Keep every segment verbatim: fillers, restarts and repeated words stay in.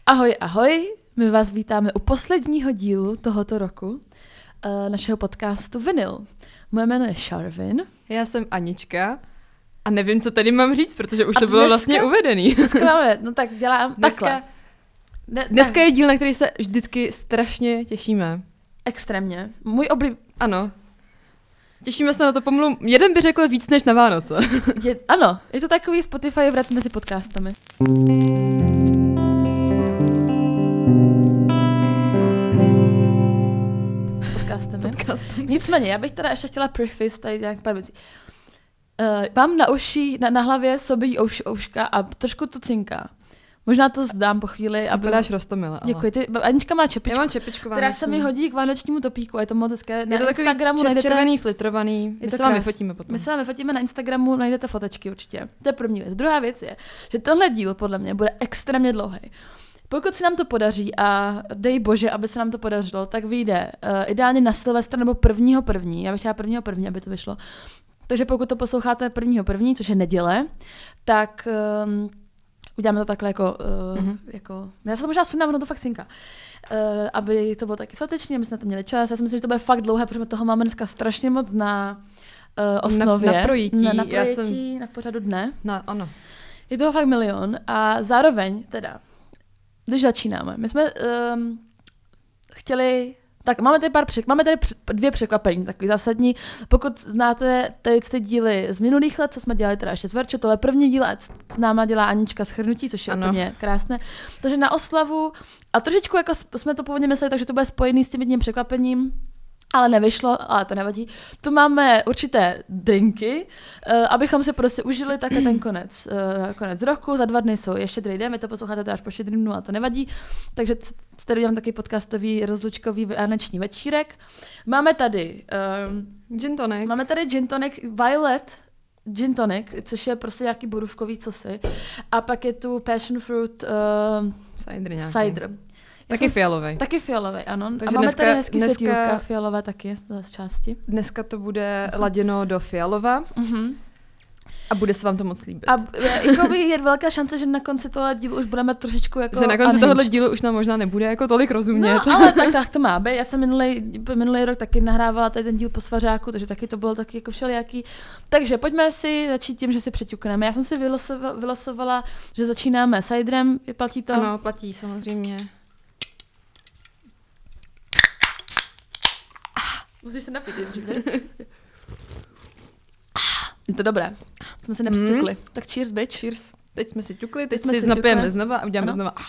Ahoj, ahoj, my vás vítáme u posledního dílu tohoto roku uh, našeho podcastu Vinyl. Moje jméno je Sharvin. Já jsem Anička a nevím, co tady mám říct, protože už a to bylo dneska, vlastně uvedený. Dneska máme, no tak dělám dneska, takhle. Ne, dneska je díl, na který se vždycky strašně těšíme. Extrémně. Můj oblíb... Ano. Těšíme se na to pomalu. Jeden by řekl víc než na Vánoce. Je, ano, je to takový Spotify vrat mezi podcastami. Podcastami. Podcastami. Nicméně, já bych teda ještě chtěla preface tady nějak pár věcí. Uh, mám na uši, na, na hlavě sobě ouš, ouška a trošku to cinká. Možná to zdám po chvíli. Aby... Vypadáš roztomile. Děkuji. Ty, Anička má čepičku, Já mám čepičku která se mi hodí k vánočnímu topíku. Je to moc hezké. Na je to Instagramu čer- najdete... červený, flitrovaný. My se vám vyfotíme potom. My se vám vyfotíme na Instagramu, najdete fotečky určitě. To je první věc. Druhá věc je, že tenhle díl podle mě bude extrémně dlouhý. Pokud se nám to podaří a dej bože, aby se nám to podařilo, tak vyjde uh, ideálně na Silvestra nebo prvního první. Já bych chtěla prvního první, aby to vyšlo. Takže pokud to posloucháte prvního první, což je neděle, tak um, uděláme to takhle jako, uh, mm-hmm. jako já se to možná sundám, ono to fakt cinká. Uh, aby to bylo taky svatečný, aby jsme na to měli čas. Já si myslím, že to bude fakt dlouhé, protože toho máme dneska strašně moc na uh, osnově. Na, na projítí. Na, na projítí, Já jsem... na pořadu dne. Na, ano. Je toho fakt milion a zároveň teda, když začínáme, my jsme um, chtěli, tak máme tady pár přek, máme tady dvě překvapení, takový zásadní. Pokud znáte tady ty díly z minulých let, co jsme dělali teda ještě s Verčo, tohle je první díl a s náma dělá Anička shrnutí, což je ano. Úplně krásné. Takže na oslavu a trošičku jako jsme to původně mysleli, takže to bude spojený s tím jedním překvapením. Ale nevyšlo, ale to nevadí. Tu máme určité drinky, uh, abychom si prostě užili také ten konec, uh, konec roku. Za dva dny jsou ještě štědrý den, vy to posloucháte teda až po štědrým dnu a to nevadí. Takže tady udělám taky podcastový rozlučkový vánoční večírek. Máme tady um, gin tonic. Máme tady gin tonic Violet gin tonic, což je prostě nějaký borůvkový cosi. A pak je tu passion fruit uh, cider. Nějaký. cider. Taky fialový. Taky fialový, ano. Takže a máme dneska, tady hezký dneska, světýlka fialové taky z části. Dneska to bude laděno do fialova uh-huh. a bude se vám to moc líbit. A jako by je velká šance, že na konci tohle dílu už budeme trošičku jako Že na konci tohohle dílu už nám možná nebude jako tolik rozumět. No, ale tak, tak to má být. Já jsem minulý, minulý rok taky nahrávala tady ten díl po svařáku, takže taky to bylo taky jako všelijaký. Takže pojďme si začít tím, že si přeťukneme. Já jsem si vylosovala, vylosovala, že začínáme ciderem. Platí to? Ano, platí samozřejmě. Musíš se napít dřív, ne? Je to dobré. Jsme se nepřiťukli. Mm. Tak cheers, bitch. Cheers. Teď jsme si ťukli, teď, teď si, si napijeme znova a uděláme ano. znova.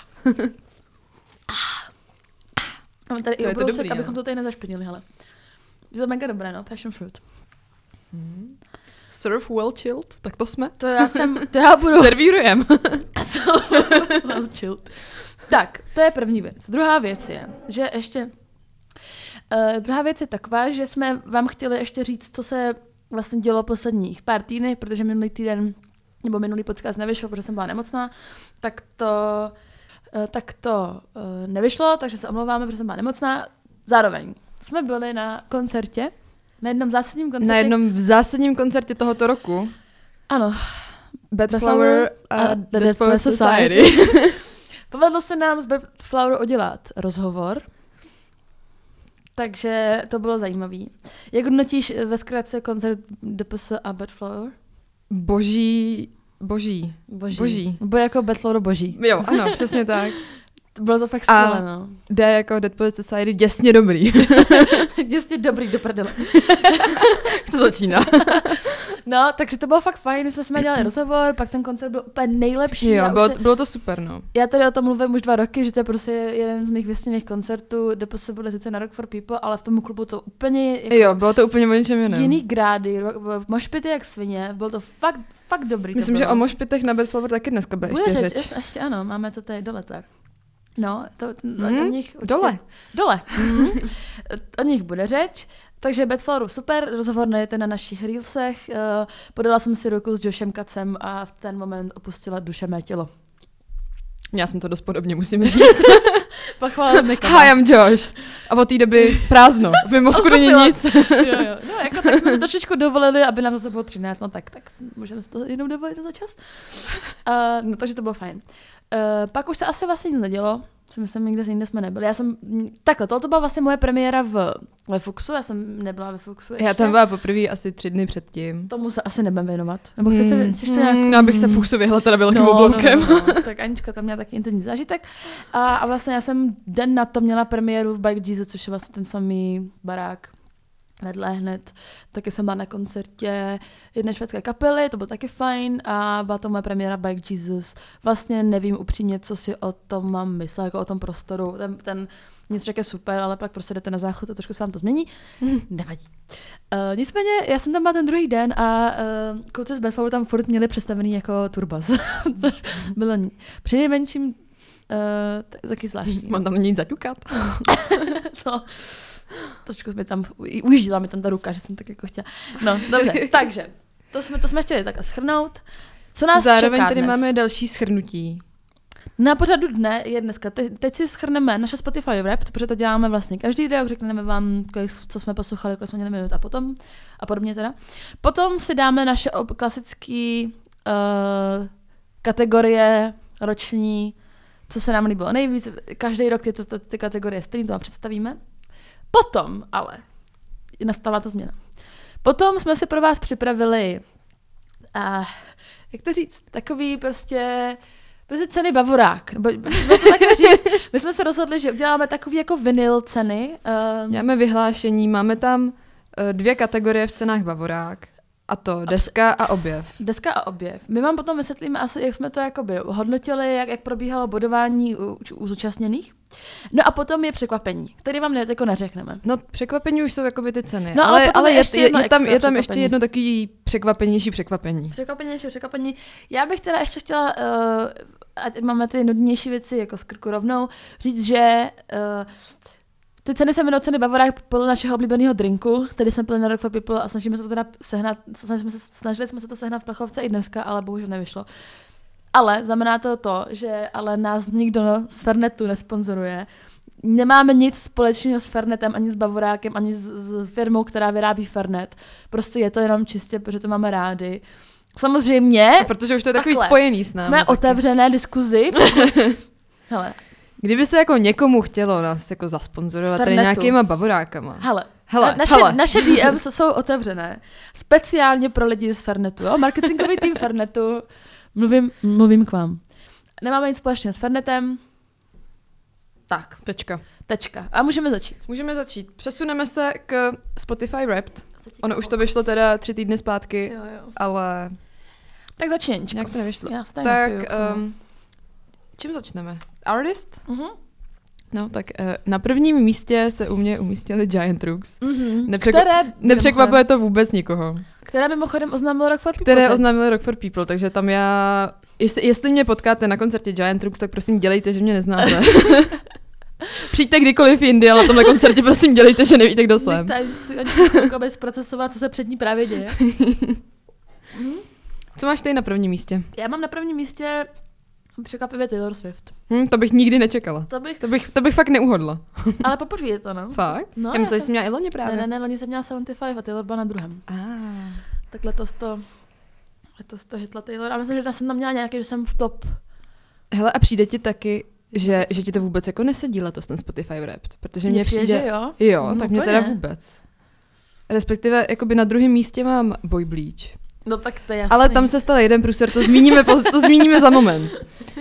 Máme tady to i obrousek, abychom to tady nezašpinili, hele. Je to mega dobré, no, passion fruit. Hmm. Surf well chilled, tak to jsme. To já jsem, to já budu... Servírujem. Well chilled. Tak, to je první věc. Druhá věc je, že ještě... Uh, druhá věc je taková, že jsme vám chtěli ještě říct, co se vlastně dělo posledních pár týdny, protože minulý týden, nebo minulý podcast nevyšel, protože jsem byla nemocná, tak to, uh, tak to uh, nevyšlo, takže se omlouváme, protože jsem byla nemocná. Zároveň jsme byli na koncertě, na jednom zásadním koncertě. Na jednom zásadním koncertě tohoto roku. Ano. Bedflower a The Dead Dead Poets Poets Society. Society. Povedlo se nám s Bedflower udělat rozhovor, takže to bylo zajímavý. Jak hodnotíš ve zkratce koncert D P S a Bedflower? Boží, boží, boží. Boží. Bo jako Bedflower boží. Jo, ano, přesně tak. Bylo to fakt skvělé, no. D jako Dead Poets Society, děsně dobrý. Děsně dobrý, do prdele. Co začíná? No, takže to bylo fakt fajn, my jsme jsme dělali rozhovor, pak ten koncert byl úplně nejlepší. Jo, bylo, se... bylo to super, no. Já tady o tom mluvím už dva roky, že to je prostě jeden z mých vysněných koncertů, D P S bude sice na Rock for People, ale v tom klubu to úplně... Jako jo, bylo to úplně o něčem jiném. Jiný grády, mošpity jak svině, bylo to fakt, fakt dobrý. Myslím, že o mošpitech na Bedflower taky dneska bude ještě řeč. Ještě, ještě ano, máme to tady dole tak. No, to, mm, o nich určitě... Dole. Dole. Mm. O nich bude řeč. Takže Bedflower super, rozhovor najdete na našich reelsech. Uh, podala jsem si ruku s Joshem Kacem a v ten moment opustila duše mé tělo. Já jsem to dost podobně, musím říct. Pochválím mi Hi, I'm Josh. A od té doby prázdno. V mém mozku není nic. jo, jo. No, jako, tak jsme to trošičku dovolili, aby nám zase bylo třináct, no tak, tak můžeme si to jenom dovolit za čas. Uh, no takže to bylo fajn. Uh, pak už se asi vlastně nic nedělo, si myslím, nikde jinde jsme nebyli. Já jsem, takhle, tohle byla vlastně moje premiéra v, ve Fuxu, já jsem nebyla ve Fuxu ještě. Já tam byla poprvé asi tři dny předtím. Tomu se asi nebudeme věnovat. Nebo chci hmm. si ještě nějak... Hmm, abych se Fuxu vyhla teda velkým no, obloukem. No, no, no. Tak Anička tam měla taky intenzivní zážitek. A, a vlastně já jsem den na to měla premiéru v Bike Jesus, což je vlastně ten samý barák vedle hned. Taky jsem byla na koncertě jedné švédské kapely, to bylo taky fajn a byla to moje premiéra Bike Jesus. Vlastně nevím upřímně, co si o tom mám myslet, jako o tom prostoru. Ten, ten nic je super, ale pak prostě jdete na záchod a trošku se vám to změní. Nevadí. Uh, nicméně, já jsem tam byla ten druhý den a uh, kluci z Bedfordu tam furt měli představený jako turbas. Což bylo přinejmenším uh, taky zvláštní. Mám tam nic zaťukat. Co? Trošku mi tam, ujíždila mi tam ta ruka, že jsem tak jako chtěla. No, dobře, takže, to jsme, to jsme chtěli tak shrnout. Co nás Zároveň čeká tady dnes? máme další shrnutí. Na pořadu dne je dneska, Te, teď si shrneme naše Spotify Wrapped, protože to děláme vlastně každý den, řekneme vám, kolik, co jsme poslouchali, kolik jsme měli minut a potom, a podobně teda. Potom si dáme naše klasické uh, kategorie roční, co se nám líbilo nejvíc. Každý rok tyto ty, ty kategorie stejný, to vám představíme. Potom ale nastává ta změna. Potom jsme si pro vás připravili, uh, jak to říct, takový prostě, prostě ceny Bavorák. Nebo, to tak říct. My jsme se rozhodli, že uděláme takový jako vinyl ceny. Uh, Máme vyhlášení, máme tam uh, dvě kategorie v cenách Bavorák. A to deska a objev. Deska a objev. My vám potom vysvětlíme asi, jak jsme to jakoby hodnotili, jak, jak probíhalo bodování u, u zúčastněných. No a potom je překvapení, který vám ne, jako neřekneme. No překvapení už jsou jakoby ty ceny, no, ale, ale, ale je, je, ještě je, je, tam, je tam překvapení. ještě jedno takový překvapenější překvapení. Překvapenější překvapení. Já bych teda ještě chtěla, uh, ať máme ty nudnější věci jako z krku rovnou, říct, že uh, ty ceny se jmenují ceny Bavorák podle našeho oblíbeného drinku, který jsme pili na Rock for People a snažíme se to teda sehnat, snažili jsme se, snažili jsme se to sehnat v Plechovce i dneska, ale bohužel nevyšlo. Ale znamená to to, že ale nás nikdo z Fernetu nesponzoruje. Nemáme nic společného s Fernetem, ani s Bavorákem, ani s, s firmou, která vyrábí Fernet. Prostě je to jenom čistě, protože to máme rádi. Samozřejmě. A protože už to je takový takhle, spojený s námi. Jsme taky otevřené diskuzi. Hele. Kdyby se jako někomu chtělo nás jako zasponzorovat tady nějakýma Bavorákama. Hele. Hele, naše, hele. naše D Ms jsou otevřené. Speciálně pro lidi z Fernetu. Jo? Marketingový tým Fernetu. Mluvím, mluvím k vám. Nemáme nic společného s Fernetem. Tak. Tečka. Tečka. A můžeme začít. Můžeme začít. Přesuneme se k Spotify Wrapped. Ono už to vyšlo teda tři týdny zpátky, jo, jo. ale... Tak začni. Nějak to nevyšlo. Já tak napiju, um, čím začneme? Artist? Uh-huh. No, tak uh, na prvním místě se u mě umístili Giant Rooks. Uh-huh. Nepřekva- které, nepřekvapuje to vůbec nikoho. Které mimochodem oznámil Rock for People. Které teď. oznámil Rock for People, takže tam já... Jestli, jestli mě potkáte na koncertě Giant Rooks, tak prosím dělejte, že mě neznáte. Přijďte kdykoliv jindy, ale na tomhle koncertě prosím dělejte, že nevíte, kdo jsem. Nechte ani zprocesovat, co se před ní právě děje. mm. Co máš tady na prvním místě? Já mám na prvním místě překvapivě Taylor Swift. Hm, to bych nikdy nečekala. To bych, to bych, to bych fakt neuhodla. Ale poprvé je to, no. Fakt? No, já myslím, že jsem... jsi měla i loni právě. Ne, ne, ne, loni jsem měla sedmdesát pět a Taylor byla na druhém. Ah. Tak letos to, letos to hitla Taylor. A myslím, že jsem tam měla nějaký, že jsem v top. Hele, a přijde ti taky, že, že ti to vůbec jako nesedí letos ten Spotify Wrapped? Protože mě přijde, přijde, že jo? Jo, no, tak mě teda vůbec. Respektive, jakoby na druhém místě mám Boy Bleach. No tak to je jasný. Ale tam se stal jeden průser, to zmíníme, to zmíníme za moment.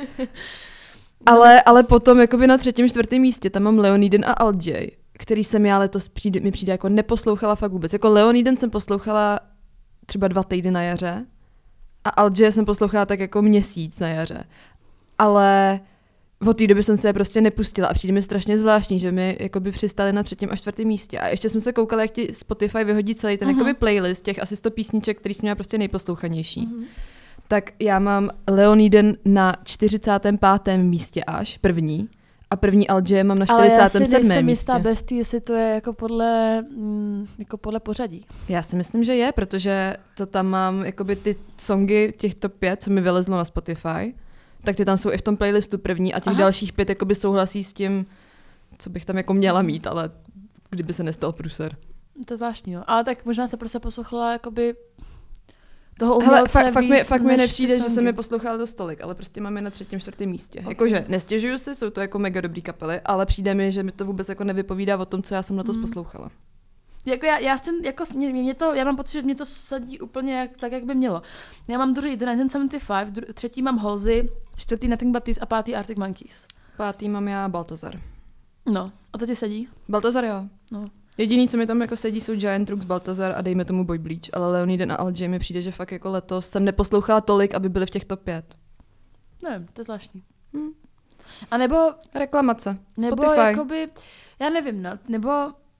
Ale, ale potom jakoby na třetím, čtvrtém místě tam mám Leoniden a Alt J, který jsem já letos přijde, mi přijde jako neposlouchala fakt vůbec. Jako Leoniden jsem poslouchala třeba dva týdny na jaře a Alt J jsem poslouchala tak jako měsíc na jaře. Ale od té doby jsem se je prostě nepustila a přijde mi strašně zvláštní, že mi jakoby přistali na třetím a čtvrtém místě. A ještě jsem se koukala, jak ti Spotify vyhodí celý ten uh-huh. jakoby playlist těch asi sto písniček, který jsem měla prostě nejposlouchanější. Uh-huh. Tak já mám Leoniden na čtyřicátém pátém místě až, první. A první Alt J mám na čtyřicátém sedmém místě. Ale já si nejsem jistá bez tý, jestli to je jako podle, mm, jako podle pořadí. Já si myslím, že je, protože to tam mám jakoby ty songy, těch top pět, co mi vylezlo na Spotify, tak ty tam jsou i v tom playlistu první a těch Aha. dalších pět jakoby souhlasí s tím, co bych tam jako měla mít, ale kdyby se nestal průser. To je zvláštní, no. Ale tak možná se prostě poslouchala jakoby toho Hele, umělce fakt, fakt, mi, víc fakt mi než nepřijde, ty že songy. jsem je poslouchala dost tolik, ale prostě máme na třetím, čtvrtém místě. Okay. Jakože nestěžuju si, jsou to jako mega dobrý kapely, ale přijde mi, že mi to vůbec jako nevypovídá o tom, co já jsem letos Mm. poslouchala. Jako já, já, jsem, jako, mě, mě to, já mám pocit, že mě to sadí úplně jak, tak, jak by mělo. Já mám druhý devatenáct set sedmdesát pět, dru, třetí mám Halsey, čtvrtý Nothing But Thieves a pátý Arctic Monkeys. Pátý mám já Baltazar. No, a to ti sedí? Baltazar jo. No. Jediný, co mi tam jako sedí, jsou Giant Rooks, Baltazar a dejme tomu Boy Bleach, ale Leoniden a Al J mi přijde, že fakt jako letos jsem neposlouchala tolik, aby byly v těch top pět. Nevím, to je zvláštní. Hm. A nebo, Reklamace. nebo Spotify. jakoby, já nevím, no, nebo,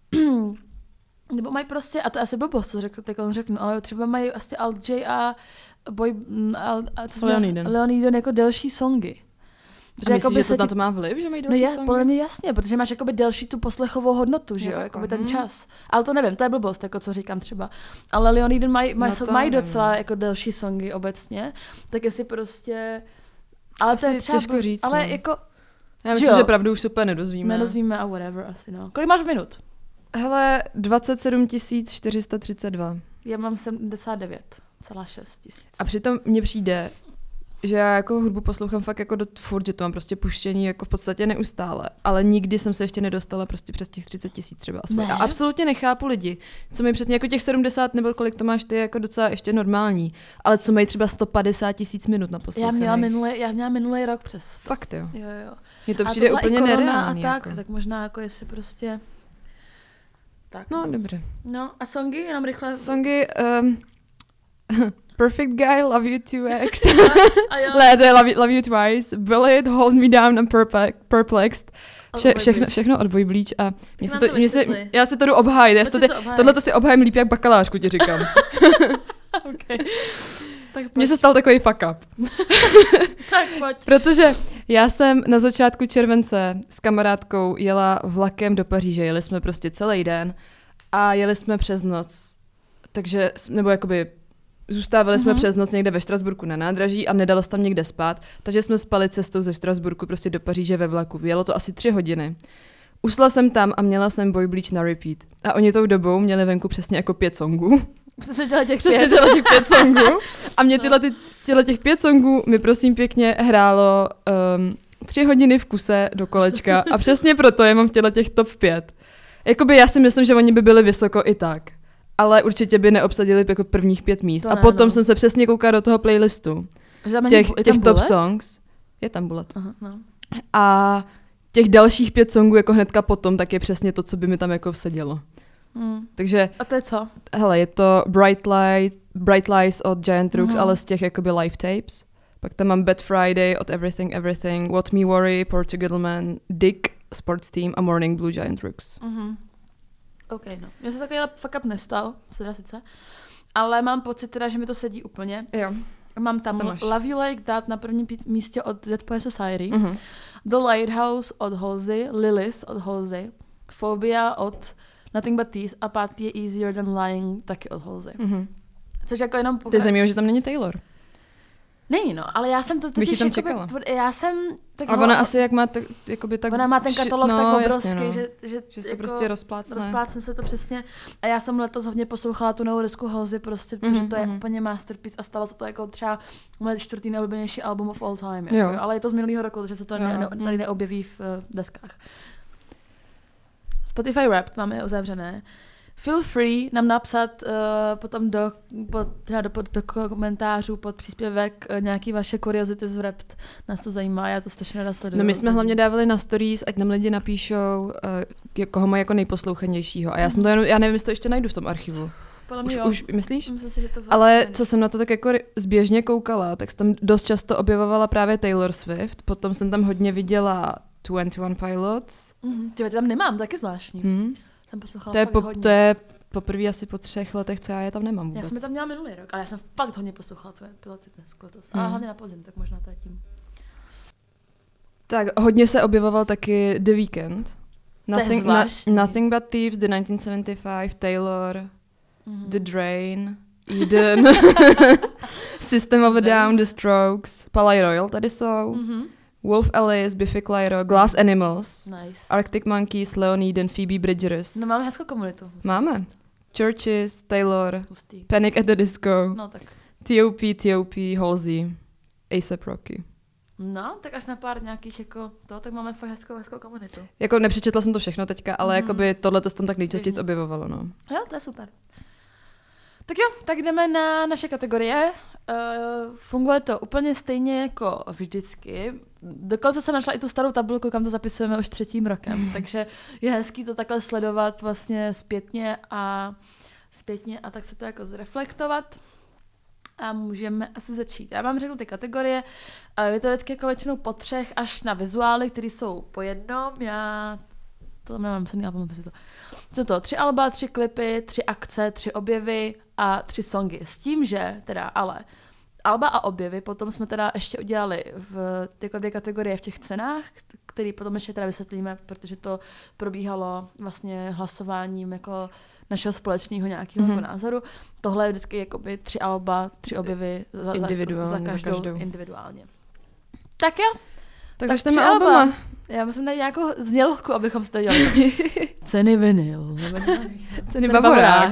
nebo mají prostě, a to asi blbost, co řekl, tak on řeknu, ale třeba mají asi Al J a Boy, a, a co Leoniden. Leoniden jako delší songy. A myslíš, že se to na ti- to má vliv, že mají No další je, songy? podle mě jasně, protože máš jakoby delší tu poslechovou hodnotu, že Je jo, takhle, jakoby ten hm. čas. Ale to nevím, to je blbost, jako co říkám třeba. Ale Leoniden mají maj, No to mají nevím. docela jako delší songy obecně, tak jestli prostě... Ale Asi to je třeba... těžko bl- říct, Ale no. jako... Já myslím, jo. že pravdu už super nedozvíme. Nedozvíme a whatever asi, no. Kolik máš minut? Hele, dvacet sedm tisíc čtyři sta třicet dva. Já mám sedmdesát devět celá šest tisíc. A přitom mně přijde, že já jako hudbu poslouchám fakt jako do furt, že to mám prostě puštění jako v podstatě neustále, ale nikdy jsem se ještě nedostala prostě přes těch třicet tisíc třeba aspoň. Ne? A absolutně nechápu lidi, co mají přesně jako těch sedmdesát nebo kolik to máš ty je jako docela ještě normální, ale co mají třeba sto padesát tisíc minut na Já poslouchání. měla minulý, já měla minulý rok přes. Fakt jo. Jo, jo. Mně to A přijde byla i úplně korona nereálný. a tak, jako. tak možná jako jestli prostě... Tak. No, dobře. No a songy, jenom rychle. Songy um, Perfect Guy, Love You two X. A jo. Ne, to je Love You, love you Twice, Bullet, Hold Me Down and Perple- Perplexed. Vše, Boy všechno, Bleach. všechno od Boy Bleach a mě se nám to, to mě se, vysvětli. já si to jdu obhájit. Já si Pojď to, si to obhájit. tohle to si obhájím líp jak bakalářku, ti říkám. Okay. Tak Mně pojď. se stal takový fuck up. Tak pojď. Protože já jsem na začátku července s kamarádkou jela vlakem do Paříže. Jeli jsme prostě celý den a jeli jsme přes noc. Takže, nebo jakoby zůstávali jsme Mhm. přes noc někde ve Štrasburku na nádraží a nedalo se tam někde spát. Takže jsme spali cestou ze Štrasburku prostě do Paříže ve vlaku. Jelo to asi tři hodiny. Usla jsem tam a měla jsem Boy Bleach na repeat. A oni tou dobou měli venku přesně jako pět songů. Přesně těle těch Přesně pět. tyhle těch pět songů. A mě tyhle, ty, tyhle těch pět songů mi prosím pěkně hrálo um, tři hodiny v kuse do kolečka a přesně proto je mám v těchto těch top pět. Jakoby já si myslím, že oni by byli vysoko i tak. Ale určitě by neobsadili jako prvních pět míst. To a ne, potom no. jsem se přesně koukala do toho playlistu. Že tam Těch, je tam těch top bullet? songs. Je tam bullet. Aha, no. A těch dalších pět songů jako hnedka potom, tak je přesně to, co by mi tam jako vsedělo. Hmm. Takže A to je co? hele, je to Bright, Light, Bright Lies od Giant Rooks, Mhm. ale z těch jakoby live tapes. Pak tam mám Bad Friday od Everything Everything, What Me Worry, Portugal Man, Dick, Sports Team a Morning Blue Giant Rooks. Mhm. OK, no. Mně se takový fuck up nestal, teda sice. Ale mám pocit teda, že mi to sedí úplně. Jo. Mám Co tam tam máš? Love You Like That na prvním pí- místě od Dead Poets Society. Mhm. The Lighthouse od Halsey, Lilith od Halsey, Phobia od Nothing But Thieves a pátý je Easier Than Lying taky od Halsey. Mhm. Což jako jenom... To je zajímavé, že tam není Taylor. Není no, ale já jsem to Bych totiž ji tam jakoby, čekala. já jsem... Tak A ona asi jak má tak, jakoby tak... ona má ten ši- katalog no, tak jasně, obrovský, no. že, že, Že se to jako prostě rozplácne. rozplácne se to přesně. A já jsem letos hodně poslouchala tu novou desku Halsey, prostě, protože Mhm, to je mhm. úplně masterpiece a stalo se to jako třeba moje čtvrtý nejoblíbenější album of all time. Jako, Jo. jo. Ale je to z minulého roku, takže se to Jo, ne, ne, mhm. tady neobjeví v uh, deskách. Spotify Wrapped máme uzavřené. Feel free nám napsat uh, potom do, pod, teda do, pod, do komentářů pod příspěvek uh, nějaký vaše kuriozity z Wrapped. Nás to zajímá, já to strašně ráda sleduju. No my jsme hlavně dávali na stories, ať nám lidi napíšou, uh, koho mají jako nejposlouchanějšího. A já jsem to jenom, já nevím, jestli to ještě najdu v tom archivu. Podle mě Už, jo. už myslíš? Myslím si, že to Ale co jsem na to tak jako ry- zběžně koukala, tak jsem tam dost často objevovala právě Taylor Swift, potom jsem tam hodně viděla Twenty One Pilots. Mm, ty tam nemám, taky zvláštní. Hmm. Jsem poslouchala To, je fakt po, hodně. to je poprvé asi po třech letech, co já je tam nemám vůbec. Já jsem je tam měla minulý rok, ale já jsem fakt hodně poslouchala tvoje piloty dnes letos. A Hmm. hlavně na podzim, tak možná to je tím. Tak hodně se objevoval taky The Weeknd. Nothing, zvláštní. Nothing But Thieves, The nineteen seventy-five, Taylor, Mhm. The Drain, Eden, System of a Down, The Strokes, Palais Royal tady jsou, Mhm. Wolf Alice, Biffy Clyro, Glass Animals, Nice. Arctic Monkeys, Leoniden, Phoebe Bridgers. No máme hezkou komunitu. Máme. Churches, Taylor, Hustý. Panic at the Disco, No tak. T O P, T O P, Halsey, A$ej ép Rocky. No, tak až na pár nějakých jako to, tak máme fakt hezkou, hezkou komunitu. Jako nepřečetla jsem to všechno teďka, ale Mhm. jakoby tohle to se tam tak nejčastěji objevovalo, no. Jo, to je super. Tak jo, tak jdeme na naše kategorie. Uh, funguje to úplně stejně jako vždycky. Dokonce jsem našla i tu starou tabulku, kam to zapisujeme už třetím rokem, takže je hezký to takhle sledovat vlastně zpětně a zpětně a tak se to jako zreflektovat. A můžeme asi začít. Já vám řeknu ty kategorie. Je to vždycky jako většinou po třech až na vizuály, které jsou po jednom. Já to nemám se nepamatuji si to. Jsou to tři alba, tři klipy, tři akce, tři objevy a tři songy. S tím, že teda ale alba a objevy potom jsme teda ještě udělali v ty dvě kategorie v těch cenách, který potom ještě teda vysvětlíme, protože to probíhalo vlastně hlasováním jako našeho společného nějakého mm-hmm. jako názoru. Tohle je vždycky jakoby tři alba, tři objevy za, za, za, každou, za každou individuálně. Tak jo. Tak, tak začneme albuma. Já musím najít nějakou znělku, abychom si to dělali. Ceny vinyl. Ceny bavorák.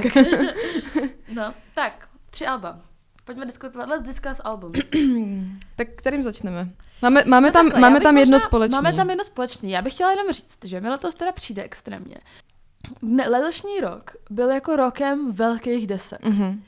No, tak, tři alba. Pojďme diskutovat. Let's discuss albums. Tak kterým začneme? Máme, máme no tam, takhle, máme tam jedno možná, společné. Máme tam jedno společné. Já bych chtěla jenom říct, že mi letos teda přijde extrémně. Ne, letošní rok byl jako rokem velkých desek. Mm-hmm.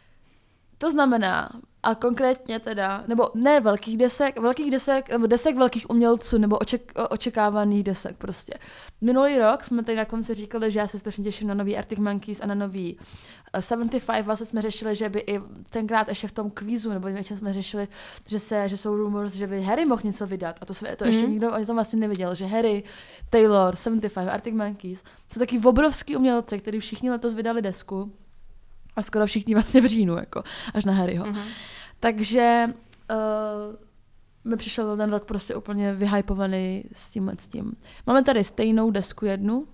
To znamená, a konkrétně teda, nebo ne velkých desek, velkých desek, nebo desek velkých umělců, nebo oček, očekávaných desek prostě. Minulý rok jsme tady na konci říkali, že já se strašně těším na nový Arctic Monkeys a na nový sedmdesát pět, vlastně jsme řešili, že by i tenkrát ještě v tom kvízu, nebo ještě jsme řešili, že, se, že jsou rumors, že by Harry mohl něco vydat, a to, se, to ještě mm. nikdo o tom vlastně neviděl, že Harry, Taylor, sedmdesát pět, Arctic Monkeys jsou taky obrovský umělci, kteří všichni letos vydali desku. A skoro všichni vlastně v říjnu, jako, až na Harryho. Mm-hmm. Takže uh, mi přišel ten rok prostě úplně vyhypovaný s tímhle s tím. Máme tady stejnou desku jednu.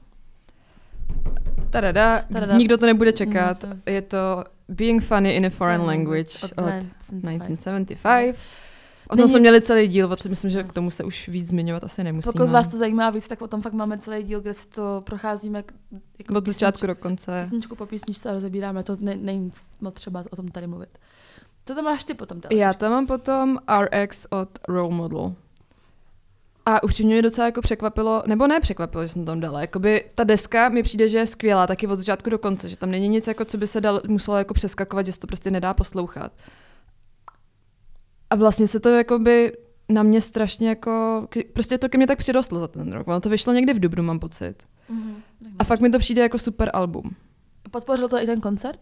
Tadada, Tadada. Nikdo to nebude čekat. Mm, je to Being Funny in a Foreign Language od, od devatenáct set sedmdesát pět. O tom jsme měli celý díl, myslím, že k tomu se už víc zmiňovat asi nemusíme. Pokud vás to zajímá víc, tak o tom fakt máme celý díl, kde si to procházíme jako od začátku do konce. Písničku po písničce a rozebíráme, to ne, není moc třeba o tom tady mluvit. Co tam máš ty potom? Dala? Já tam mám potom R X od Role Model. A upřímně mě docela jako překvapilo, nebo ne překvapilo, že jsem tam dala. Jakoby ta deska mi přijde, že je skvělá, taky od začátku do konce, že tam není nic, jako, co by se dal, muselo jako přeskakovat, že se to prostě nedá poslouchat. A vlastně se to jakoby na mě strašně jako, prostě to ke mně tak přirostlo za ten rok. Ono to vyšlo někdy v dubnu, mám pocit. Mm-hmm. A fakt mi to přijde jako super album. Podpořil to i ten koncert?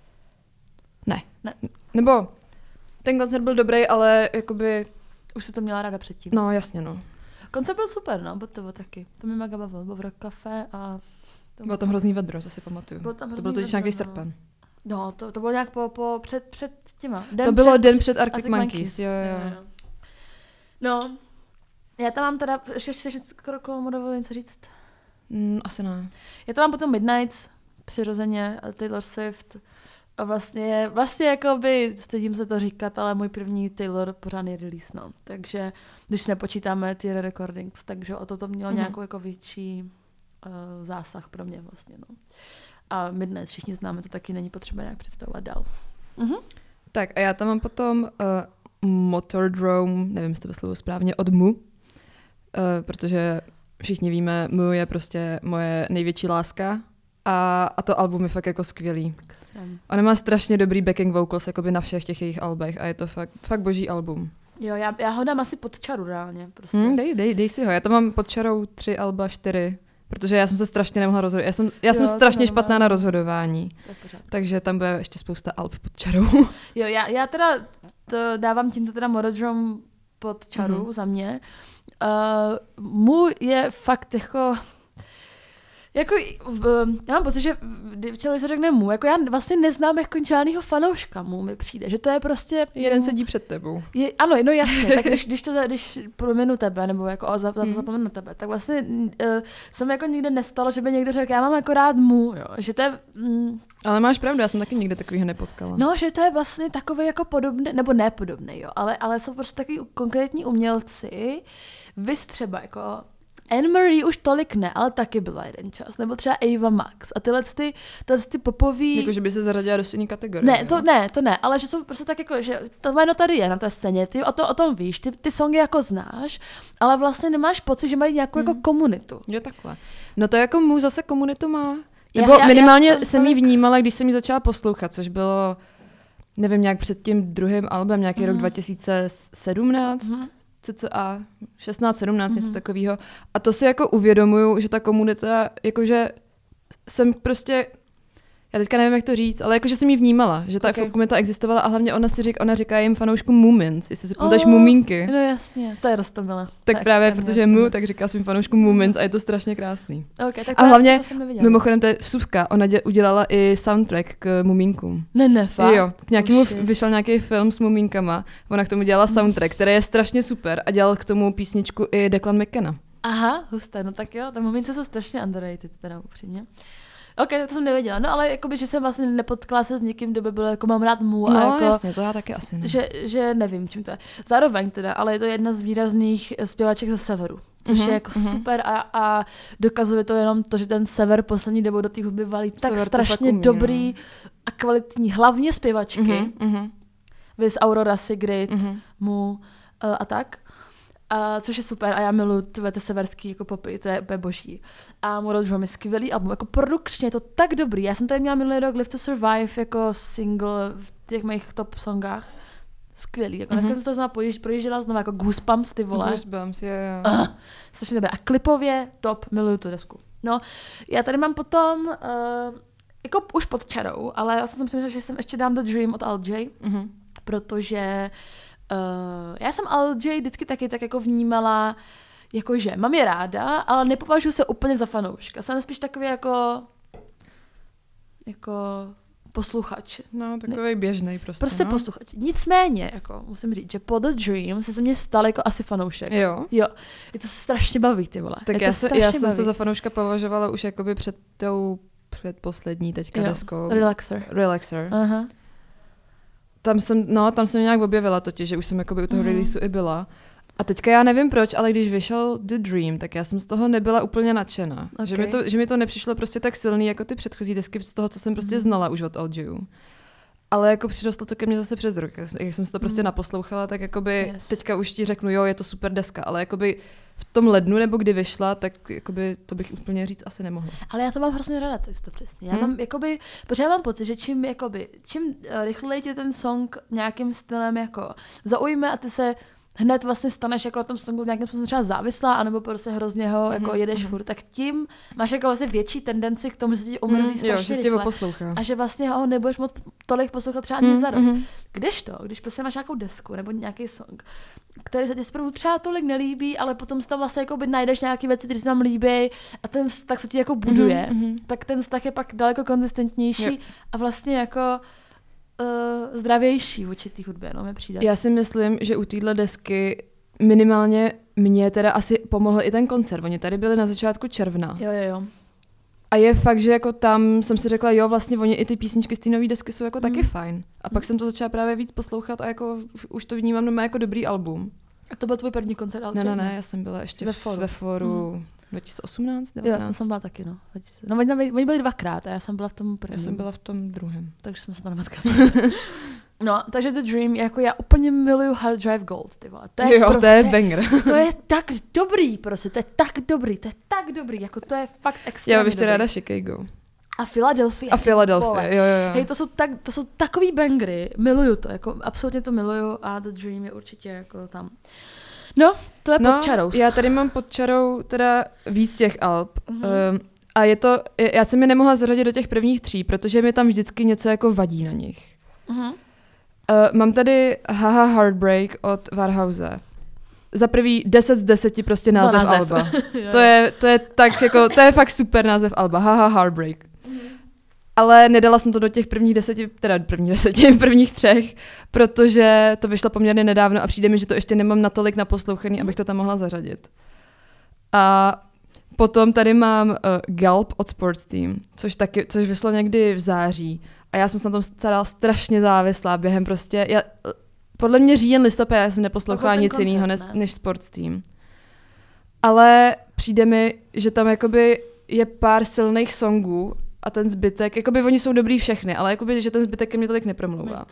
Ne. ne. Nebo ten koncert byl dobrý, ale jakoby... Už se to měla ráda předtím. No, jasně, no. Koncert byl super, no, bylo to taky. To mi mega bavilo, bylo v Rock Café a... Bylo tam hrozný vedro, to si pamatuju. Bylo tam to byl totiž nějaký srpen. No, to, to bylo nějak po, po před, před těma. Den to bylo před, den před Arctic, Arctic Monkeys, Monkeys. Jo, jo, jo. No, já tam mám teda, ještě chceš skoro Klomodovi něco říct? Mm, asi ne. Já tam mám potom Midnights, přirozeně, Taylor Swift. A vlastně, vlastně jakoby, stydím se to říkat, ale můj první Taylor pořádný release, no. Takže, když nepočítáme ty recordings, takže o to to mělo mm-hmm. nějakou jako větší uh, zásah pro mě vlastně, no. A Midnights všichni známe, to taky není potřeba nějak představovat dál. Mm-hmm. Tak a já tam mám potom uh, Motordrome, nevím, jestli to vyslovuji správně, od Mu, uh, protože všichni víme, Mu je prostě moje největší láska a, a to album je fakt jako skvělý. Ona má strašně dobrý backing vocals jakoby na všech těch jejich albech a je to fakt, fakt boží album. Jo, já, já ho dám asi pod čaru reálně. Prostě. Hmm, dej, dej, dej si ho, já tam mám pod čarou tři alba, čtyři. Protože já jsem se strašně nemohla rozhodovat. Já jsem, já jo, jsem strašně špatná na rozhodování. Takže tam bude ještě spousta alb pod čarou. Jo, já, já teda to dávám tímto teda Morodrome pod čaru mm-hmm. za mě. Uh, Mu je fakt jako... Jako, v, já mám pocit, že včera se řekne Mu, jako já vlastně neznám jako žádnýho fanouška Mu mi přijde, že to je prostě... Jeden sedí před tebou. Je, ano, no jasně, tak když, když to, když prominu tebe, nebo jako o, zap, mm. zapomenu na tebe, tak vlastně uh, jsem jako nikde nestalo, že by někdo řekl, já mám jako rád Mu, jo, že to je... Mm, ale máš pravdu, já jsem taky nikde takovýho nepotkala. No, že to je vlastně takový jako podobný, nebo nepodobný, jo, ale, ale jsou prostě takový konkrétní umělci, vys třeba jako... Anne-Marie už tolik ne, ale taky byla jeden čas. Nebo třeba Ava Max. A tyhle ty, tyhle ty popový... Jako, že by se zařadila do stejné kategorie. Ne, to ne, to ne, ale že jsou prostě tak jako, že to jméno tady je na té scéně, ty o, to, o tom víš, ty, ty songy jako znáš, ale vlastně nemáš pocit, že mají nějakou hmm. jako komunitu. Jo, takhle. No to jako mu zase komunitu má. Nebo já, já, minimálně já jsem ji vnímala, když jsem ji začala poslouchat, což bylo, nevím, nějak před tím druhým albem, nějaký mm. rok dva tisíce sedmnáct, mm. cca šestnáct sedmnáct, mm. něco takového. A to si jako uvědomuju, že ta komunita, jakože jsem prostě, já teďka nevím, jak to říct, ale jakože jsem ji vnímala, že ta okay. komunita existovala a hlavně ona si říká, ona říká jim fanouškům Mumins, jestli si pamatuješ oh, Mumínky. No jasně, to je roztomilé. Tak právě, protože mu, tak říká svým fanouškům Mumins a je to strašně krásný. Okay, tak a hlavně, mimochodem, to je vsuvka, ona dě, udělala i soundtrack k Mumínkům. Ne, ne, fakt? Jo, k nějakému oh, vyšel nějaký film s Mumínkama, ona k tomu dělala soundtrack, který je strašně super a dělal k tomu písničku i Declan McKenna. Aha, husté, no tak jo, ty Mumínci jsou strašně underrated, teda upřímně. Ok, to jsem nevěděla. No ale jakoby, že jsem vlastně nepotkala se s někým, kdo by byl jako mám rád mu. No a jako, jasně, to já taky asi ne. Že, že nevím, čím to je. Zároveň teda, ale je to jedna z výrazných zpěvaček ze severu. Což uh-huh, je jako uh-huh. super a, a dokazuje to jenom to, že ten sever poslední dobou do té hudby valí tak sever strašně umí, dobrý no. a kvalitní, hlavně zpěvačky. Uh-huh, uh-huh. Vys Aurora Sigrid, uh-huh. mu uh, a tak. Uh, což je super a já miluji tyhle ty severský jako popy, to je úplně boží. A Moral Drum je skvělý album, jako produkčně je to tak dobrý. Já jsem tady měla minulý rok Live to Survive jako single v těch mých top songách. Skvělý, jako mm-hmm. dneska jsem to znovu projížděla znovu jako Goosebumps, ty vole. Goosebumps, jo, jo. Uh, strašně dobré. A klipově top, miluju tu desku. No, já tady mám potom, uh, jako už pod čarou, ale já jsem si myslela, že jsem ještě dám The Dream od Al J, mm-hmm. protože Uh, já jsem Al J vždycky taky tak jako vnímala, jakože mám je ráda, ale nepovažuji se úplně za fanouška. Jsem spíš takový jako jako posluchač. No, takový běžný prostě. Prostě no. posluchač. Nicméně, jako musím říct, že po The Dream se ze mě stal jako asi fanoušek. Jo. Jo. Je to strašně baví, ty vole. Tak já, se, já jsem se za fanouška považovala už jakoby před tou předposlední teďka jo. deskou. Relaxer. Relaxer. Aha. Tam jsem, no, tam jsem nějak objevila totiž, že už jsem jakoby u toho mm. releaseu i byla. A teďka já nevím proč, ale když vyšel The Dream, tak já jsem z toho nebyla úplně nadšená. Okay. Že, mi to, že mi to nepřišlo prostě tak silný jako ty předchozí desky z toho, co jsem prostě mm. znala už od Al J. Ale jako přirostlo to ke mně zase přes rok. Jak jsem si to prostě mm. naposlouchala, tak jakoby yes. teďka už ti řeknu, jo, je to super deska, ale jakoby v tom lednu nebo kdy vyšla, tak jakoby to bych úplně říct asi nemohla. Ale já to mám hrozně ráda, to je to přesně. Já hmm. mám jakoby, protože já mám pocit, že čím jakoby, čím rychleji tě ten song nějakým stylem jako zaujme a ty se hned vlastně staneš jako na tom songu nějakým způsobem třeba závislá, anebo prostě hrozně ho jako mm-hmm. jedeš furt, tak tím máš jako vlastně větší tendenci k tomu, že ti omrzí mm, strašně rychle. A že vlastně ho nebudeš moc tolik poslouchat třeba ani mm, za rok. Mm-hmm. Kdežto, když prostě máš nějakou desku nebo nějaký song, který se ti zprvu třeba tolik nelíbí, ale potom si tam vlastně jako by najdeš nějaké věci, které se tam líbí a ten tak se ti jako buduje, mm-hmm. tak ten vztah je pak daleko konzistentnější yep. a vlastně jako Uh, zdravější vůči té hudbě, no mi přijde. Já si myslím, že u téhle desky minimálně mě teda asi pomohl i ten koncert. Oni tady byli na začátku června. Jo, jo, jo. A je fakt, že jako tam jsem si řekla, jo, vlastně oni i ty písničky z té nové desky jsou jako mm. taky fajn. A pak mm. jsem to začala právě víc poslouchat a jako už, už to vnímám doma jako dobrý album. A to byl tvůj první koncert, ale Ne, ne, ne, já jsem byla ještě ve fóru, ve fóru mm. dva tisíce osmnáct, devatenáct. Jo, to jsem byla taky, no. No, oni, oni byli dvakrát a já jsem byla v tom prvním. Já jsem byla v tom druhém. Takže jsme se tam nepotkali. No, takže The Dream, jako já úplně miluju Hard Drive Gold, ty vole. To je jo, prostě, to je banger. To je tak dobrý, prostě, to je tak dobrý, to je tak dobrý, jako to je fakt extrémně Já bych ještě dobrý. ráda Chicago. A Philadelphia. A Philadelphia, jo, jo, jo. Hej, to jsou, tak, to jsou takový bangry, miluju to, jako absolutně to miluju a The Dream je určitě jako tam. No, to je no, pod čarou. Já tady mám pod čarou teda víc těch alb. Mm-hmm. Um, a je to, já jsem je nemohla zařadit do těch prvních tří, protože mi tam vždycky něco jako vadí na nich. Mm-hmm. Uh, mám tady Haha Heartbreak od Warhouse. Za prvý deset z deseti prostě název, název. alba. to, je, to je tak jako, to je fakt super název alba. Haha Heartbreak. Mm-hmm. Ale nedala jsem to do těch prvních deseti, teda prvních deseti, prvních třech, protože to vyšlo poměrně nedávno a přijde mi, že to ještě nemám natolik naposlouchaný, abych to tam mohla zařadit. A potom tady mám uh, Gulp od Sports Team, což taky, což vyšlo někdy v září. A já jsem se na tom starala strašně závislá během prostě, já, podle mě říjen listopad, já jsem neposlouchala nic jiného než, než Sports Team. Ale přijde mi, že tam jakoby je pár silných songů a ten zbytek, jakoby oni jsou dobrý všechny, ale jakoby, že ten zbytek ke mně tolik nepromlouvá.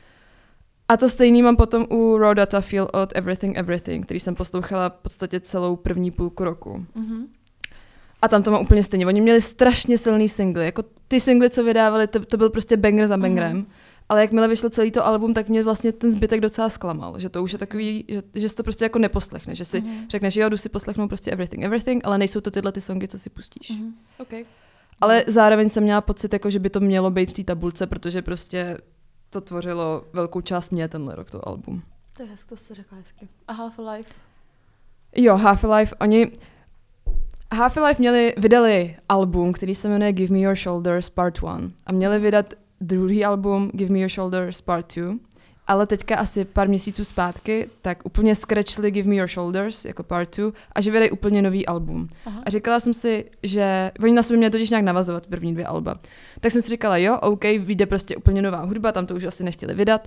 A to stejný mám potom u Raw Data Feel od Everything Everything, který jsem poslouchala v podstatě celou první půlku roku. Mm-hmm. A tam to má úplně stejně. Oni měli strašně silný singly. Jako ty singly, co vydávali, to, to byl prostě banger za bangerem. Mm-hmm. Ale jakmile vyšlo celý to album, tak mě vlastně ten zbytek docela zklamal. Že to už je takový, že, že si to prostě jako neposlechne. Že si mm-hmm. řekneš, jo, jdu si poslechnout prostě Everything Everything, ale nejsou to tyhle ty songy, co si pustíš. Mm-hmm. Okay. Ale zároveň jsem měla pocit, jako, že by to mělo být v té tabulce, protože prostě to tvořilo velkou část mě, tenhle rok, to album. To je hezky, to jsi řekla hezky. A Half-Alive? Jo, Half-Alive, oni... Half-Alive měli, vydali album, který se jmenuje Give Me Your Shoulders Part one. A měli vydat druhý album Give Me Your Shoulders Part two. Ale teďka asi pár měsíců zpátky, tak úplně scratchli Give Me Your Shoulders jako Part two a že vydají úplně nový album. Aha. A říkala jsem si, že oni na sebe měli totiž nějak navazovat první dvě alba. Tak jsem si říkala, jo, OK, vyjde prostě úplně nová hudba, tam to už asi nechtěli vydat.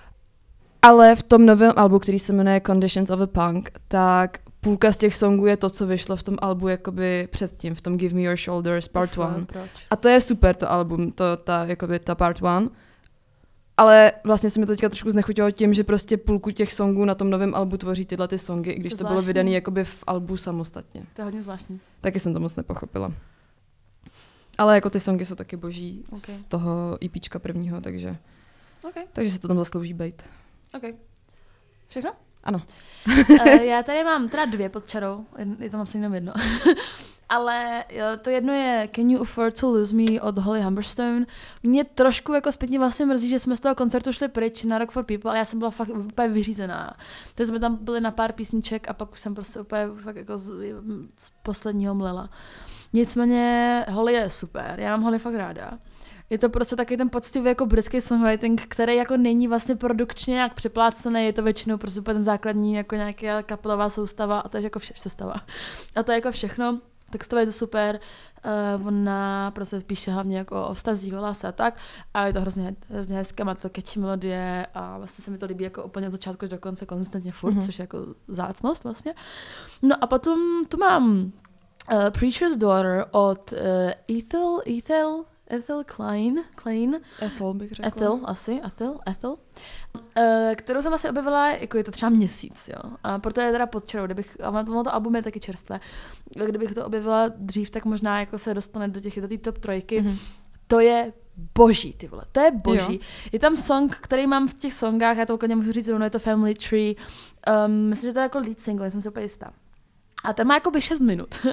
Ale v tom novém albu, který se jmenuje Conditions of a Punk, tak půlka z těch songů je to, co vyšlo v tom albu jakoby předtím, v tom Give Me Your Shoulders Part one. A to je super, to album, to, ta, jakoby ta Part one. Ale vlastně se mi to teďka trošku znechutilo tím, že prostě půlku těch songů na tom novém albu tvoří tyhle ty songy, i když to, to bylo vydané jakoby v albu samostatně. To je hodně zvláštní. Taky jsem to moc nepochopila. Ale jako ty songy jsou taky boží okay. z toho EPčka prvního, takže, okay. takže se to tam zaslouží bejt. Okay. Všechno? Ano. uh, já tady mám teda dvě pod čarou, je to vlastně jenom jedno. Ale jo, to jedno je Can You Afford to Lose Me od Holly Humberstone. Mě trošku jako zpětně vlastně mrzí, že jsme z toho koncertu šli pryč na Rock for People, ale já jsem byla fakt úplně vyřízená. Takže jsme tam byli na pár písniček a pak už jsem prostě úplně fakt jako z, z posledního mlela. Nicméně Holly je super, já mám Holly fakt ráda. Je to prostě taky ten poctivý jako britský songwriting, který jako není vlastně produkčně nějak přeplácený, je to většinou prostě ten základní jako nějaká kapelová soustava a to je jako vše, sestava. A to je jako všechno. Textově je to super, uh, ona prostě píše hlavně jako o vztazích, o lásce a tak a je to hrozně, hrozně hezké, má to catchy melodie a vlastně se mi to líbí jako úplně od začátku až do konce konzistentně furt, mm-hmm. což je jako zácnost vlastně. No a potom tu mám uh, Preacher's Daughter od uh, Ethel, Ethel, Ethel Klein, Klein. Ethel bych řekla. Ethel, asi, Ethel, Ethel. Uh, kterou jsem asi objevila, jako je to třeba měsíc, jo. A proto je teda pod čarou, kdybych, a to album je taky čerstvé, kdybych to objevila dřív, tak možná jako se dostane do těch, do té top trojky. Mm-hmm. To je boží, ty vole, to je boží. Jo. Je tam song, který mám v těch songách, já to úplně můžu říct, je to Family Tree. Um, myslím, že to je jako lead single, jsem si úplně jistá. A ten má jako by šest minut.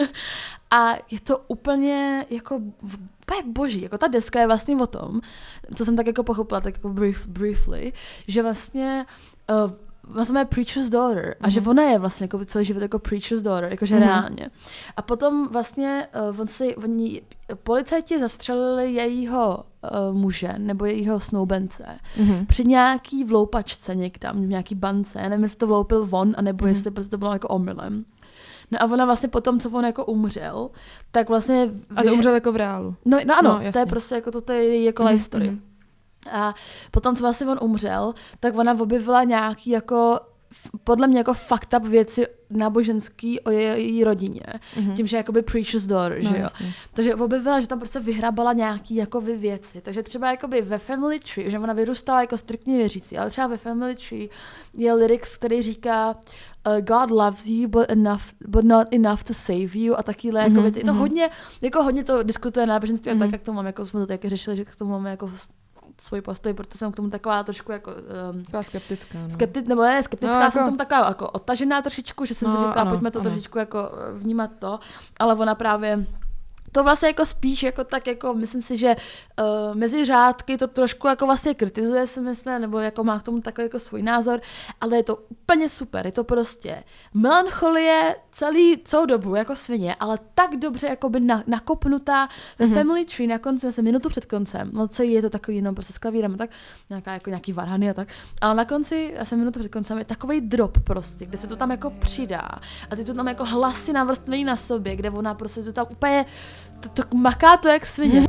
A je to úplně jako úplně boží. Jako ta deska je vlastně o tom, co jsem tak jako pochopila, tak jako brief, briefly, že vlastně uh, vlastně je Preacher's Daughter a mm-hmm. že ona je vlastně jako celý život jako Preacher's Daughter, jakože mm-hmm. reálně. A potom vlastně uh, on si, oni, policajti zastřelili jejího uh, muže nebo jejího snoubence mm-hmm. při nějaký vloupačce někam, v nějaký bance. Já nevím, jestli to vloupil on, anebo mm-hmm. jestli prostě to bylo jako omylem. No a ona vlastně potom, co on jako umřel, tak vlastně... Vy... A to umřel jako v reálu. No, no ano, no, to je prostě jako, to, to je její jako mm-hmm. life story. Mm-hmm. A potom, co vlastně on umřel, tak ona objevila nějaký jako, podle mě jako fucked up věci náboženský o její rodině. Mm-hmm. Tím, že jakoby Preacher's Daughter, no, že jo. Jasně. Takže objevila, že tam prostě vyhrabala nějaký jakoby věci. Takže třeba jakoby ve Family Tree, že ona vyrůstala jako striktně věřící, ale třeba ve Family Tree je lyrics, který říká uh, God loves you, but, enough, but not enough to save you a takovýhle mm-hmm, jako věci. Je to mm-hmm. hodně, jako hodně to diskutuje náboženství mm-hmm. a tak, jak to máme, jako jsme to taky řešili, že k tomu máme jako svůj postoj, protože jsem k tomu taková trošku jako... Um, taková skeptická. No. Skepti- nebo ne, skeptická, no, jsem jako... tomu taková jako odtažená trošičku, že jsem no, si říkala, ano, pojďme to ano. trošičku jako vnímat to, ale ona právě to vlastně jako spíš jako tak jako, myslím si, že uh, mezi řádky to trošku jako vlastně kritizuje, si myslím, nebo jako má k tomu takový jako svůj názor, ale je to úplně super, je to prostě melancholie celý, celou dobu jako svině, ale tak dobře jako by na, nakopnutá ve mm-hmm. Family Tree na konci, asi minutu před koncem, no co je to takový jenom prostě s klavírem a tak, nějaká jako nějaký varhany a tak, ale na konci, asi minutu před koncem je takovej drop prostě, kde se to tam jako přidá a ty to tam jako hlasy navrstvený na sobě, kde ona prostě to tam úplně To, to maká to jak svině.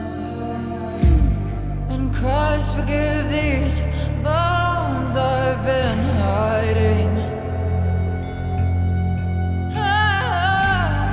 And Christ forgive these bones I've been hiding. Ah,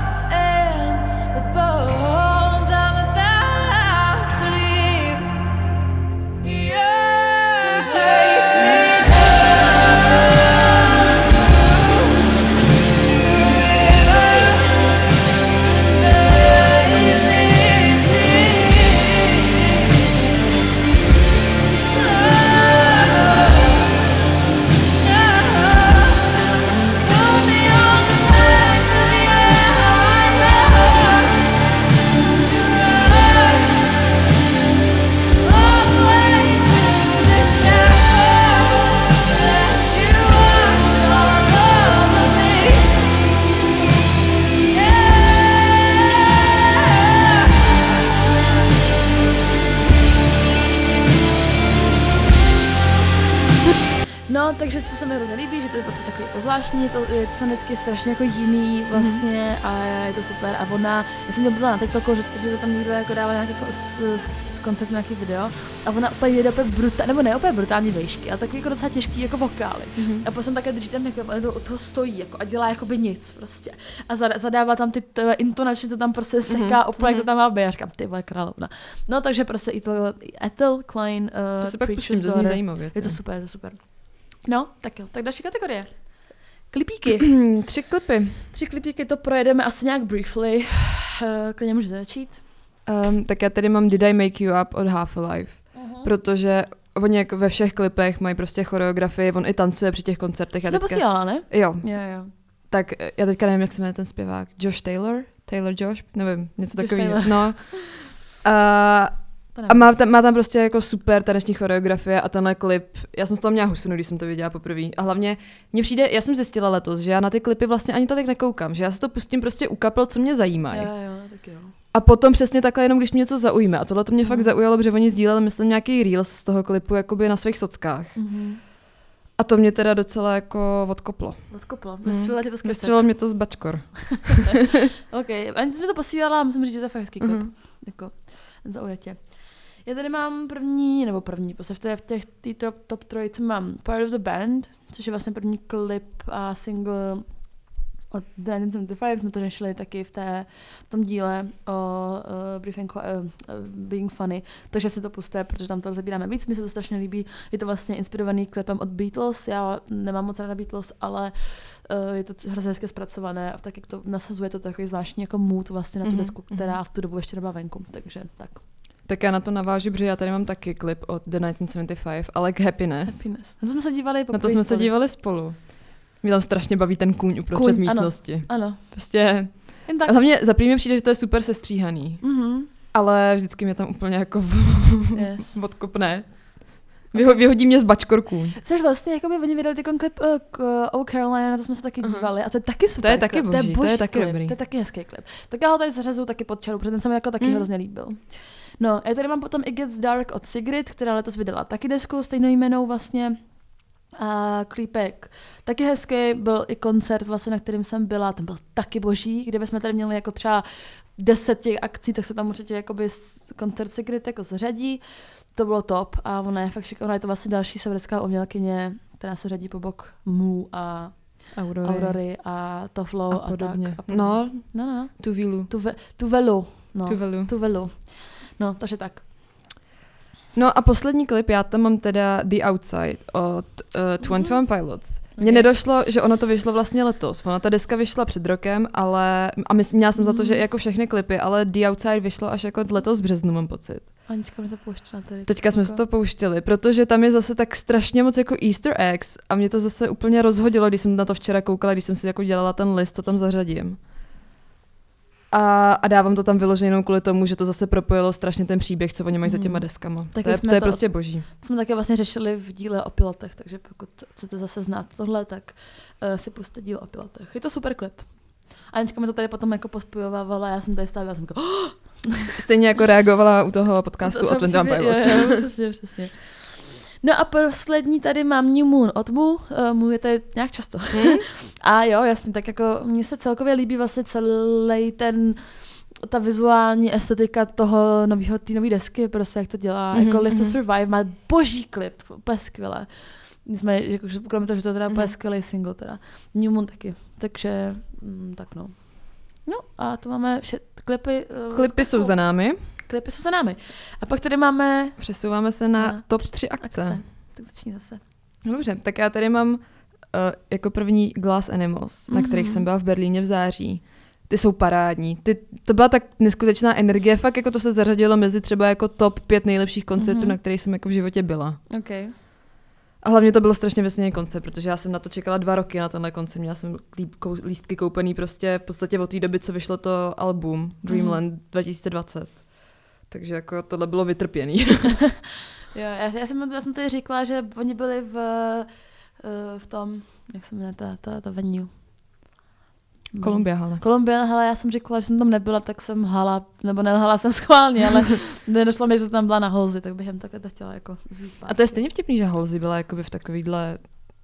zvláštní, je to, je to vždycky strašně jako jiný vlastně mm-hmm. a je to super. A ona, já jsem byla na TikToku, že, že to tam někdo jako dává nějaký jako z, z, z koncertu nějaký video a ona úplně jede úplně brutální, nebo ne úplně brutální vejšky, ale takový jako docela těžký jako vokály. Mm-hmm. A potom také drží ten mikrofon, to od toho stojí jako a dělá jakoby nic prostě. A zadává tam ty t- intonačně to tam prostě seká mm-hmm. úplně, jak to tam má být. Já říkám, ty vole královna. No takže prostě i to Ethel Klein, uh, to se pak pustím, to zní zajímavě. Je to super, je to super. No, tak jo, tak další kategorie. Klipíky. Tři klipy. Tři klipíky, to projedeme asi nějak briefly. Uh, klidně můžete začít. Um, tak já tady mám Did I Make You Up od Half Alive, uh-huh. protože oni jako ve všech klipech mají prostě choreografii, on i tancuje při těch koncertech. Jsi to teďka... posílala, ne? Jo. Jo, jo. Tak já teďka nevím, jak se jmenuje ten zpěvák. Josh Taylor? Taylor Josh? Nevím, něco takového. No. Uh, A má tam, má tam prostě jako super taneční choreografie a tenhle klip, já jsem z toho měla husinu, když jsem to viděla poprvé. A hlavně mně přijde, já jsem zjistila letos, že já na ty klipy vlastně ani tolik nekoukám, že já si to pustím prostě u kapel, co mě zajímají. Jo, jo, taky jo. A potom přesně takhle jenom, když mě něco zaujme. A tohle to mě mm. fakt zaujalo, protože oni sdíleli, myslím, nějaký reels z toho klipu jakoby na svých sockách. Mm. A to mě teda docela jako odkoplo. Odkoplo. Vystřelila tě to z květek. Vystřelilo mě to z bačkor. OK, ani jsi mi to posílala a musím říct, že to je fakt hezký klip. Mm. Jako, zaujatě. Já tady mám první, nebo první, prostě v, té, v těch tý top, top trojice mám Part of the Band, což je vlastně první klip a single od devatenáct set sedmdesát pět, jsme to řešili taky v, té, v tom díle o uh, briefing uh, uh, Being Funny, takže si to pusťte, protože tam to rozebíráme víc, mi se to strašně líbí, je to vlastně inspirovaný klipem od Beatles, já nemám moc ráda Beatles, ale uh, je to hrozně hezky zpracované a tak jak to nasazuje to takový zvláštní jako mood vlastně na tu desku, mm-hmm. která v tu dobu ještě nebyla venku, takže tak. Tak já na to navážu, protože já tady mám taky klip od The devatenáct set sedmdesát pět, ale k Happiness. Happiness. Na to jsme se dívali Na to jsme spolu. se dívali spolu. Mě tam strašně baví ten kůň uprostřed kůň, místnosti. Ano, ano. Prostě, tak. Hlavně za první přijde, že to je super sestříhaný, mm-hmm. ale vždycky mě tam úplně jako yes. odkopne. Vyho- vyhodí mě z bačkor kůň. Což vlastně, jako by oni vydali ty klip uh, k Oh Carolina, na to jsme se taky dívali. Uh-huh. A to je taky super. To je taky boží, to je, boží to je taky klip, dobrý. To je taky hezký klip. Tak já ho tady zařazuju taky pod čaru, protože ten se mi jako taky mm. hrozně líbil. No, já tady mám potom It Gets Dark od Sigrid, která letos vydala taky desku stejnou jménou vlastně. A klípek taky hezký, byl i koncert vlastně, na kterým jsem byla, ten byl taky boží, kdybychom tady měli jako třeba deset těch akcí, tak se tam určitě jakoby koncert Sigrid jako zařadí. To bylo top a ona je fakt šikovná, je to vlastně další severská umělkyně, která se řadí po bok Mu a Aurory, Aurory a Toflo a podobně. A tak, a podobně. No, no, no, no. Tuvilu. Tuve, tuvelu. No, Tuvelu. Tuvelu. No, takže tak. No a poslední klip, já tam mám teda The Outside od uh, Twenty One Pilots. Mně okay. nedošlo, že ono to vyšlo vlastně letos. Ona ta deska vyšla před rokem, ale a my, měla jsem mm. za to, že jako všechny klipy, ale The Outside vyšlo až jako letos v březnu, mám pocit. Anička mi to pouštěla tady. Teďka jsme se to pouštěli, protože tam je zase tak strašně moc jako Easter eggs a mě to zase úplně rozhodilo, když jsem na to včera koukala, když jsem si jako dělala ten list, co tam zařadím. A, a dávám to tam vyloženě jenom kvůli tomu, že to zase propojilo strašně ten příběh, co oni mají mm. za těma deskama. Tak to je, to je prostě boží. To jsme také vlastně řešili v díle o pilotech, takže pokud chcete zase znát tohle, tak uh, si pusťte díl o pilotech. Je to super klip. Anička mi to tady potom jako pospojovávala, já jsem tady stávala, já jsem jako oh! Stejně jako reagovala u toho podcastu o Twenty One Pilots. Jo, jo, přesně, přesně. No a poslední tady mám New Moon od Mu. Uh, Mu je tady nějak často. Hmm? A jo, jasně, tak jako mně se celkově líbí vlastně celý ten, ta vizuální estetika toho nového, té nové desky, prostě jak to dělá. Mm-hmm, jako Live to Survive má boží klip, úplně skvělé. Jsme, jako, kromě toho, že to je teda mm-hmm. skvělý single teda. New Moon taky, takže mm, tak no. No a to máme vše, klipy. Uh, klipy jsou za námi. Klipy jsou za námi. A pak tady máme... Přesouváme se na, na top tři akce. akce. Tak začni zase. Dobře, tak já tady mám uh, jako první Glass Animals, mm-hmm. na kterých jsem byla v Berlíně v září. Ty jsou parádní. Ty, to byla tak neskutečná energie. Fakt jako to se zařadilo mezi třeba jako top pět nejlepších koncertů, mm-hmm. na kterých jsem jako v životě byla. Okay. A hlavně to bylo strašně vesněný koncert, protože já jsem na to čekala dva roky na tenhle koncert. Měla jsem lístky koupený prostě v podstatě od té doby, co vyšlo to album Dreamland mm-hmm. dva tisíce dvacet. Takže jako tohle bylo vytrpěný. Jo, já, já, jsem, já jsem tady říkala, že oni byli v, v tom, jak se jmenuje ta, ta, ta venue. Columbia Halle. Columbia Halle, já jsem říkala, že jsem tam nebyla, tak jsem hala, nebo nelhala jsem schválně, ale nedošlo mi, že jsem tam byla na Halsey, tak bych jen takhle to chtěla jako říct. A to je stejně vtipný, že Halsey byla jakoby v takovýhle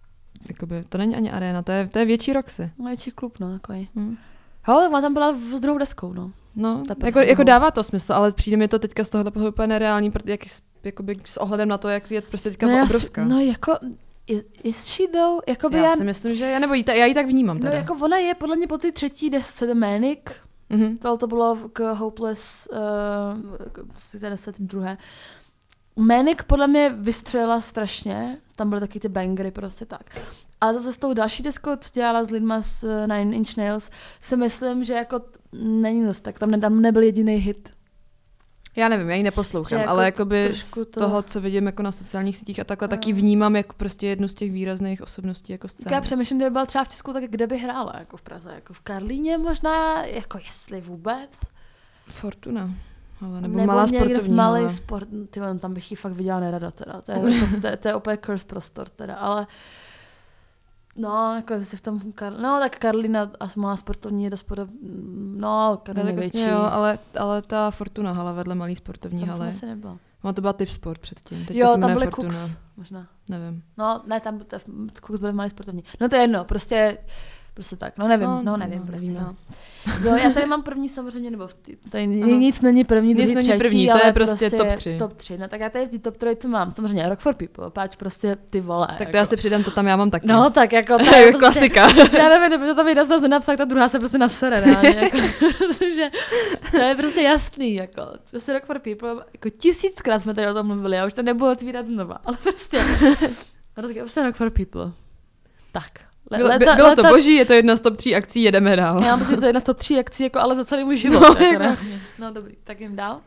jakoby, to není ani aréna, to je, to je větší Roxy. Větší klub, no, takový. Hmm. Ale má tam byla s druhou deskou, no. No, jako, jako dává to smysl, ale přijde mi to teďka z tohohle pohledu úplně nereální, protože jak, jakoby, s ohledem na to, jak je prostě teďka no obrovská. Já, no jako, is, is she though? Jakoby já, já si myslím, že já, nebo jí ta, já ji tak vnímám teda. No jako ona je podle mě po té třetí desce The Manic, mm-hmm. to, to bylo k Hopeless, uh, teda se ten druhé. Manic podle mě vystřelila strašně, tam byly taky ty bangery prostě tak. Ale zase s tou další deskou, co dělala s lidma z Nine Inch Nails, si myslím, že jako není zase tak, tam, ne, tam nebyl jediný hit. Já nevím, já ji neposlouchám, jako ale jakoby z to... toho, co vidím jako na sociálních sítích a takhle, taky vnímám jako prostě jednu z těch výrazných osobností jako scény. Já přemýšlím, kdyby byla třeba v Česku, tak kde by hrála, jako v Praze, jako v Karlíně možná, jako jestli vůbec. Fortuna. Ale nebo, nebo malá někde sportovní. v malý ale... sport, ty, tam bych ji fakt viděla nerada teda, to je, to, to, to je úplně curse prostor teda, ale no, jako si v tom, Kar- no tak Karlína a malá sportovní je dost podob... no, Karlína je větší. Jo, ale, ale ta Fortuna hala vedle malý sportovní tam haly. Tam jsem asi nebyla. No to byla Typ Sport předtím. Teďka jo, tam byly Cooks, možná. Nevím. No, ne, tam Cooks byly malý sportovní. No to je jedno, prostě Prostě tak, no nevím, no, no nevím, no, prostě, no. Jo, já tady mám první samozřejmě, nebo tý, tady nic není první, nic druhý, není třetí, první, to ale je prostě, prostě top tři. top tři. No tak já tady v té top tři mám samozřejmě Rock for People, páč prostě ty vole. Tak to jako. já si přidám, to tam já mám taky. No tak jako, to je prostě, klasika. Já nevím, protože tam jedna z nás nenapsal, ta druhá se prostě nasere, reálně, jako, protože to je prostě jasný, jako, prostě Rock for People, jako tisíckrát jsme tady o tom mluvili, já už to nebudu otvírat znova, ale prostě, no tak prostě Rock for People, tak. Le, bylo, leta, bylo to leta... boží, je to jedna z top tří akcí, jedeme dál. Já mám pocit, že to je jedna z top tří akcí, jako, ale za celý můj život. No, jako, jako. No dobrý, tak jdem dál.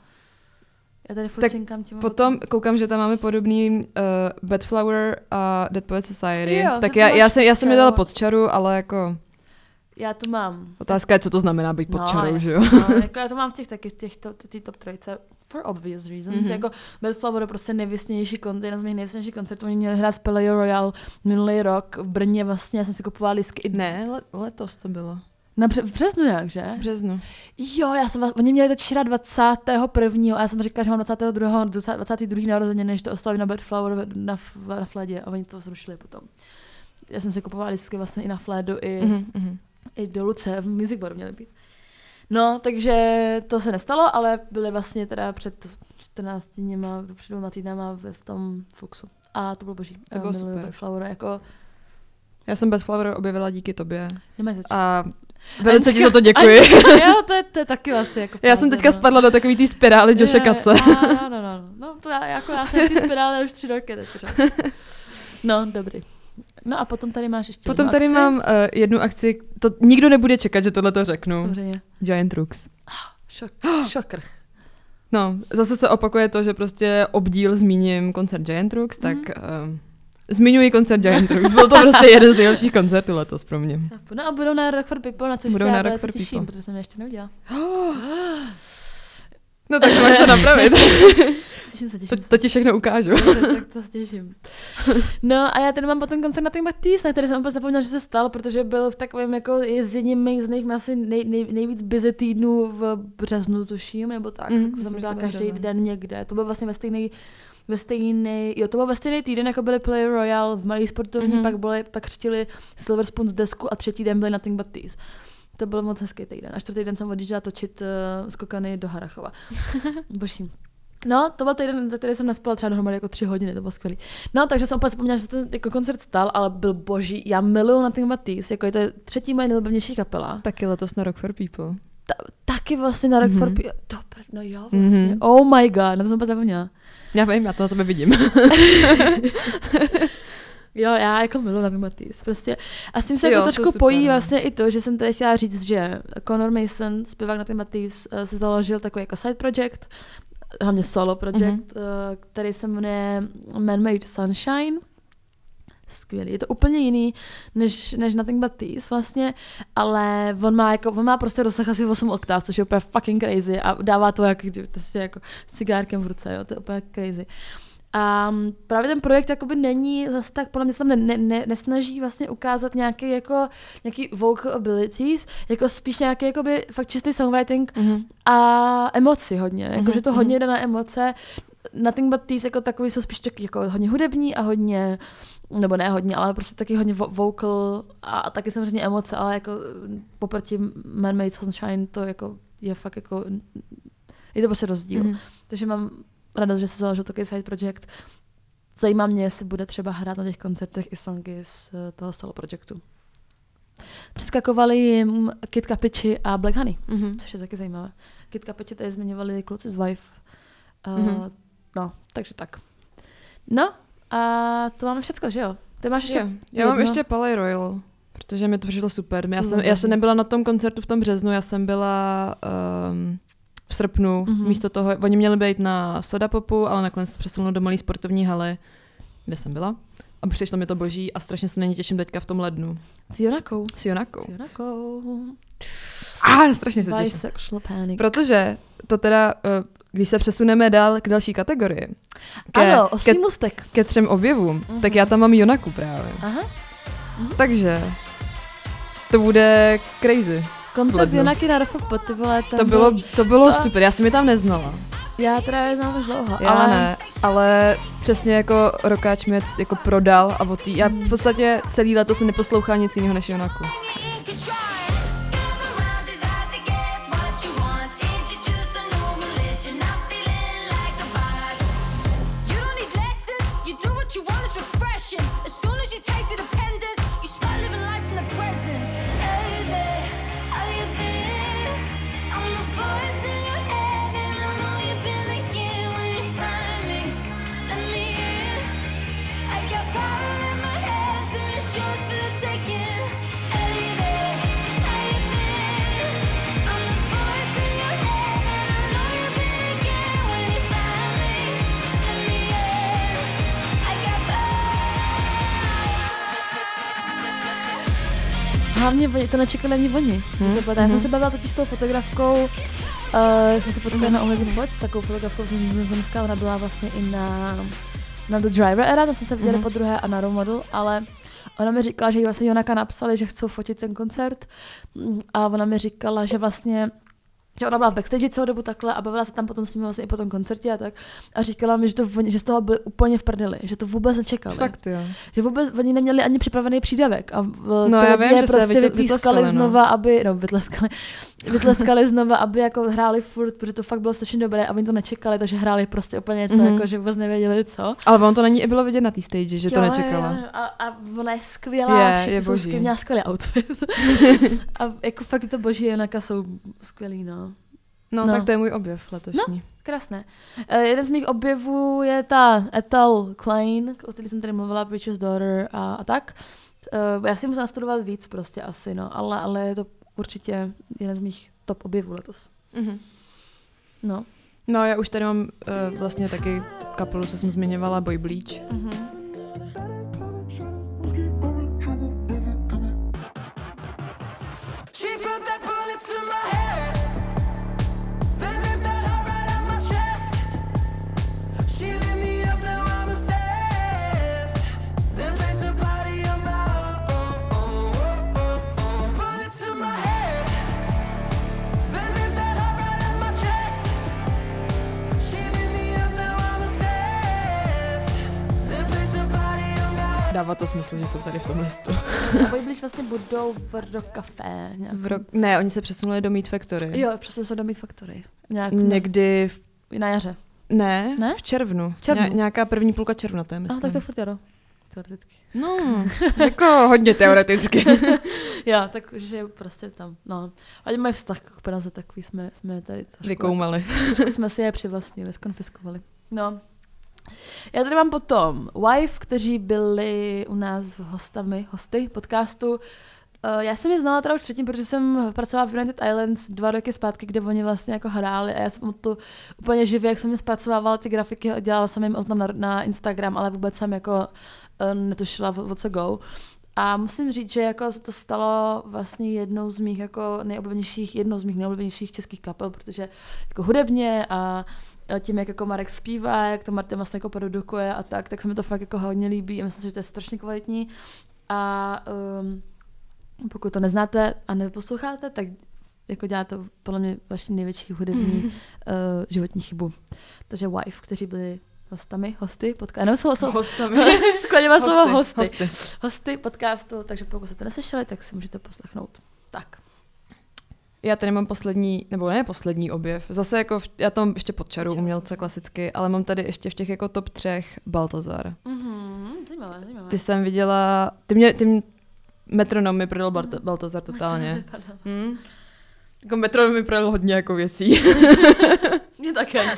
Já tady furt cinkám tím. Potom koukám, že tam máme podobný uh, Bedflower a Dead Poets Society. Jo, tak já, já, jsem, já jsem je dala pod čaru, ale jako... Já to mám. Otázka je, co to znamená být pod no, čarou, jasný, že jo? No, jako já to mám v těch taky, v těch to, ty top trojce. For obvious reasons. Mm-hmm. Jako Bedflower je prostě nejvysnější koncert, jeden z mých nejvysnějších koncertů. Oni měli hrát z Palais Royal minulý rok v Brně vlastně, já jsem si kupovala lístky. Ne, le- letos to bylo. Na bře- v březnu nějak, že? V březnu. Jo, já jsem, oni měli to čtyřicátého dvacátého prvního a já jsem říkala, že mám dvacátého druhého dvacátého druhého narozeniny, než to oslavím na Bedflower na, na Fledě a oni to zrušili potom. Já jsem si kupovala lístky vlastně i na Fledu, i, mm-hmm. i do Luce, v Music Boru měly být. No, takže to se nestalo, ale byly vlastně teda před čtrnácti dněma, před dvěma týdnama v, v tom Fuxu. A to bylo boží. To bylo super. Bedflower, jako... Já jsem Bedflower objevila díky tobě. Nemáš začít. A velice ti za to děkuji. Jo, to je, to je taky vlastně jako já jsem teďka no. spadla do takový té spirály Joshe Katze. No, no, no. No, to já, jako já jsem v té spirále už tři roky. Teď no, dobrý. No a potom tady máš ještě Potom jednu tady akci. mám uh, jednu akci, to nikdo nebude čekat, že tohle to řeknu. Samozřejmě. Giant Rooks. Šok, šokr. No, zase se opakuje to, že prostě obdíl zmíním koncert Giant Rooks, tak mm. uh, zmiňuji koncert Giant Rooks. Byl to prostě jeden z nejlepších koncertů letos pro mě. No a budou na Rock for People, na což budou se na já Rock for těším, People. protože jsem je ještě neudělala. No tak to máš to napravit. Těším se, těším to, se. to ti všechno ukážu. Dobře, tak to se těším. No a já tady mám potom koncert na Nothing But Thieves, na který jsem úplně zapomněla, že se stal, protože byl v takovém jako je z jedním mých z nich asi nej, nej, nejvíc busy týdnů v březnu, tuším, nebo tak. Mm, tak jsem byla každý březen. den někde. To byl vlastně ve stejný ve stejný, jo, to byl ve stejný týden, jako byly Play Royale v malý sportovní, mm-hmm. pak byly, pak křtili Silver Spoon z desku a třetí den byly Nothing But Thieves. To byl moc hezký týden. A čtvrtý den jsem odjížděla točit uh, skokany do Harachova. Boží. No, to byl týden, za který jsem nespala třeba dohromady jako tři hodiny, to bylo skvělý. No, takže jsem úplně zapomněla, že se ten jako koncert stal, ale byl boží. Já miluju Nothing But Thieves, jako je to třetí moje nejlíbenější kapela. Taky letos na Rock for People. Ta, taky vlastně na Rock mm-hmm. for People. Dobře, no jo, vlastně. Mm-hmm. Oh my god, na to jsem úplně zapomněla. Já vím, já to na tebe vidím. Jo, já jako miluji Nothing But Thieves. Prostě. A s tím se jo, jako trošku pojí no. vlastně i to, že jsem tady chtěla říct, že Conor Mason, zpěvák Nothing But Thieves, se založil takový jako side project, hlavně solo project, mm-hmm. který se jmenuje Man Made Sunshine. Skvělý. Je to úplně jiný než, než Nothing But Thieves vlastně, ale on má, jako, on má prostě rozsah asi osm oktáv, což je úplně fucking crazy a dává to jak, prostě jako cigárkem v ruce, jo, to je úplně crazy. A právě ten projekt jakoby není zase tak, podle mě se tam ne, ne, ne, nesnaží vlastně ukázat nějaký jako nějaký vocal abilities, jako spíš nějaký jakoby fakt čistý songwriting mm-hmm. a emoci hodně, jako, mm-hmm. že to hodně jde na emoce. Nothing But Thieves jako takový jsou spíš taky jako hodně hudební a hodně, nebo ne hodně, ale prostě taky hodně vo- vocal a, a taky samozřejmě emoce, ale jako poproti Man Made Sunshine to jako je fakt jako, je to prostě rozdíl. Mm. Takže mám radost, že se založil takový side project. Zajímá mě, jestli bude třeba hrát na těch koncertech i songy z toho solo projektu. Přeskakovali jim Kid Kapiči a Black Honey, mm-hmm. což je taky zajímavé. Kid Kapiči tady zmiňovali kluci z Vive. Uh, mm-hmm. No, takže tak. No, a to máme všecko, že jo? Ty máš ještě... Jo. Já mám ještě Palais Royal, protože mi to přišlo super. Já jsem, já jsem nebyla na tom koncertu v tom březnu, já jsem byla um, v srpnu, mm-hmm. místo toho, oni měli být na Soda Popu, ale nakonec se přesunul do malé sportovní haly, kde jsem byla. A přišlo mi to boží a strašně se na ní těším teďka v tom lednu. S Jonakou. S Jonakou. S Jonakou. Ah, strašně se těším. Bisexual panic. Protože to teda, když se přesuneme dál k další kategorii. Ke, ano, oslý ke, mustek. Ke třem objevům, uh-huh. tak já tam mám Jonaku právě. Aha. Uh-huh. Takže to bude crazy. Koncert Jonaky na Rofokpot, ty vole. To bylo, to bylo to... super, já jsem je tam neznala. Já teda je znám už dlouho, já ale... ne, ale přesně jako Rokáč mě jako prodal a od tý, já v podstatě celý léto jsem neposlouchala nic jiného než Jonaku. Hlavně to nečekali ani oni. Hmm. Já jsem hmm. se bavila totiž s tou fotografkou, uh, jsme se potkali hmm. na Omegle Pods, takovou fotografkou z Nizozemska, ona byla vlastně i na, na The Driver Era, to jsme se viděli hmm. po druhé a na Role Model, ale ona mi říkala, že jí vlastně Jonaka napsali, že chcou fotit ten koncert a ona mi říkala, že vlastně že ona byla v backstage celou dobu takhle a bavila se tam potom s nimi vlastně i po tom koncertě a tak. A říkala mi, že, to, že z toho byli úplně v prdeli, že to vůbec nečekali. Fakt jo. Že vůbec oni neměli ani připravený přídavek a no, ty lidi je prostě vypískali no. znova, aby, no vytleskali, vytleskali znova, aby jako hráli furt, protože to fakt bylo strašně dobré a oni to nečekali, takže hráli prostě úplně něco, mm-hmm. jako že vůbec nevěděli co. Ale on to na ní i bylo vidět na té stage, že jo, to nečekala. Jo, a, a ona je skvělá, je, je boží. Měla skvělý outfit. A jako fakt to boží Jonaka jsou skvělý, no. No, no, tak to je můj objev letošní. No, krásné. Uh, jeden z mých objevů je ta Ethel Klein, o které jsem tady mluvila, Preacher's Daughter a, a tak. Uh, já si musím nastudovat víc prostě asi, no, ale, ale je to určitě jeden z mých top objevů letos. Mm-hmm. No. No, já už tady mám uh, vlastně taky kapelu, co jsem zmiňovala, Boy Bleach. Mm-hmm. Dává to smysl, že jsou tady v tom listu. A Boy Bleach vlastně budou v Rock Café. V rock... Ne, oni se přesunuli do Meat Factory. Jo, přesunuli se do Meat Factory. Nějak Někdy... V... Na jaře. Ne, ne? v červnu. červnu. Ně- nějaká první půlka června, to je myslím. Ah, tak to je furt jaro. Teoreticky. No, jako hodně teoreticky. Jo, takže prostě tam, no. Ať mají vztah k Praze, takový jsme, jsme tady trošku... Vykoumali. Trošku jsme si je přivlastnili, skonfiskovali. No. Já tady mám potom Wife, kteří byli u nás hostami, hosty podcastu. Uh, já jsem je znala teda už předtím, protože jsem pracovala v United Islands dva roky zpátky, kde oni vlastně jako hráli a já jsem to úplně živě, jak jsem mě zpracovávala ty grafiky, dělala jsem jim oznam na, na Instagram, ale vůbec jsem jako uh, netušila, o co go. A musím říct, že jako se to stalo vlastně jednou z mých jako nejoblíbenějších, jednou z mých nejoblíbenějších českých kapel, protože jako hudebně a tím, jak jako Marek zpívá, jak to Martin vlastně jako produkuje a tak, tak se mi to fakt jako hodně líbí a myslím, že to je strašně kvalitní. A um, pokud to neznáte a neposloucháte, tak jako dělá to podle mě vaši největší hudební uh, životní chybu. Takže Wife, kteří byli hostami, hosty podcastu. Jenom jsou hostami. Hostami. Skladněme slovo hosty. hosty. Hosty podcastu, takže pokud jste to neslyšeli, tak si můžete poslechnout. Tak. Já tady mám poslední, nebo ne poslední objev. Zase jako, v, já tam ještě pod čarou umělce klasicky, ale mám tady ještě v těch jako top třech Baltazar. Mhm, zajímavé, zajímavé. Ty jsem viděla, ty mě, ty mě metronom mi prodal Balt- Baltazar totálně. Hmm? Jako metronom mi prodal hodně jako věcí. Mě také.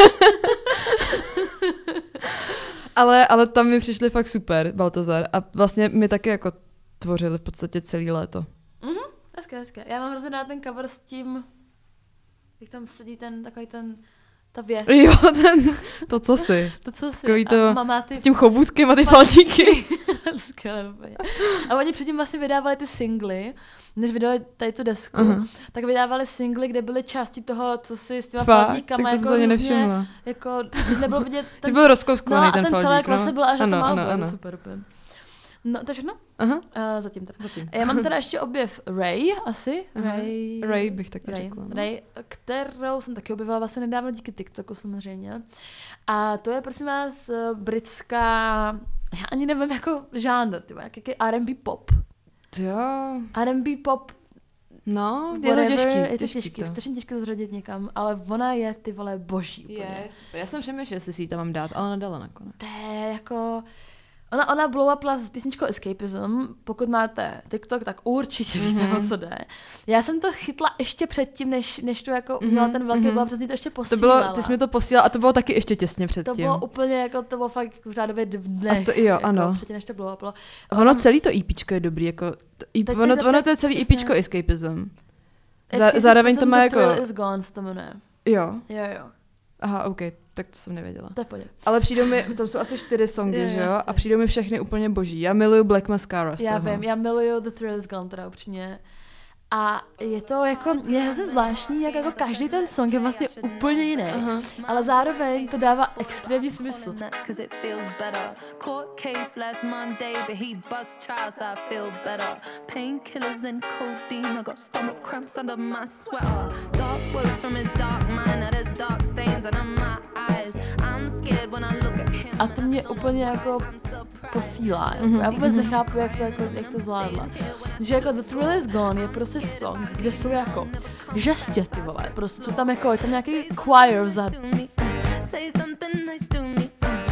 ale, ale tam mi přišli fakt super Baltazar a vlastně mi taky jako tvořili v podstatě celý léto. Mhm, hezké, hezké. Já mám hrozně rád ten cover s tím, jak tam sedí ten, takový ten, ta věc. Jo, ten, to co si. To co si. Takový to, a má ty... s tím choboutkem a ty faltíky. Skvělé úplně. A oni předtím vlastně vydávali ty singly, než vydali tady tu desku, Uh-huh. tak vydávali singly, kde byly části toho, co si s těma Fakt? faltíkama Tak to jako různě různě, nevšimla. jako, že nebylo vidět ten... Ty byl rozkouskovaný no, ten a ten faltík. celek vlastně no. byl až ano, na to ano, málo, ano. super úplně. No, takže no, Aha. uh, zatím teda. Zatím. Já mám teda ještě objev Ray, asi. Aha. Ray, Ray bych taky Ray, řekla. No. Ray, kterou jsem taky objevila vlastně nedávno díky TikToku samozřejmě. A to je prosím vás britská, já ani nevím jako žánr, tyba, jak jaký R and B pop. Jo. R and B pop, No, je to whatever, těžký. je to těžký těžký, strašně těžké zařadit někam, ale ona je ty vole boží úplně. Je, super. Já jsem přemýšlela, jestli si ji tam mám dát, ale nedala nakonec. To je jako... Ona, ona blow upla s písničkou Escapism. Pokud máte TikTok, tak určitě víte, mm-hmm. o co jde. Já jsem to chytla ještě předtím, než, než to jako mm-hmm. měla ten velký mm-hmm. blow up, protože to ještě posílala. To bylo, ty jsi mi to posílala a to bylo taky ještě těsně předtím. To bylo úplně jako, to bylo fakt jako řádově v dnech. A to jo, jako, ano. Předtím, než to blow uplo. Ono celý to EPčko je dobrý, jako, to, e, Teď- ono, teď- ono teď- to je celý přesně. EPčko Escapism. Zá, Escapism zároveň to má The jako, Thrill is Gone, se to jmenuje. jo, Jo, jo. aha, ok, tak to jsem nevěděla. To je v pohodě. Ale přijdou mi, tam jsou asi čtyři songy, Jo, že jo, jo, a čtyři. přijdou mi všechny úplně boží. Já miluju Black Mascara z Já toho. vím, já miluju The Thrill is Gone, teda upřímně. A je to jako, je hrozně zvláštní, jak jako každý ten song je vlastně úplně jiný, Aha. ale zároveň to dává extrémní smysl. Cause it feels better. Court case last Monday, but he bust trials, I feel better. Painkillers and codeine, I got stomach cramps under my sweater. Dark words from his dark mind, now there's dark stains under my eyes. I'm scared when I look at him. A to mě úplně jako posílá. Jako. Já vůbec nechápu, jak to, jako, jak to zvládla. Že jako The Thrill is Gone je prostě song, kde jsou jako žestě, ty vole. Prostě jsou tam jako, je tam nějaký choir vzadu. Say something nice to me.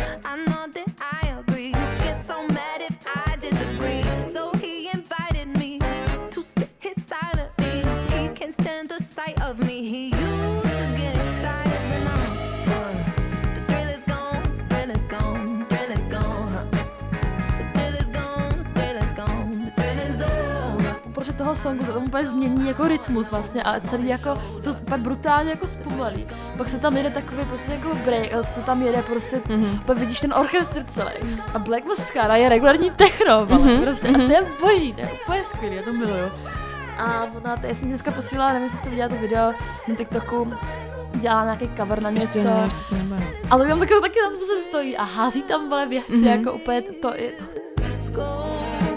I know that I agree. You get so mad if I disagree. So he invited me to sit his side of me. He can't stand the sight of me. He used to get excited, but now the thrill is gone, thrill is gone, thrill is gone. The thrill is gone, thrill is gone, the thrill is over. Protože toho songu se tam úplně změní jako rytmus vlastně a celý jako to úplně brutálně jako zpomalí. Pak se tam jede takový prostě jako break a to tam jede prostě, mm-hmm. pak vidíš ten orchestr celý. A Black Mascara je regulární techno, mm-hmm. prostě, a to je boží, to je úplně skvělý, já to miluju. A ona, já jsem dneska posílala, nevím, jestli jste viděla to video na TikToku, dělá nějaký cover na něco. Ještě ne, ještě se nebavím. Ale tam taky, taky tam se stojí a hází tam vole věci, mm-hmm. jako úplně to je... Let's go.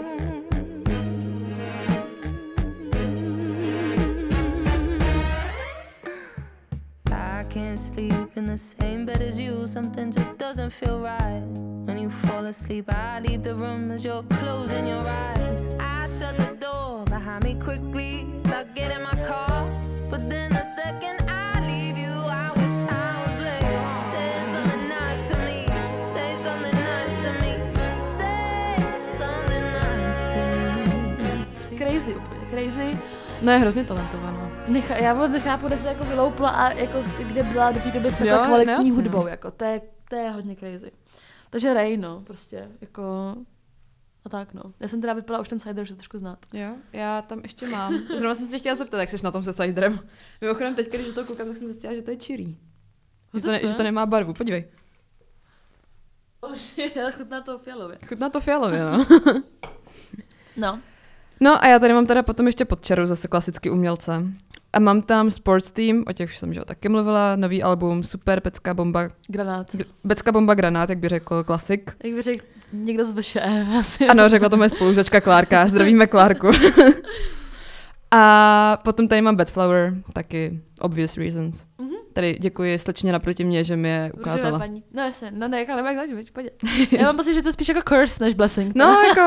I can't sleep in the same bed as you. Something just doesn't feel right. When you fall asleep, I leave the room as you're closing your eyes. I shut the door behind me quickly as I get in my car. But then the second I leave you, I wish I was with you. Say something nice to me. Say something nice to me. Say something nice to me. Crazy úplně, crazy. No je hrozně talentovaná. Necha, já vůbec nechápu, kde se jako vyloupla a jako kde byla do té doby s Jo, takhle kvalitní jasně, hudbou, no. jako to je, to je hodně crazy. Takže Ray, no, prostě, jako a tak no. Já jsem teda vypila už ten cider, už se trošku znát. Jo, já tam ještě mám. Zrovna jsem se tě chtěla zeptat, jak jsi na tom se ciderem. Mimochodem teď, když to koukám, tak jsem zjistila, že to je čirý. Že to, ne, že to nemá barvu, podívej. Už chutná to fialově. Chutná to fialově, no. No. No a já tady mám teda potom ještě pod čarou zase klasicky umělce. A mám tam Sports Team, o těch už jsem že, taky mluvila, nový album, super, pecka bomba. Granát. Becka bomba granát, jak by řekl klasik. Jak by řekl někdo z V Š E. Asi. Ano, řekla to moje spolužačka Klárka, zdravíme Klárku. A potom tady mám Bedflower, taky obvious reasons. Mhm. Tady děkuji slečně naproti mě, že mi je ukázala. Růžové paní. No jasně, no ne, ale jak zač, pojď. Já mám pocit, že to je spíš jako curse než blessing. No jako,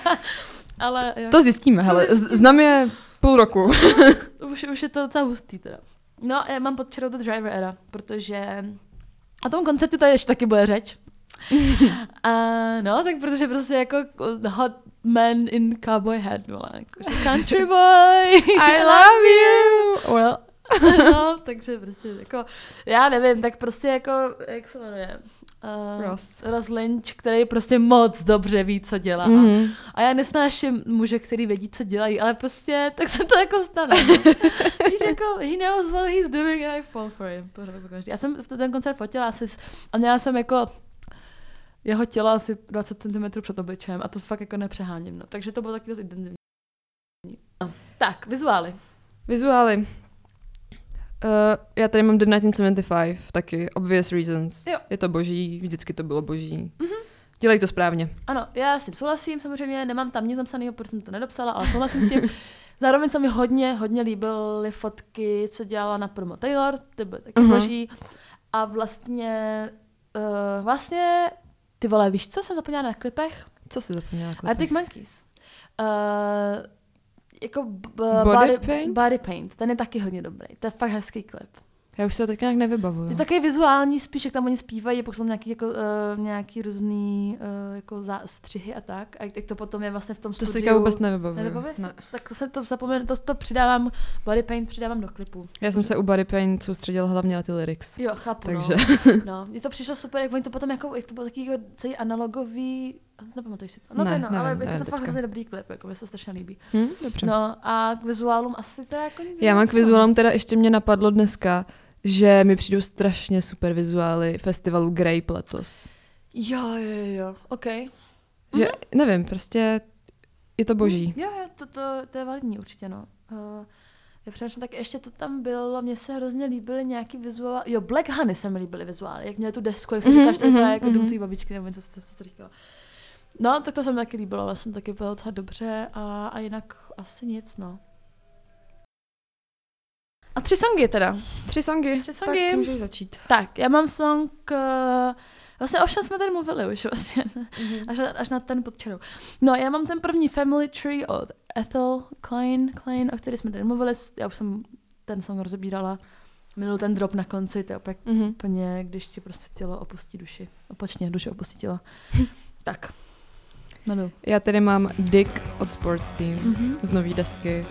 ale jo. to zjistíme, hele, To zjistíme. z- znám je půl roku. Už, už je to docela hustý teda. No, já mám pod čarou The Driver Era, protože o tom koncertu tady ještě taky bude řeč. A no, tak protože prostě jako hot man in cowboy hat, vole, jakože country boy, I love you! Well. no, takže prostě jako, já nevím, tak prostě jako, jak se jmenuje? Uh, Ross. Ross Lynch, který prostě moc dobře ví, co dělá. Mm-hmm. A já nesnáším muže, který vědí, co dělají, ale prostě tak se to jako stane. Víš, jako, he knows what he's doing and I fall for him. Já jsem ten koncert fotila asi s, a měla jsem jako jeho tělo asi dvacet centimetrů před obličejem a to fakt jako nepřeháním. No. Takže to bylo taky dost intenzivní. No. Tak, vizuály. Vizuály. Uh, já tady mám The devatenáct sedmdesát pět, taky obvious reasons. Jo. Je to boží, vždycky to bylo boží. Mm-hmm. Dělají to správně. Ano, já s tím souhlasím, samozřejmě nemám tam nic napsaného, protože jsem to nedopsala, ale souhlasím s tím. Zároveň se mi hodně, hodně líbily fotky, co dělala na promo Taylor, ty byly taky Mhm. boží. A vlastně, uh, vlastně, ty vole, víš, co jsem zapomněla na klipech? Co jsi zapomněla? klipy? Arctic Monkeys. Uh, jako b- Body body, paint? body paint, ten je taky hodně dobrý, to je fakt hezký klip. Já už se to teď nějak nevybavuju. Je takový vizuální, spíš jak tam oni zpívají, pokud jsou nějaký, jako, uh, nějaký různý uh, jako střihy a tak. A jak to potom je vlastně v tom To si studiu. teďka vůbec nevybavuju. Nevybavuješ? Ne. Tak to se to zapomenu, to, to přidávám, body paint přidávám do klipu. Já jsem se u Body Paint soustředila hlavně na ty lyrics. Jo, chápu, Takže. no. no. Mně to přišlo super, jak oni to potom jako, jak to bylo taky jako celý analogový, nepamatuji si to. No Ne, to je no, nevím, ale nevím jako to fakt teďka. hrozně dobrý klip, jako mi se to strašně líbí. Hm, dobře. No a k vizuálům asi teda jako nic. Já mám k jiného. vizuálům teda ještě mě napadlo dneska, že mi přijdou strašně super vizuály festivalu Grape letos. Jo, jo, jo, ok. Že, nevím, prostě je to boží. Jo, jo, to, to, to je validní určitě, no. Uh, já přemýšlím, tak ještě to tam bylo, mně se hrozně líbily nějaký vizuál, jo, Black Honey se mi líbily vizuály, jak měl tu desku, jak se Mhm, říkáš, to je mhm, jako mhm. dům tvý babičky, nebo něco, co jsi říkala. No, tak to se mi taky líbilo, ale jsem taky byla docela dobře a, a jinak asi nic, no. A tři songy teda. Tři songy. Tři songy. Tak můžeš začít. Tak, já mám song, uh, vlastně o všem jsme tady mluvili už vlastně, Mhm. až, na, až na ten pod čarou. No, já mám ten první Family Tree od Ethel Klein, Klein, o který jsme tady mluvili, já už jsem ten song rozebírala, minul ten drop na konci, to je opět Mhm. úplně, když ti prostě tělo opustí duši. Opačně, duše opustí tělo. Tak, jmenuji. Já tady mám Dick od Sports Team Mhm. z nový desky.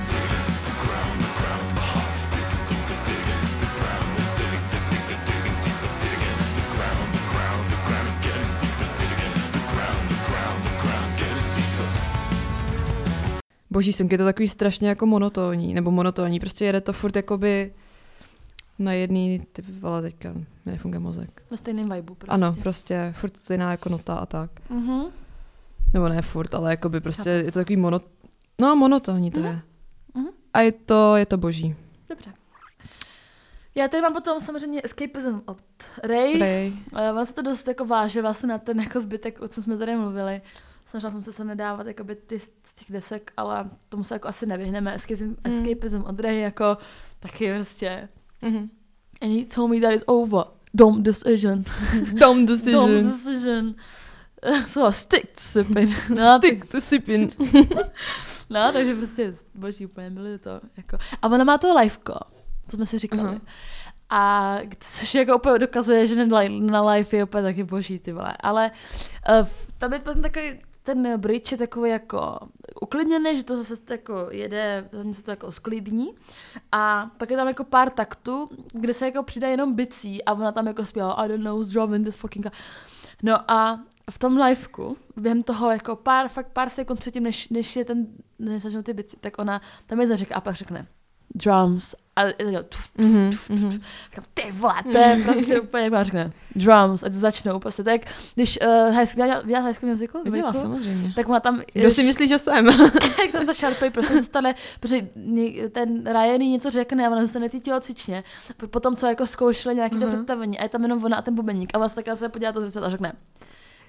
Boží song, je to takový strašně jako monotónní, nebo monotónní, prostě jede to furt jakoby na jedný, ty vole, teďka mi nefunguje mozek. Ve stejném vibu prostě. Ano, prostě furt stejná jako nota a tak. Mhm. Nebo ne furt, ale jakoby prostě je to takový mono... No, monotónní to Mhm. je. Mhm. A je to, je to boží. Dobře. Já tady mám potom samozřejmě Escapism od Ray. Ray. Uh, ono se to dost jako váže vlastně na ten jako zbytek, o čem jsme tady mluvili. Snažila jsem se sem nedávat jakoby ty z těch desek, ale tomu se jako asi nevyhneme. Escapism, Mm. Escapism od Ray jako taky prostě. Mhm. And he told me that it's over. Dumb decision. Dumb decision. Dumb decision. So stick to sipping. No, Stick to sipping. no, takže prostě boží úplně miluju to. Jako. A ona má to liveko, to jsme si říkali. Aha. A což jako úplně dokazuje, že na, na live je úplně taky boží, ty vole. Ale uh, tam je potom takový, ten bridge je takový jako uklidněný, že to zase jako jede, něco to jako sklidní. A pak je tam jako pár taktů, kde se jako přidá jenom bicí a ona tam jako zpívá I don't know who's driving this fucking car. No a v tom liveku, během toho jako pár, fakt pár sekund předtím, než, než je ten, než začnou ty bicí, tak ona tam je zařekne a pak řekne drums a je to tuf, tuf, Mhm, tuf, mhm. tuf. Říkám, ty vole, to je prostě úplně, jak má řekne, drums, ať začnou, prostě tak, když uh, high school, viděla, viděla High School Musical? Viděla, dvojku? samozřejmě. Tak má tam, Kdo si myslí, že jsem? jak tam ta Sharpay prostě zůstane, protože ně- ten Ryan jí něco řekne a ona zůstane ty tělocvičně, potom co jako zkoušeli nějaké to Aha. představení a je tam jenom ona a ten bubeník a ona se takhle se podívá to zrcadlo a řekne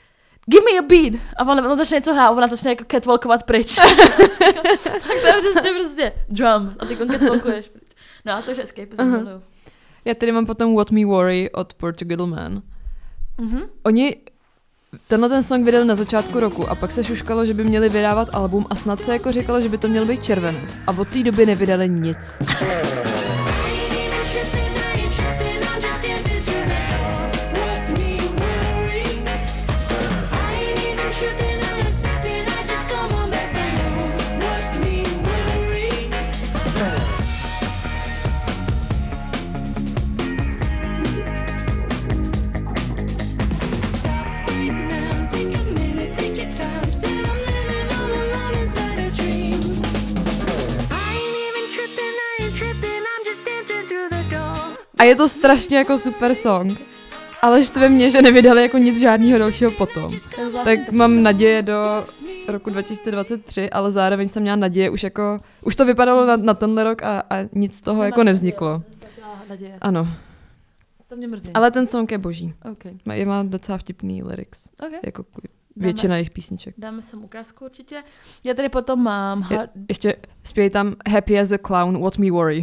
give me a beat. A on, on začne něco hrát, ona začne jako catwalkovat pryč. Tak to je přesně prostě drum. A ty catwalkuješ pryč. No a to je escapism. Uh-huh. Já tady mám potom What Me Worry od Portugal Man. Uh-huh. Oni tenhle ten song vydali na začátku roku a pak se šuškalo, že by měli vydávat album a snad se jako říkalo, že by to měl být červenec. A od té doby nevydali nic. A je to strašně jako super song. Ale štve mě, že nevydali jako nic žádného dalšího potom. Tak mám naděje do roku dva tisíce dvacet tři, ale zároveň jsem měla naděje, už jako, už to vypadalo na, na tenhle rok a, a nic z toho jako nevzniklo. Naděje. Ano. To mě mrzí. Ale ten song je boží. Okay. Má, je má docela vtipný lyrics. Okay. Jako většina jejich písniček. Dáme sem ukázku určitě. Já tady potom mám... Ha- je, ještě zpěj tam Happy as a Clown, What Me Worry.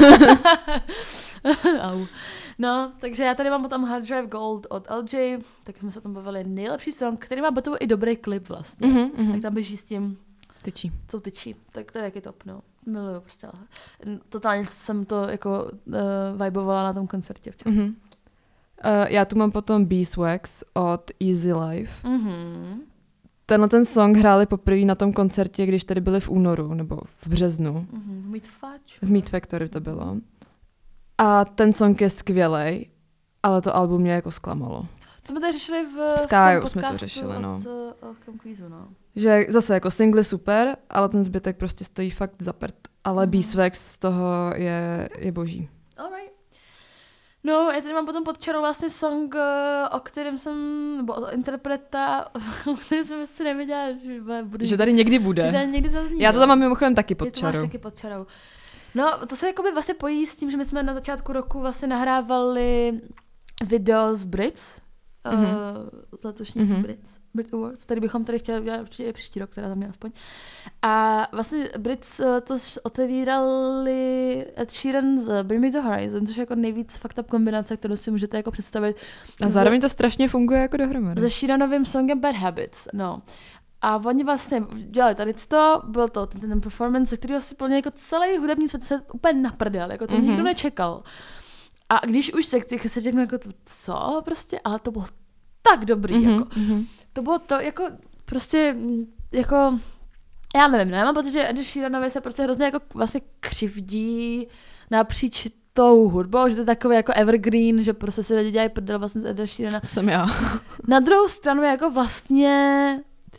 Au. No, takže já tady mám potom Hard Drive Gold od L J, tak jsme se o tom bavili. Nejlepší song, který má botový i dobrý klip vlastně. Mm-hmm, mm-hmm. Tak tam běží s tím... Tyčí. Co tyčí. Tak to je jaký top, no. Miluju prostě. Totálně jsem to jako uh, vibovala na tom koncertě včera. Mm-hmm. Uh, já tu mám potom Beeswax od Easy Life. Mm-hmm. Tenhle ten song hráli poprvé na tom koncertě, když tady byli v únoru, nebo v březnu. Mm-hmm. Meat Fudge. V Meat Factory to bylo. A ten song je skvělej, ale to album mě jako zklamalo. Co jsme tady řešili v, Sky, v tom jsme to podcastu řešili, no. od, od, od kvízu, no. Že zase jako single super, ale ten zbytek prostě stojí fakt za prd. Ale mm-hmm. Beeswax z toho je, je boží. Alright. No, já tady mám potom pod čarou vlastně song, o kterém jsem, nebo od interpreta, o kterém jsem asi nevěděla, že bude. Že tady někdy bude. Že tady někdy zazní. Já to tam mám mimochodem taky pod Ty to čarou. máš taky pod čarou. No, to se jakoby vlastně pojí s tím, že my jsme na začátku roku vlastně nahrávali video z Brits, mm-hmm. uh, z letošních mm-hmm. Brits, Brit Awards, tady bychom tady chtěli udělat určitě příští rok, teda za mě aspoň. A vlastně Brits uh, to otevírali Ed Sheeran z Bring Me the Horizon, což je jako nejvíc fucked up kombinace, kterou si můžete jako představit. A zároveň to strašně funguje jako dohromady. Se Sheeranovým songem Bad Habits, no. A oni vlastně dělali tady to, byl to ten, ten performance, ze kterého si plně jako celý hudební svět se úplně naprdel, jako to mm-hmm. nikdo nečekal. A když už se, se řeknu jako to, co prostě, ale to bylo tak dobrý, mm-hmm. jako. Mm-hmm. To bylo to jako prostě jako, já nevím, ne, já mám pocit, že Ed Sheeranovi se prostě hrozně jako vlastně křivdí napříč tou hudbou, že to je takový jako evergreen, že prostě si lidi dělají prdel vlastně z Eda Sheerana. To jsem já. Na druhou stranu jako vlastně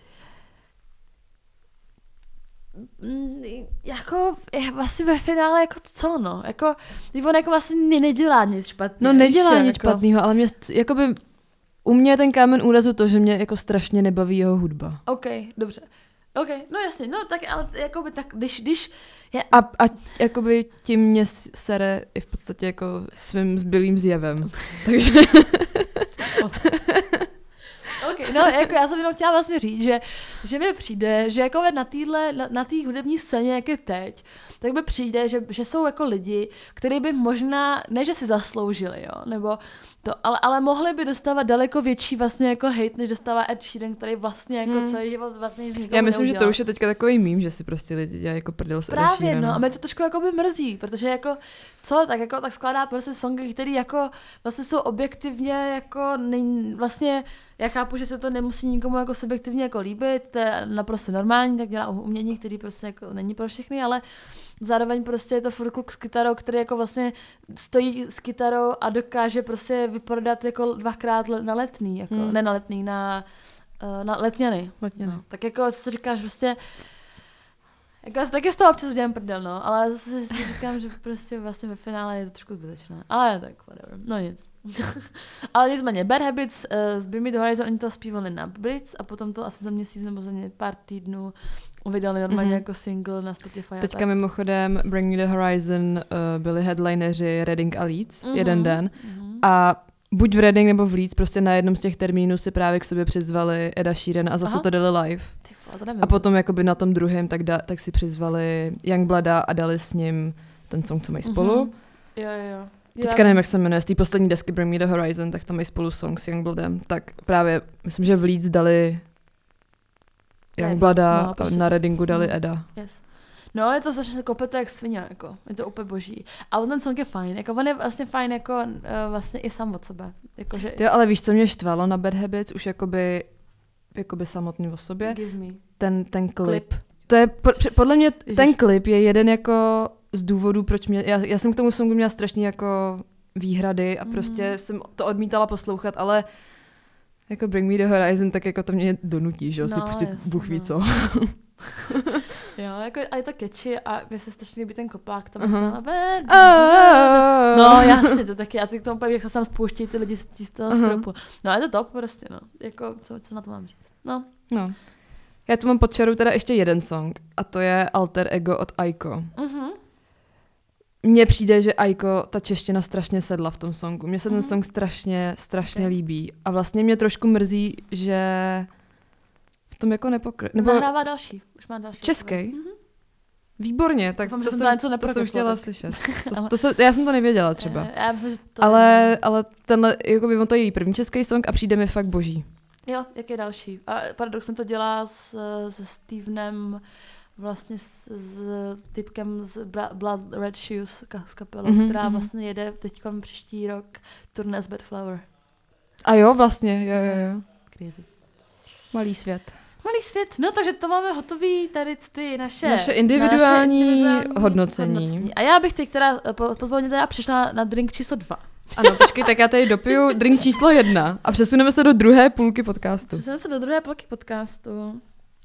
jako je vlastně ve finále jako co, no, jako on jako vlastně nedělá nic špatného. No nedělá víš, nic jako špatného, ale mě, jakoby, u mě je ten kámen úrazu to, že mě jako strašně nebaví jeho hudba. OK, dobře. OK, no jasně, no tak, ale jakoby tak, když, když je... A, a jakoby tím mě sere i v podstatě jako svým zbylým zjevem, takže... Okay, no, jako já jsem jenom chtěla vlastně říct, že, že mi přijde, že jako na téhle, na, na té hudební scéně, jak je teď, tak mi přijde, že, že jsou jako lidi, kteří by možná, ne že si zasloužili, jo, nebo to, ale, ale mohli by dostávat daleko větší vlastně jako hate, než dostává Ed Sheeran, který vlastně jako hmm. celý život vlastně z nikomu Já myslím, neudělal. že to už je teďka takový mím, že si prostě lidi dělají jako prdel s Ed Sheeranem. Právě, no, a mě to trošku jako by mrzí, protože jako, co, tak jako tak skládá prostě songy, které jako vlastně jsou objektivně jako nej, vlastně, já chápu, že se to nemusí nikomu jako subjektivně jako líbit, to je naprosto normální, tak dělá umění, který prostě jako není pro všechny, ale zároveň prostě je to furt kluk s kytarou, který jako vlastně stojí s kytarou a dokáže prostě vyprodat jako dvakrát na letný, jako, hmm. ne na letný, na, na letňany. letňany. No, tak jako si říkáš prostě, jako taky z toho občas udělám prdel, no, ale zase si říkám, že prostě vlastně ve finále je to trošku zbytečné. Ale tak, whatever, no nic. Ale nicméně, Bad Habits uh, z Bring Me the Horizon, oni to zpívali na Brits a potom to asi za měsíc nebo za ně pár týdnů vydali normálně mm-hmm. jako single na Spotify. Teďka tak. Mimochodem Bring Me the Horizon uh, byli headlineři Reading a Leeds mm-hmm. jeden den mm-hmm. a buď v Reading nebo v Leeds, prostě na jednom z těch termínů si právě k sobě přizvali Eda Sheeran a zase Aha. to dali live. Ty vole, to nevím. A potom jakoby na tom druhém tak, da, tak si přizvali Youngblooda a dali s ním ten song, co mají spolu. Mhm. Jo, jo, jo. Teďka nevím, jak se jmenuje, z té poslední desky Bring Me The Horizon, tak tam mají spolu song s Youngbloodem. Tak právě, myslím, že v Leeds dali Youngblooda No, a prostě- na Readingu dali Mhm. Eda. Yes. No, je to strašně kope to jak svině, jako. Je to úplně boží. Ale ten song je fajn, jako on je vlastně fajn, jako uh, vlastně i sám od sebe. Jako, že... Jo, ale víš, co mě štvalo na Bad Habits, už jakoby, jakoby samotný o sobě? Give me. Ten, ten klip. Klip. To je, po, podle mě Ježiš. ten klip je jeden jako z důvodů, proč mě, já, já jsem k tomu songu měla strašně jako výhrady a Mhm. prostě jsem to odmítala poslouchat, ale jako Bring Me The Horizon, tak jako to mě donutí, že jo, si No, prostě jasně, Bůh ví no. co. Jo, jako, a je to catchy a mě se strašně líbí ten kopák tam. Aha. Uh-huh. No jasně, to taky. A ty k tomu pak, jak se tam spouštějí ty lidi z, z toho Aha. stropu. No je to top prostě, no. Jako, co, co na to mám říct? No. No. Já tu mám pod čarou teda ještě jeden song a to je Alter Ego od Aiko. Uh-huh. Mně přijde, že Aiko, ta čeština strašně sedla v tom songu. Mně se ten Mhm. song strašně, strašně Okay. líbí. A vlastně mě trošku mrzí, že v tom jako nepokryl. Nebo... Nebo Nahrává další. Už má další. český? Mhm. Výborně, tak Doufám, že to jsem jsem, to něco to jsem neprokresla, chtěla tak. slyšet. To, Ale- to jsem, já jsem to nevěděla třeba. Já, já myslím, že to Ale, ale tenhle, jakoby on to je její první český song a přijde mi fakt boží. Jo, jak je další. A paradoxem to dělá s, se Stevenem, vlastně s, s typkem z Bra- Blood Red Shoes ka- z kapelou, Mhm, mm-hmm, která mhm. vlastně jede teď příští rok turné s Bad Flower. A jo, vlastně, jo, jo, jo. Crazy. Malý svět. Malý svět. No, takže to máme hotový tady ty naše, Naše individuální individuální hodnocení. A já bych teď teda, po- pozvolně teda přešla na drink číslo dva. Ano, počkej, tak já tady dopiju drink číslo jedna a přesuneme se do druhé půlky podcastu. Přesuneme se do druhé ploky podcastu.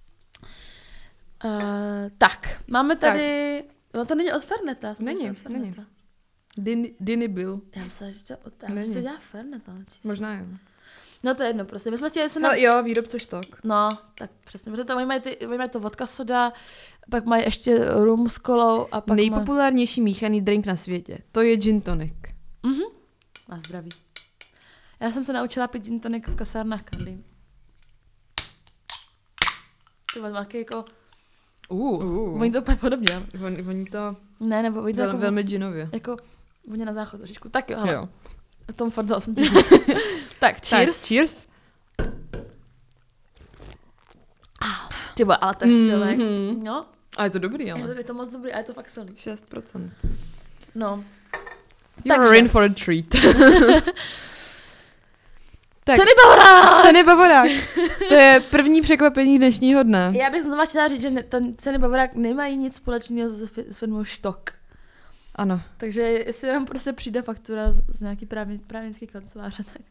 Uh, tak, máme tady... Tak. No to není od Ferneta. já jsem Není, myslela od Ferneta. není. Dini, Dini byl. Já myslím, že to, od, já Není. myslím, že to dělá Ferneta. číslo. Možná jo. No to je jedno, prostě. My jsme chtěli se na... No jo, výrobce štok. No, tak přesně. Protože to oni mají, ty, oni mají to vodka soda, pak mají ještě rum s kolou a pak Nejpopulárnější míchaný drink na světě. To je gin tonic. mají... Mhm. Na zdraví. Já jsem se naučila pít gin tonic v kasárnách Karlín. Ty máš taky jako... Uh, uh. Oni to úplně podobně. ale- Oni, oni to Ne, nebo oni to vel, jako... velmi ginově. Jako... Oni na záchod trošičku. Tak jo, hele. Jo. Tom Ford za osm tisíc. Tak, cheers. Tak, cheers. Ty vole, ale to je silné. Mhm. No, A je to dobrý, je ale. to, je to moc dobrý a je to fakt silný. šest procent. No. You're Takže. in for a treat. Tak. Ceny Bavorák! Ceny Bavorák. To je první překvapení dnešního dne. Já bych znova chtěla říct, že ne, ten Ceny Bavorák nemají nic společného s, fi- s firmou Štok. Ano. Takže jestli nám prostě přijde faktura z, z nějaký právě, právnický kanceláře, tak...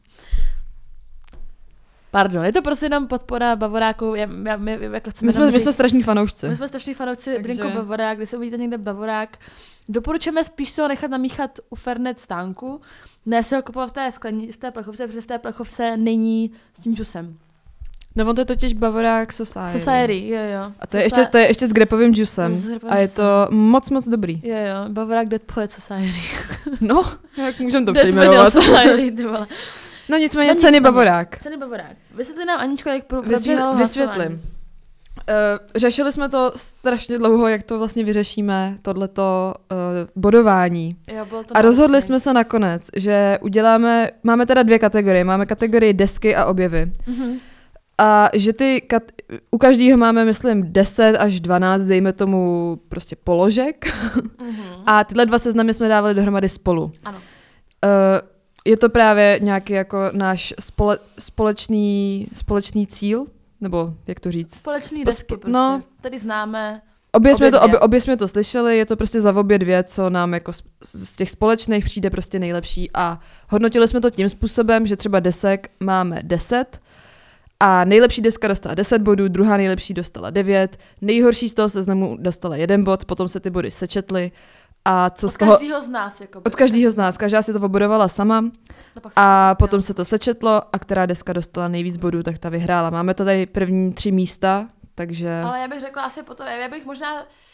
Pardon, je to prostě jenom podpora Bavoráku. Já, já, my, jako chceme My jsme, jenom my říct- jsme strašní fanoušci. My jsme strašní fanoušci Takže- drinku Bavorák, když se uvidíte někde Bavorák. Doporučujeme spíš se ho nechat namíchat u Fernet stánku, ne si ho kupovat v té sklení, v té plechovce, protože v té plechovce není s tím džusem. No on to je totiž Bavorák Society. Society, jo jo. A to je, ještě, to je ještě s grepovým džusem. S grepovým A je džusem. to moc, moc dobrý. Jo jo, Bavorák Dead Poet Society. No, jak můžeme to Dead přejmenovat. Poet Society, ty vole. No nicméně No ceny nicméně. Bavorák. Ceny Bavorák. Vysvětli nám, Aničko, jak pro, Vysvět, probíhalo vysvětlím. hlasování. Uh, řešili jsme to strašně dlouho, jak to vlastně vyřešíme, tohleto uh, bodování. Jo, bylo to A rozhodli náročné. jsme se nakonec, že uděláme, máme teda dvě kategorie, máme kategorii desky a objevy. Mhm. A že ty, kat, u každého máme, myslím, deset až dvanáct, dejme tomu prostě položek. Mhm. A tyhle dva seznamy jsme dávali dohromady spolu. Ano. Uh, je to právě nějaký jako náš spole, společný, společný cíl, nebo jak to říct? Společný Spo- desky prostě. No, Tady známe. obě jsme, Obě to, dvě. obě, obě jsme to slyšeli, je to prostě za obě dvě, co nám jako z, z těch společných přijde prostě nejlepší a hodnotili jsme to tím způsobem, že třeba desek máme deset a nejlepší deska dostala deset bodů, druhá nejlepší dostala devět, nejhorší z toho seznamu dostala jeden bod, potom se ty body sečetly a co Od z toho... každého z nás. Jakoby. Od každého z nás, každá si to obodovala sama No, pak se a to- potom jo. se to sečetlo a která deska dostala nejvíc bodů, tak ta vyhrála. Máme to tady první tři místa, takže... Ale já bych řekla asi potom, já bych možná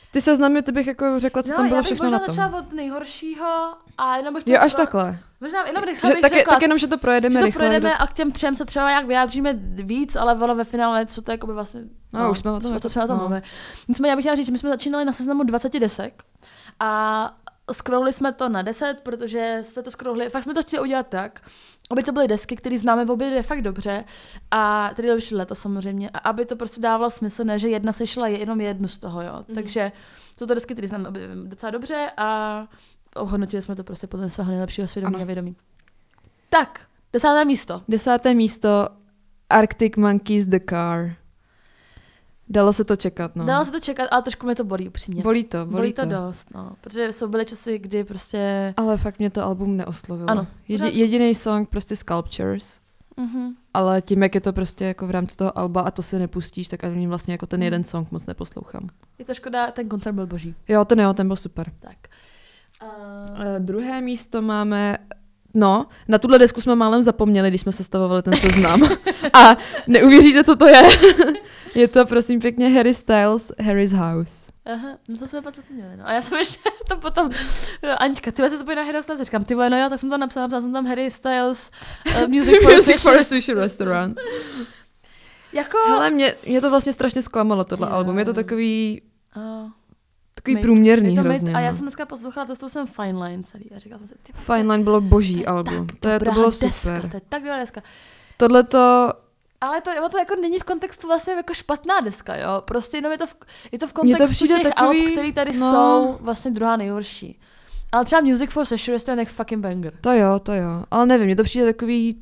Ty se znameně, ty bych jako řekla, co no, tam bylo já bych všechno na možná tom. začala od nejhoršího a jenom bych Jo, až pro... takhle. Možná jenom rychle bych tak, řekla, tak jenom, že to projedeme že to rychle. projedeme do... a k těm třem se třeba nějak vyjádříme víc, ale ono ve finále, co to jako by vlastně... No, no už jsme o tom, co jsme o tom no. mluvili. Nicméně já bych chtěla říct, že my jsme začínali na seznamu dvacet desek a scrollili jsme to na deset, protože jsme to scrollili, fakt jsme to chtěli udělat tak, aby to byly desky, které známe v obě fakt dobře a tedy vyšly letos samozřejmě a aby to prostě dávalo smysl, ne, že jedna se šla jenom jednu z toho, jo. Mm. Takže jsou to desky, které známe docela dobře a ohodnotili jsme to prostě podle svého nejlepšího svědomí ano. a vědomí. Tak, desáté místo. Desáté místo Arctic Monkeys The Car. Dalo se to čekat, no. Dalo se to čekat, ale trošku mě to bolí upřímně. Bolí to, bolí, bolí to. to dost, no. Protože jsou byly časy, kdy prostě... Ale fakt mě to album neoslovilo. Ano. Jedi, jediný song prostě Sculptures. Mm-hmm. Ale tím, jak je to prostě jako v rámci toho alba a to si nepustíš, tak ani vlastně jako ten jeden song moc neposlouchám. Je to škoda, ten koncert byl boží. Jo, ten jo, ten byl super. Tak. Uh... Uh, druhé místo máme... No, na tuhle desku jsme málem zapomněli, když jsme sestavovali ten seznam. A neuvěříte, co to je. Je to, prosím pěkně, Harry Styles, Harry's House. Aha, no to jsme pak zapomněli, no. A já jsem ještě to potom, Anička, ty se to na Harry Styles, říkám, ty vole, no jo, tak jsem tam napsala, napsala jsem tam Harry Styles, uh, Music, for, music a for a Sushi Restaurant. Jako... Hele, mě, mě to vlastně strašně zklamalo, tohle yeah. album. Je to takový... Uh, takový mate. průměrný to hrozně. Mate, a já no. jsem dneska poslouchala, to jsem Fine Line celý a říkala jsem si, ty Fine Line bylo boží to album. Tak to, je, to bylo deska, super. To je tak dobrá deska. Tohle to... Ale to, to jako není v kontextu vlastně jako špatná deska, jo. Prostě jenom je to v, je to v kontextu to přijde těch takový, alb, který tady no. jsou vlastně druhá nejhorší. Ale třeba Music for Sushi Restaurant je fucking banger. To jo, to jo. Ale nevím, mně to přijde takový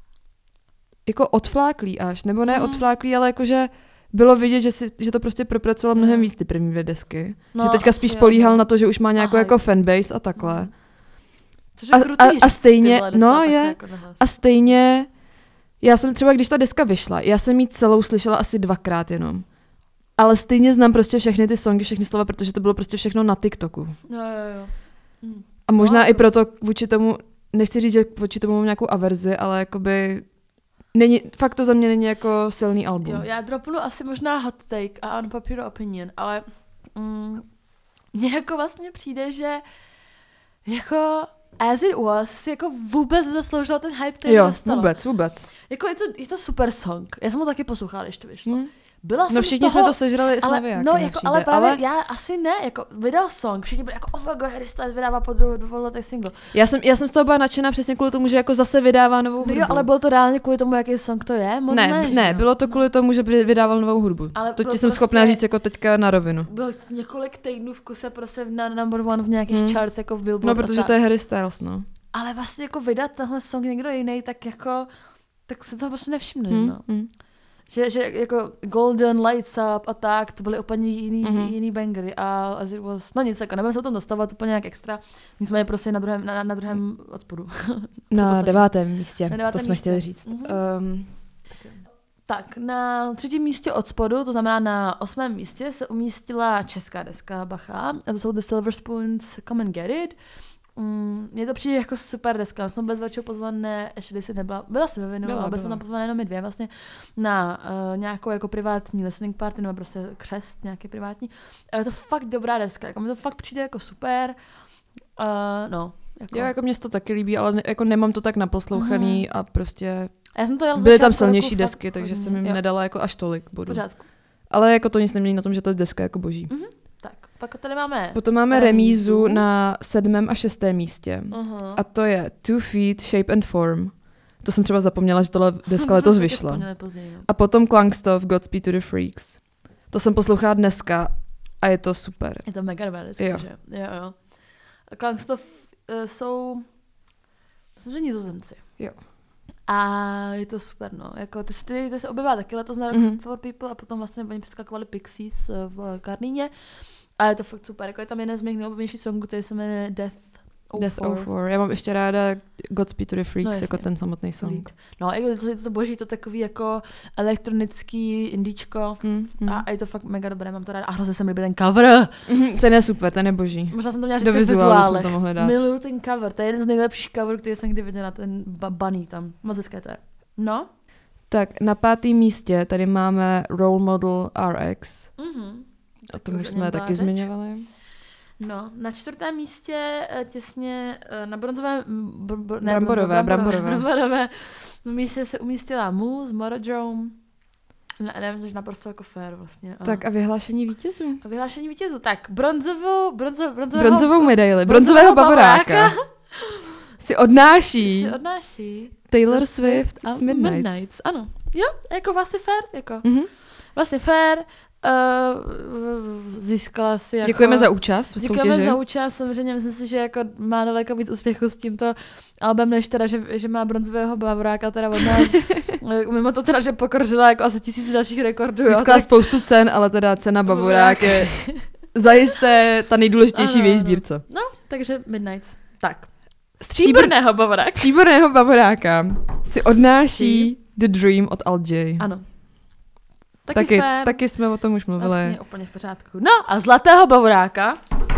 jako odfláklý až. Nebo ne mm. odfláklý, ale jakože bylo vidět, že, si, že to prostě propracovalo mm. mnohem víc ty první dvě desky. No, že teďka spíš spolíhal na to, že už má nějakou Aha. jako fanbase a takhle. Mm. Což je a, krutý, a, a stejně, vole, no je, jako a stejně, já jsem třeba, když ta deska vyšla, já jsem ji celou slyšela asi dvakrát jenom. Ale stejně znám prostě všechny ty songy, všechny slova, protože to bylo prostě všechno na TikToku. No jo, jo. Mm. A možná no, i proto vůči tomu, nechci říct, že vůči tomu mám nějakou averzi, ale jakoby, není, fakt to za mě není jako silný album. Jo, já dropnu asi možná hot take a unpopular opinion, ale mm, mně jako vlastně přijde, že jako As It Was si jako vůbec nezasloužila ten hype, který jo, dostala. vůbec, vůbec. Jako je to, je to super song. Já jsem ho taky poslouchala, když to vyšlo. Hmm. Byla No jsem všichni z toho, jsme to sežrali s ale, navijáky, no, jako, přijde, ale právě ale... já asi ne, jako vydal song, všichni byli jako oh my god, Harry Styles vydává po dvou letech single. Já jsem, já jsem z toho byla nadšená přesně kvůli tomu, že jako zase vydává novou hudbu. No jo, ale bylo to reálně kvůli tomu, jaký song to je? Moc ne, ne, ne, bylo to kvůli tomu, že vydával novou hudbu. Ale to ti bylo jsem prostě- schopná říct jako teďka na rovinu. Byl několik týdnů v kuse prostě na number one v nějakých Hmm. charts, jako v Billboard. No, a protože tak. to je Harry Styles, no. Ale vlastně jako vydat tenhle song někdo jiný, tak jako, tak se toho prostě nevšimneš, Hmm. no. Hmm. Že, že jako Golden, Lights Up a tak, to byly úplně jiný, Mhm. jiný bangery a As It Was, no nic, jako nebudeme se o tom dostávat úplně nějak extra, nicméně prostě na druhém, na, na druhém od spodu. Na Předposlední. devátém místě, Na devátém to jsme místě. chtěli říct. Mhm. Um, Tak, na třetím místě od spodu, to znamená na osmém místě, se umístila česká deska Bacha, a to jsou The Silver Spoons Come and Get It. Mm, mně to přijde jako super deska, my jsme bez vašeho pozvané, ještě když jsi nebyla, byla jsem ve Vinu, Byla, ale byli byla. jsme tam pozvané jenom my dvě vlastně, na uh, nějakou jako privátní listening party, nebo prostě křest nějaký privátní. A je to fakt dobrá deska, jako mi to fakt přijde jako super, uh, no. Jako. jo, jako mě se to taky líbí, ale ne, jako nemám to tak naposlouchaný Mhm. a prostě A já jsem to jela z byly tam začátku silnější jako desky, fakt takže hodně. jsem jim Jo, nedala jako až tolik v bodu. pořádku. Ale jako to nic nemění na tom, že to je deska jako boží. Mhm. Tak, pak tady máme Potom máme remízu. remízu na sedmém a šestém místě. Uh-huh. A to je Two Feet, Shape and Form. To jsem třeba zapomněla, že tohle deska letos Jsme taky vyšla. vzpomněli později, no. A potom Klangstov, Godspeed to the Freaks. To jsem poslouchala dneska a je to super. Je to mega dobrá deska, Jo. že? Jo, jo. Klangstov uh, jsou, myslím, že nizozemci. Jo. A je to super, no. Jako, ty, ty, ty se objevá taky letos na Rock Mhm. for People a potom vlastně oni přeskakovali Pixies eh, v Karlíně. A je to fakt super. Jako je tam jeden z mých nejoblíbenějších songů, který se jmenuje Death oh Death oh four. Já mám ještě ráda Godspeed to the Freaks, No, jako jasně. ten samotný song. No, jako je to, je to boží, to takový jako elektronický indíčko. Mm, mm. A, a je to fakt mega dobré, mám to ráda. A hrozně se mi líbí ten cover. Mhm, ten je super, ten je boží. Možná jsem to měla říct Do v vizuálu jsme vizuálech. to mohli dát. Miluju ten cover, to je jeden z nejlepších coverů, který jsem kdy viděla, ten ba- bunny tam. Moc hezké to je. No? Tak na pátém místě tady máme Role Model R X. Mhm. O tom už jsme taky řeč. zmiňovali. No, na čtvrtém místě těsně na bronzové, br, br, ne, bramborové, bramborové, bramborové místě se umístila Mu z Morodrome. Ne, nevím, což naprosto jako fair vlastně. A... Tak a vyhlášení vítězů? A vyhlášení vítězů. Tak, bronzovou, bronzo, bronzového, bronzovou medaili, bronzového bavoráka si odnáší, si odnáší Taylor Swift a Midnights. Midnights. Ano, jo, jako vlastně fair, jako. Mm-hmm. Vlastně fair. Uh, získala si jako... Děkujeme za účast v Děkujeme soutěži. za účast, samozřejmě myslím si, že jako má daleko víc úspěchu s tímto albem, než teda, že, že má bronzového bavoráka teda od nás. Mimo to teda, že pokořila jako asi tisíc dalších rekordů. Získala tak... spoustu cen, ale teda cena bavorák je zajisté ta nejdůležitější ano, v její sbírce. No, takže Midnights. Tak. Stříbrného bavoráka. Stříbrného bavoráka si odnáší The Dream od Al J. Ano. Taky, taky, fair. taky jsme o tom už mluvili. Vlastně úplně v pořádku. No a zlatého bavoráka.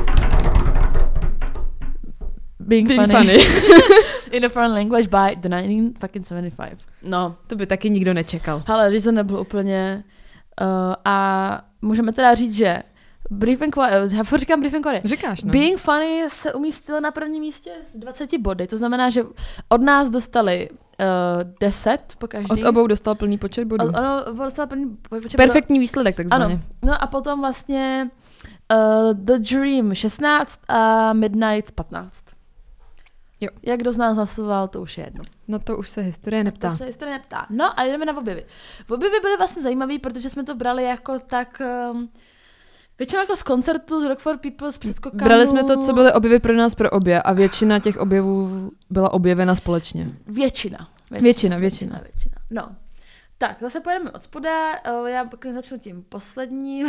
Being, Being funny. funny. In a foreign language by the nineteen seventy-five. No. To by taky nikdo nečekal. Hele, Reasonable úplně. Uh, a můžeme teda říct, že Brief and Quiet, já furt říkám Brief and Quiet. Říkáš, no. Being Funny se umístilo na prvním místě s dvaceti body, to znamená, že od nás dostali uh, deset po každý. Od obou dostal plný počet bodů. Od, ono dostal plný počet Perfektní bodů. Výsledek, takzvaně. Ano. No a potom vlastně uh, The Dream šestnáct a Midnight patnáct. Jo. Jak kdo z nás hlasoval, to už je jedno. No to už se historie neptá. To se historie neptá. No a jdeme na objevy. Objevy byly vlastně zajímavý, protože jsme to brali jako tak... Um, většinou jako z koncertu, z Rock for People, z předskokanu. Brali jsme to, co byly objevy pro nás pro obě a většina těch objevů byla objevena společně. Většina. Většina, většina. většina. většina, většina. No. Tak, zase pojedeme od spoda. Já pokud začnu tím posledním.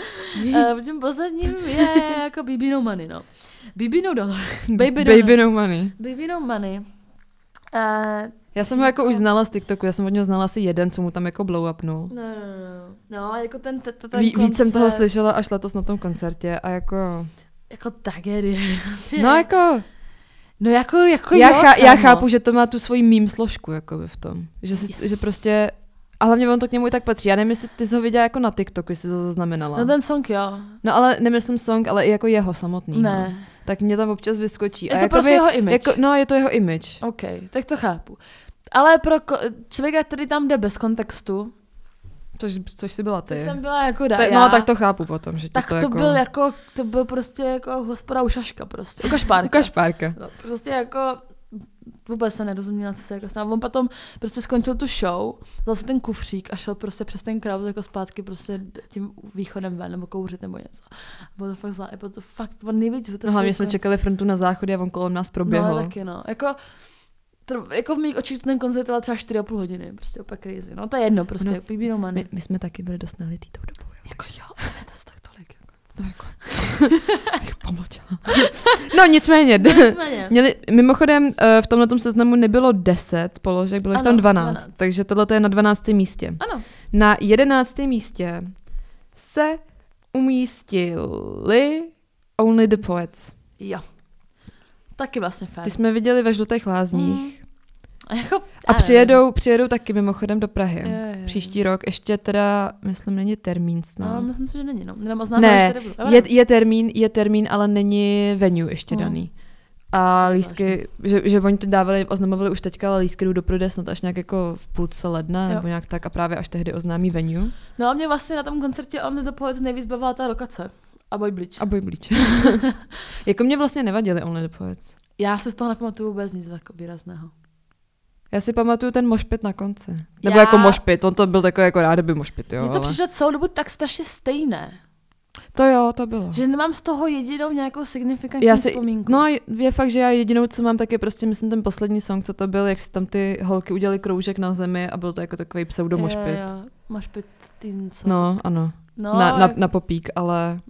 tím posledním je jako Baby No Money, no. Baby No Dollar. Baby, Baby No Money. Baby No Money. Uh, já jsem ho jako už znala z TikToku, já jsem od něho znala asi jeden, co mu tam jako blow upnul. No, no, no. No, jako ten, ten, ten Ví, koncert. Víc jsem toho slyšela až letos na tom koncertě a jako... Jako tragédie. No jako... No jako, jako já, jo, chá, já chápu, že to má tu svoji meme složku jako v tom. Že, si, že prostě... A hlavně on to k němu i tak patří. Já nevím, jestli ty jsi ho viděla jako na TikToku, jestli to zaznamenala. No ten song jo. No ale nemyslím song, ale i jako jeho samotný. Ne. Tak mě tam občas vyskočí. Je to jakoby, prostě jeho image. Jako, no je to jeho image. OK, tak to chápu. Ale pro ko- člověka, který tam jde bez kontextu, Což, což jsi byla ty. To jsem byla jako dá, Ta, no tak to chápu potom, že tak to, to jako... byl jako, to byl prostě jako hospoda u šaška prostě, u kašpárka. U kašpárka. No, prostě jako vůbec jsem nerozuměla, co se jako stalo. On potom prostě skončil tu show, vzal si ten kufřík a šel prostě přes ten crowd jako zpátky prostě tím východem ven, nebo kouřit nebo něco. Bylo to fakt zlá, bylo to fakt, to nejvíc. No hlavně jsme čekali frontu na záchodě a on kolem nás proběhl. No taky no, jako... To, jako v mých očích ten koncert trval třeba čtyři a půl hodiny, prostě úplně crazy. No to je jedno, prostě, no, Baby No Money. My, my jsme taky byli dost nalitý tou dobou. Jo, jako jo, ale to je tak tolik. No jako, bych pomlčela. No nicméně, nicméně. Měli, mimochodem v tomhletom seznamu nebylo deset položek, bylo jich tam dvanáct, dvanáct, takže tohle je na dvanáctém místě. Ano. Na jedenáctém místě se umístili Only the Poets. Jo. Taky vlastně fajn. Ty jsme viděli ve Žlutých lázních. Mm. A, jako, a přijedou, přijedou taky mimochodem do Prahy. Je, je, je. Příští rok. Ještě teda, myslím, není termín snad. No, myslím si, že není. No. Jenom oznámili, ne, že tady budu. je, je, termín, je termín, ale není venue ještě mm. daný. A lístky, že, že oni to dávali, oznamovali už teďka, ale lístky jdou do prodeje snad až nějak jako v půlce ledna, jo. nebo nějak tak a právě až tehdy oznámí venue. No a mě vlastně na tom koncertě Only the Poets nejvíc bavila ta lokace. A Boy Bleach. A Boy Bleach. Jako mě vlastně nevadili Only the Poets. Já si z toho nepamatuju vůbec nic jako výrazného. Já si pamatuju ten mošpit na konci. Nebo Já... jako mošpit, on to byl takový jako rádoby mošpit, jo. Mně to ale... přišlo celou dobu tak strašně stejné. To jo, to bylo. Že nemám z toho jedinou nějakou signifikantní já si, vzpomínku. No je fakt, že já jedinou, co mám, tak je prostě, myslím, ten poslední song, co to byl, jak si tam ty holky udělali kroužek na zemi a byl to jako takový pseudomošpit. Jo, jo, mošpit, tým, co? No, ano. No, na, na, na popík, ale...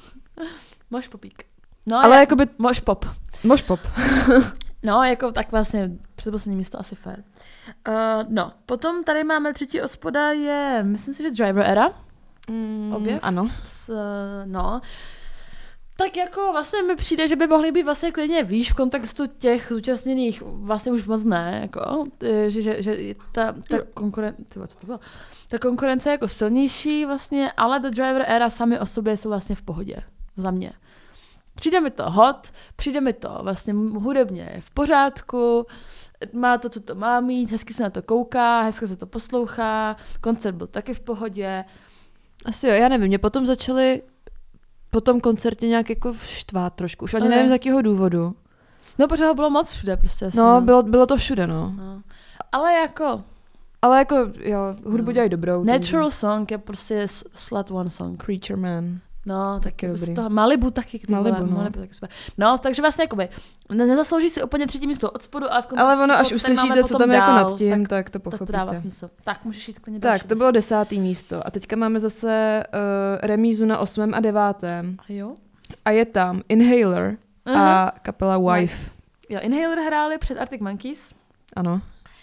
Mož popík. No, ale jak... jakoby... Mož pop. Mož pop. No, jako tak vlastně předposlední místo asi fair. Uh, no, potom tady máme třetí ospoda je, myslím si, že Driver Era. Mm, Objev. Ano. S, no. Tak jako vlastně mi přijde, že by mohly být vlastně klidně výš v kontextu těch zúčastněných, vlastně už moc ne, jako, že, že, že ta, ta, konkuren, tyvo, co to bylo? Ta konkurence je jako silnější vlastně, ale The Driver Era sami o sobě jsou vlastně v pohodě, za mě. Přijde mi to hot, přijde mi to vlastně hudebně v pořádku, má to, co to má mít, hezky se na to kouká, hezky se to poslouchá, koncert byl taky v pohodě. Asi jo, já nevím, mě potom začaly po tom koncertě nějak jako štvát trošku, už ani Okay. nevím z jakého důvodu. No, protože ho bylo moc všude prostě. Asi, No, bylo, bylo to všude, no. no. Ale jako... Ale jako, jo, hudbu no. dělají dobrou. Natural takže. song je prostě slut one song. Creature Man. No, taky dobrý. prostě toho Malibu taky. Malibu, vole, no. Malibu taky super. No, takže vlastně jakoby ne- nezaslouží si úplně třetí místo od spodu, ale v kontextu Ale ono, až toho, co tady máme uslyšíte, co potom tam je jako dál, nad tím, tak, tak, to tak to pochopíte. dává smysl. Tak, můžeš jít klidně Tak, další to bylo desátý místo. A teďka máme zase uh, remízu na osmém a devátém. A jo? A je tam Inhaler Aha. a kapela Wife. Jo, Inhaler hráli před Arctic Monkeys. Ano.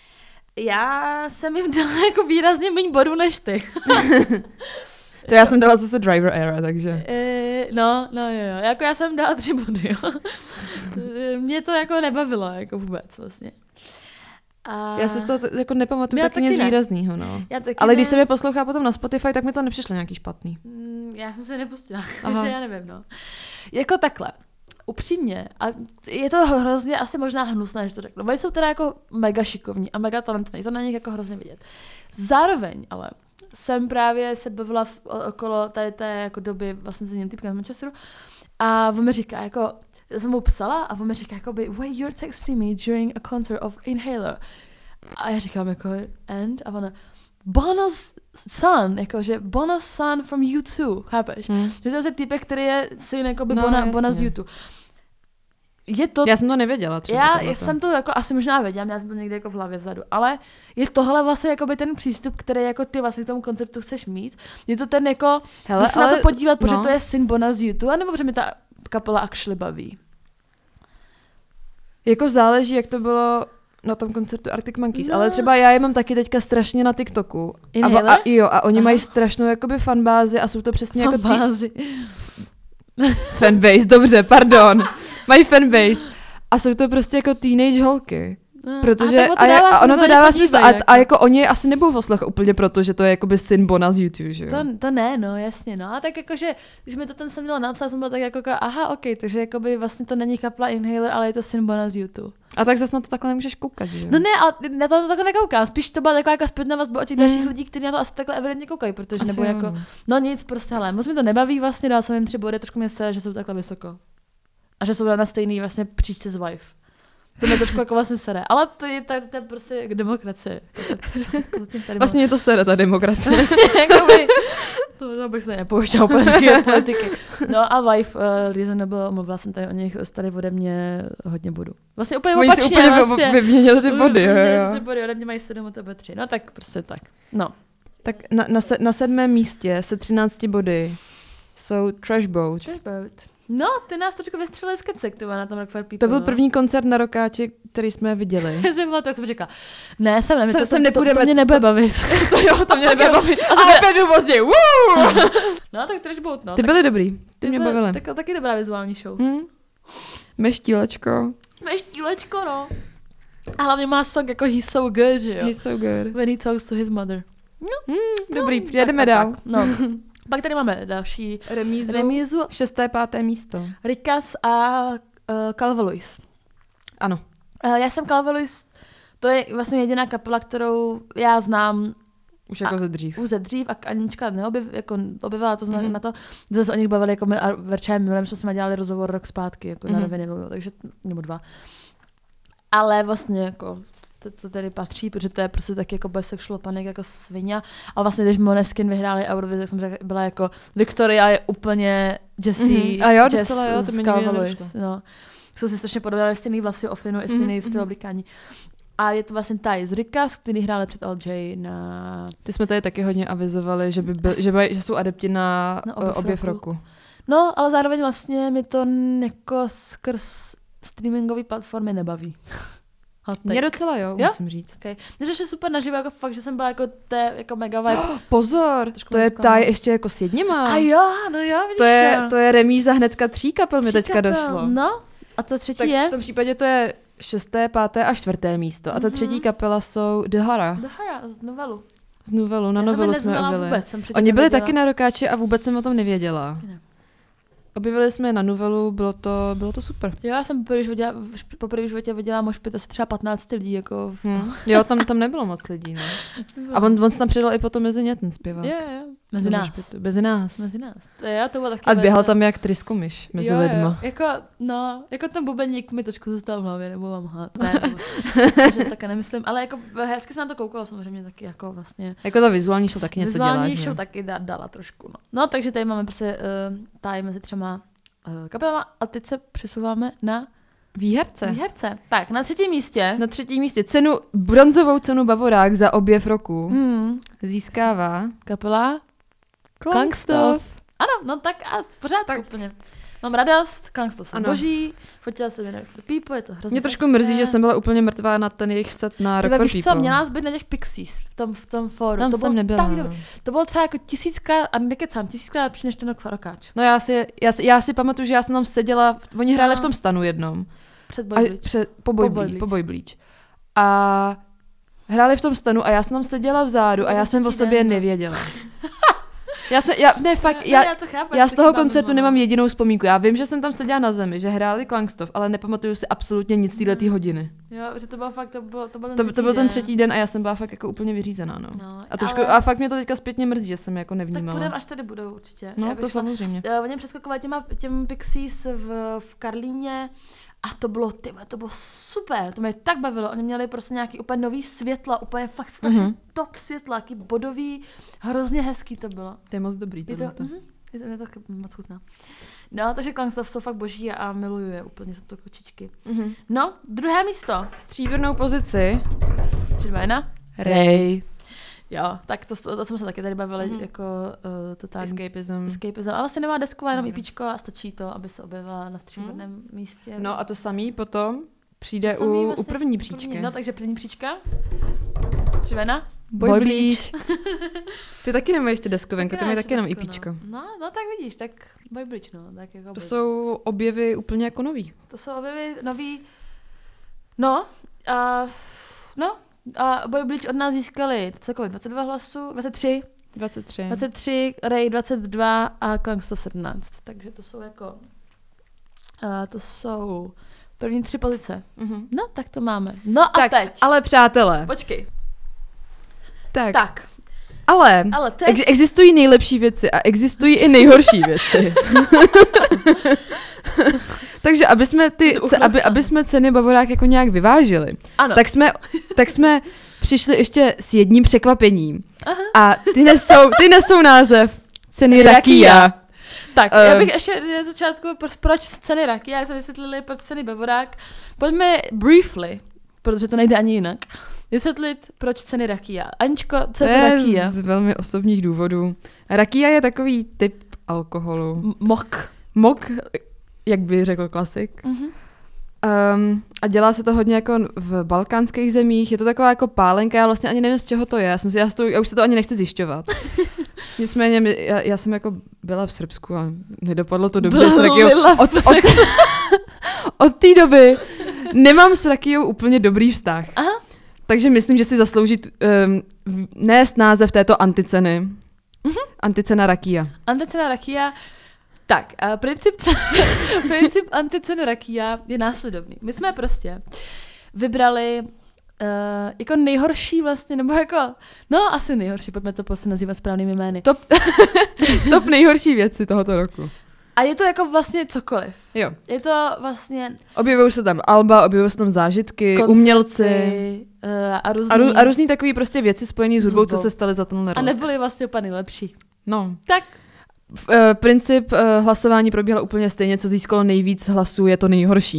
Já jsem jim dala jako výrazně méně bodů než ty. To já jsem dala zase Driver Era, takže. E, no, no jo, jo. Jako já jsem dala tři body, jo. Mě to jako nebavilo, jako vůbec vlastně. A... Já se z toho t- jako nepamatuju Já taky taky nic ne. výraznýho, no. Já taky Ale ne. když se mě poslouchá potom na Spotify, tak mi to nepřišlo nějaký špatný. Mm, Já jsem se nepustila, Aha. takže já nevím, no. Jako takhle. Upřímně, a je to hrozně asi možná hnusné, že to řeknu. Oni jsou teda jako mega šikovní a mega talentovaní, to na nich jako hrozně vidět. Zároveň ale jsem právě se bavila v, okolo tady té jako doby vlastně s jedním typkem z Manchesteru a on mi říká jako, já jsem mu psala a on mi říká jako by, wait, you're texting me during a concert of Inhaler. A já říkám jako, and? A ona, Bono's son, jakože Bono's son from U dva, chápeš? Hmm. Že to je týpek, který je syn jakoby No, Bona, Bona z jasně. U dva. Je to... Já jsem to nevěděla třeba. Já, tohleto. já jsem to jako asi možná věděla, měla jsem to někde jako v hlavě vzadu, ale je tohle vlastně jakoby ten přístup, který jako ty vlastně k tomu koncertu chceš mít. Je to ten jako, Hele, jdu se na ale- to podívat, protože no. to je syn Bona z U dva, anebo protože mi ta kapela actually baví. Jako záleží, jak to bylo na tom koncertu Arctic Monkeys, No. ale třeba já je mám taky teďka strašně na TikToku. A, Inhaler? a, jo, a oni Aha. mají strašnou jakoby fanbázi a jsou to přesně jako ty... Fanbázi. Fanbase, dobře, pardon. Mají fanbase. A jsou to prostě jako teenage holky. No, Protože, a, tak a, to dává a ono smysl, to že dává podívají, smysl. A, a jako oni asi nebudou poslech úplně proto, že to je jakoby syn Bona z YouTube, že jo? To, to ne, no, jasně, no. A tak jakože, když mi to ten jsem měla napsat, jsem byla tak jako, aha, ok, takže jakoby vlastně to není kapela Inhaler, ale je to syn Bona z YouTube. A tak zase na to takhle nemůžeš koukat, že jo? No ne, ale na to, to takhle nekoukám. Spíš to byla taková jako zpětná vazba od těch dalších Mm. lidí, kteří na to asi takhle evidentně koukají, protože Asi nebo jo, jako, no. no nic, prostě, hele, moc mi to nebaví vlastně, dal jsem jim tři body, trošku mě se, že jsou takhle vysoko. A že jsou na stejný vlastně příčce z Wife. To mě trošku jako vlastně sere, ale to je, to, to je prostě demokracie. Jako to, to, Vlastně je to sere, ta demokracie. Vlastně, jakoby, to, to bych se nepouštěl politiky, politiky. No a Wife, uh, Reasonable, mluvila jsem tady o nich, dostali ode mě hodně bodů. Vlastně úplně Oni opačně. si úplně vlastně. vyměnili ty body, jo, Vyměnili si jo. ty body, ode mě mají sedm, o tebe tři. No tak prostě tak. No. Tak na, na, se, na sedmém místě se třinácti body jsou Trash Boat. Boat. No, ty nás trošku vystřelili z kecek, ty vole, na tom Rock for People. To byl no. první koncert na Rokáči, který jsme viděli. Já jsem byla, tak jsem říkala, ne, sem ne, my Sem- to, sem to, nepůjdeme, to, to mě to- nebude bavit. To jo, to mě nebude bavit. A Ale pět později, woo! No, tak Trash Boat, no. Ty tak, byly dobrý, ty mě byly- bavily. Tak, taky dobrá vizuální show. Hm? Meštílečko. Máš tílečko, no. A hlavně má song jako He's So Good, že jo? He's so good. When he talks to his mother. Hm, dobrý, tak jedeme a dál. tak, No. Pak tady máme další Remízu. remízu. Šesté, páté místo. Rikas a uh, Calva Lewis. Ano. Uh, já jsem Calva Lewis, to je vlastně jediná kapela, kterou já znám Už jako A- ze dřív. už ze dřív a Anička neobjev, jako objevila to Mhm. mm-hmm. na to, že se o nich bavili jako my a Verčajem Milem, jsme s nimi dělali rozhovor rok zpátky, jako mm-hmm. na Mhm. Rovinilu, jo, takže nebo dva. Ale vlastně jako to, to tedy patří, protože to je prostě taky jako bisexual panic jako svině. A vlastně, když Måneskin vyhráli Eurovizi, tak jsem řekla, byla jako Victoria je úplně Jessie, Mhm. A jo, Jess docela jo, to z mi Calva nikdy Lewis, nedošlo. no. Jsou si strašně podobné, stejný vlasy ofinu, i stejný Mhm, styl mhm. oblikání. A je to vlastně Ty z Rikas, který hráli před L J na... Ty jsme tady taky hodně avizovali, že, by byl, že, by, že jsou adepti na, Na na objev objev, objev roku. roku. No, ale zároveň vlastně mi to n- jako skrz streamingové platformy nebaví. Hatek. Mě docela jo, Jo? musím říct. Okay. Mě je super naživo, jako fakt, že jsem byla jako té, jako mega vibe. Oh, pozor, Trošku to je mě zklamala. taj ještě jako s jedněma. A jo, no jo, vidíš to je, to je remíza hnedka tří kapel mi Tří teďka kapel. došlo. No, a to třetí Tak je? v tom případě to je šesté, páté a čtvrté místo. A ta třetí kapela jsou The Hara. The Hara z novelu. Z novelu, na Já jsem novelu je jsme neznala objevili. vůbec, jsem předtím Oni byli nevěděla. taky na Rokáči a vůbec jsem o tom nevěděla. Ne. Objevili jsme je na novelu, bylo to, bylo to super. Jo, já jsem poprvé v životě, poprvé v životě viděla mošpit asi třeba patnáct lidí, jako v Hm. Jo, tam, tam nebylo moc lidí, no. A on, on se tam přidal i potom mezi ně, ten zpěvák. Jo, jo, mezi Na nás. Mošpitu. Mezi nás. Mezi nás. To je, to bylo taky A běhal velice- tam jak tryskomiš mezi jo, lidma. Jo. Jako, no, jako ten bubeník mi trošku zůstal v hlavě, nebo mám hát. Ne, nebo, myslím, že také nemyslím, ale jako hezky se na to koukalo samozřejmě taky jako vlastně. Jako ta vizuální show taky něco Vizuální dělá, že? show taky da, dala trošku, no. No, takže tady máme prostě uh, taj mezi třema uh, kapelama a teď se přesouváme na Výherce. výherce. Tak, na třetím místě. Na třetím místě cenu, bronzovou cenu Bavorák za objev roku Hmm, získává kapela Klangstov. Ano, no tak a v pořádku Tak. úplně. Mám radost, Klangstov jsou Ano. boží, fotila jsem je for People, je to hrozně Mě trošku hezké. mrzí, že jsem byla úplně mrtvá na ten jejich set na Rock Tyhle, for víš co, People. měla jsi být na těch Pixies v tom, v tom fóru. Tam to jsem bylo nebyla. tak dobrý. To bylo třeba jako tisíckrát, a nekecám, tisíckrát lepší než ten Rock for Rokáč. No já si, já, si, já si pamatuju, že já jsem tam seděla, v- oni hráli No. v tom stanu jednom. Před A Boy Bleach. před, po, Boy Po Boy Bleach, Bleach. po Boy Bleach. A hráli v tom stanu a já jsem tam seděla vzadu a já jsem o třetí sobě den, no. nevěděla. Já se, já, ne, fakt, Ne, já, já to chápu, já z taky toho mám koncertu doma. nemám jedinou vzpomínku. Já vím, že jsem tam seděla na zemi, že hráli Klangstov, ale nepamatuju si absolutně nic z této hodiny. Jo, že to bylo fakt, to bylo, to byl ten To, třetí to byl ten den. třetí den a já jsem byla fakt jako úplně vyřízená, no. No, A, trošku, ale- a fakt mě to teďka zpětně mrzí, že jsem jako Tak nevnímala. půjdem, až tady budou určitě. Já No, bych to šla- samozřejmě. Uh, oni přeskakovali těma, těm Pixies v, v Karlíně a to bylo, ty, vole, to bylo super, to mě tak bavilo. Oni měli prostě nějaký úplně nový světla, úplně fakt strašně Mhm. mm-hmm. top světla, jaký bodový, hrozně hezký to bylo. To je moc dobrý. Je to, tohleto. mm-hmm, je to, mě to taky moc chutná. No, takže Klangstov jsou fakt boží a miluju je úplně, jsou to kočičky. Mhm. No, druhé místo. Stříbrnou pozici. Tři, dva, jedna. Ray. Jo, tak to, to, to jsme se taky tady bavili, Mhm. mm-hmm. jako uh, totální Escapism. escapism. A vlastně nemá desku, má jenom Mhm. IPčko a stačí to, aby se objevila na stříbrném místě. No a to samý potom přijde To samý u, vlastně u první příčky. První, no, takže první příčka. Tři vena. Boy, Boy Bleach. Ty taky nemají ještě deskovenku, ty mají taky jenom desku, IPčko. No. no, no, tak vidíš, tak Boy Bleach, no. Tak jako To Boy- jsou objevy úplně jako nový. to jsou objevy nový, no, a, no, a Boy Bleach od nás získali celkově dvacet dva hlasů, dvacet tři, dvacet tři. dvacet tři, Ray dvacet dva a Klangstov sedmnáct. Takže to jsou jako, a to jsou první tři pozice. Mhm. No, tak to máme. No a Tak, teď. ale přátelé, Počkej. tak, Tak, ale, ale teď. ex- existují nejlepší věci a existují i nejhorší věci. Takže aby jsme, ty, To se ce, aby, uchlouchla. aby jsme ceny Bavorák jako nějak vyvážili, Ano. tak jsme, tak jsme přišli ještě s jedním překvapením. Aha. A ty nesou, ty nesou název ceny Rakia. Rakia. Tak, já Ehm. bych ještě na začátku, pro- proč ceny Rakia, jak jsme vysvětlili, proč ceny Bavorák. Pojďme briefly, protože to nejde ani jinak, vysvětlit, proč ceny Rakia. Aničko, co je to Rakia? z velmi osobních důvodů. Rakia je takový typ alkoholu. M- Mok. Mok, jak by řekl klasik. Mhm. Um, a dělá se to hodně jako v balkánských zemích. Je to taková jako pálenka, já vlastně ani nevím, z čeho to je. Já, jsem si, já, si to, já už se to ani nechci zjišťovat. Nicméně my, já, já jsem jako byla v Srbsku a nedopadlo to dobře. s Rakiou. Byla v Od, od, od té doby nemám s Rakiou úplně dobrý vztah. Aha. Takže myslím, že si zaslouží um, nést název této anticeny. Mhm. Anticena Rakia. Anticena Rakia. Tak, a princip, princip anticeny Rakia je následovný. My jsme prostě vybrali uh, jako nejhorší vlastně, nebo jako, no asi nejhorší, pojďme to prostě nazývat správnými jmény. Top, top nejhorší věci tohoto roku. A je to jako vlastně cokoliv. Jo. Je to vlastně Objevují se tam alba, objevují se tam zážitky, koncerty, umělci uh, a různý, a, rů, a různý takový prostě věci spojený s S hudbou, co hudbou. se staly za tenhle a rok. nebyly vlastně úplně nejlepší. No. Tak, V, uh, princip uh, hlasování probíhal úplně stejně, co získalo nejvíc hlasů, je to nejhorší.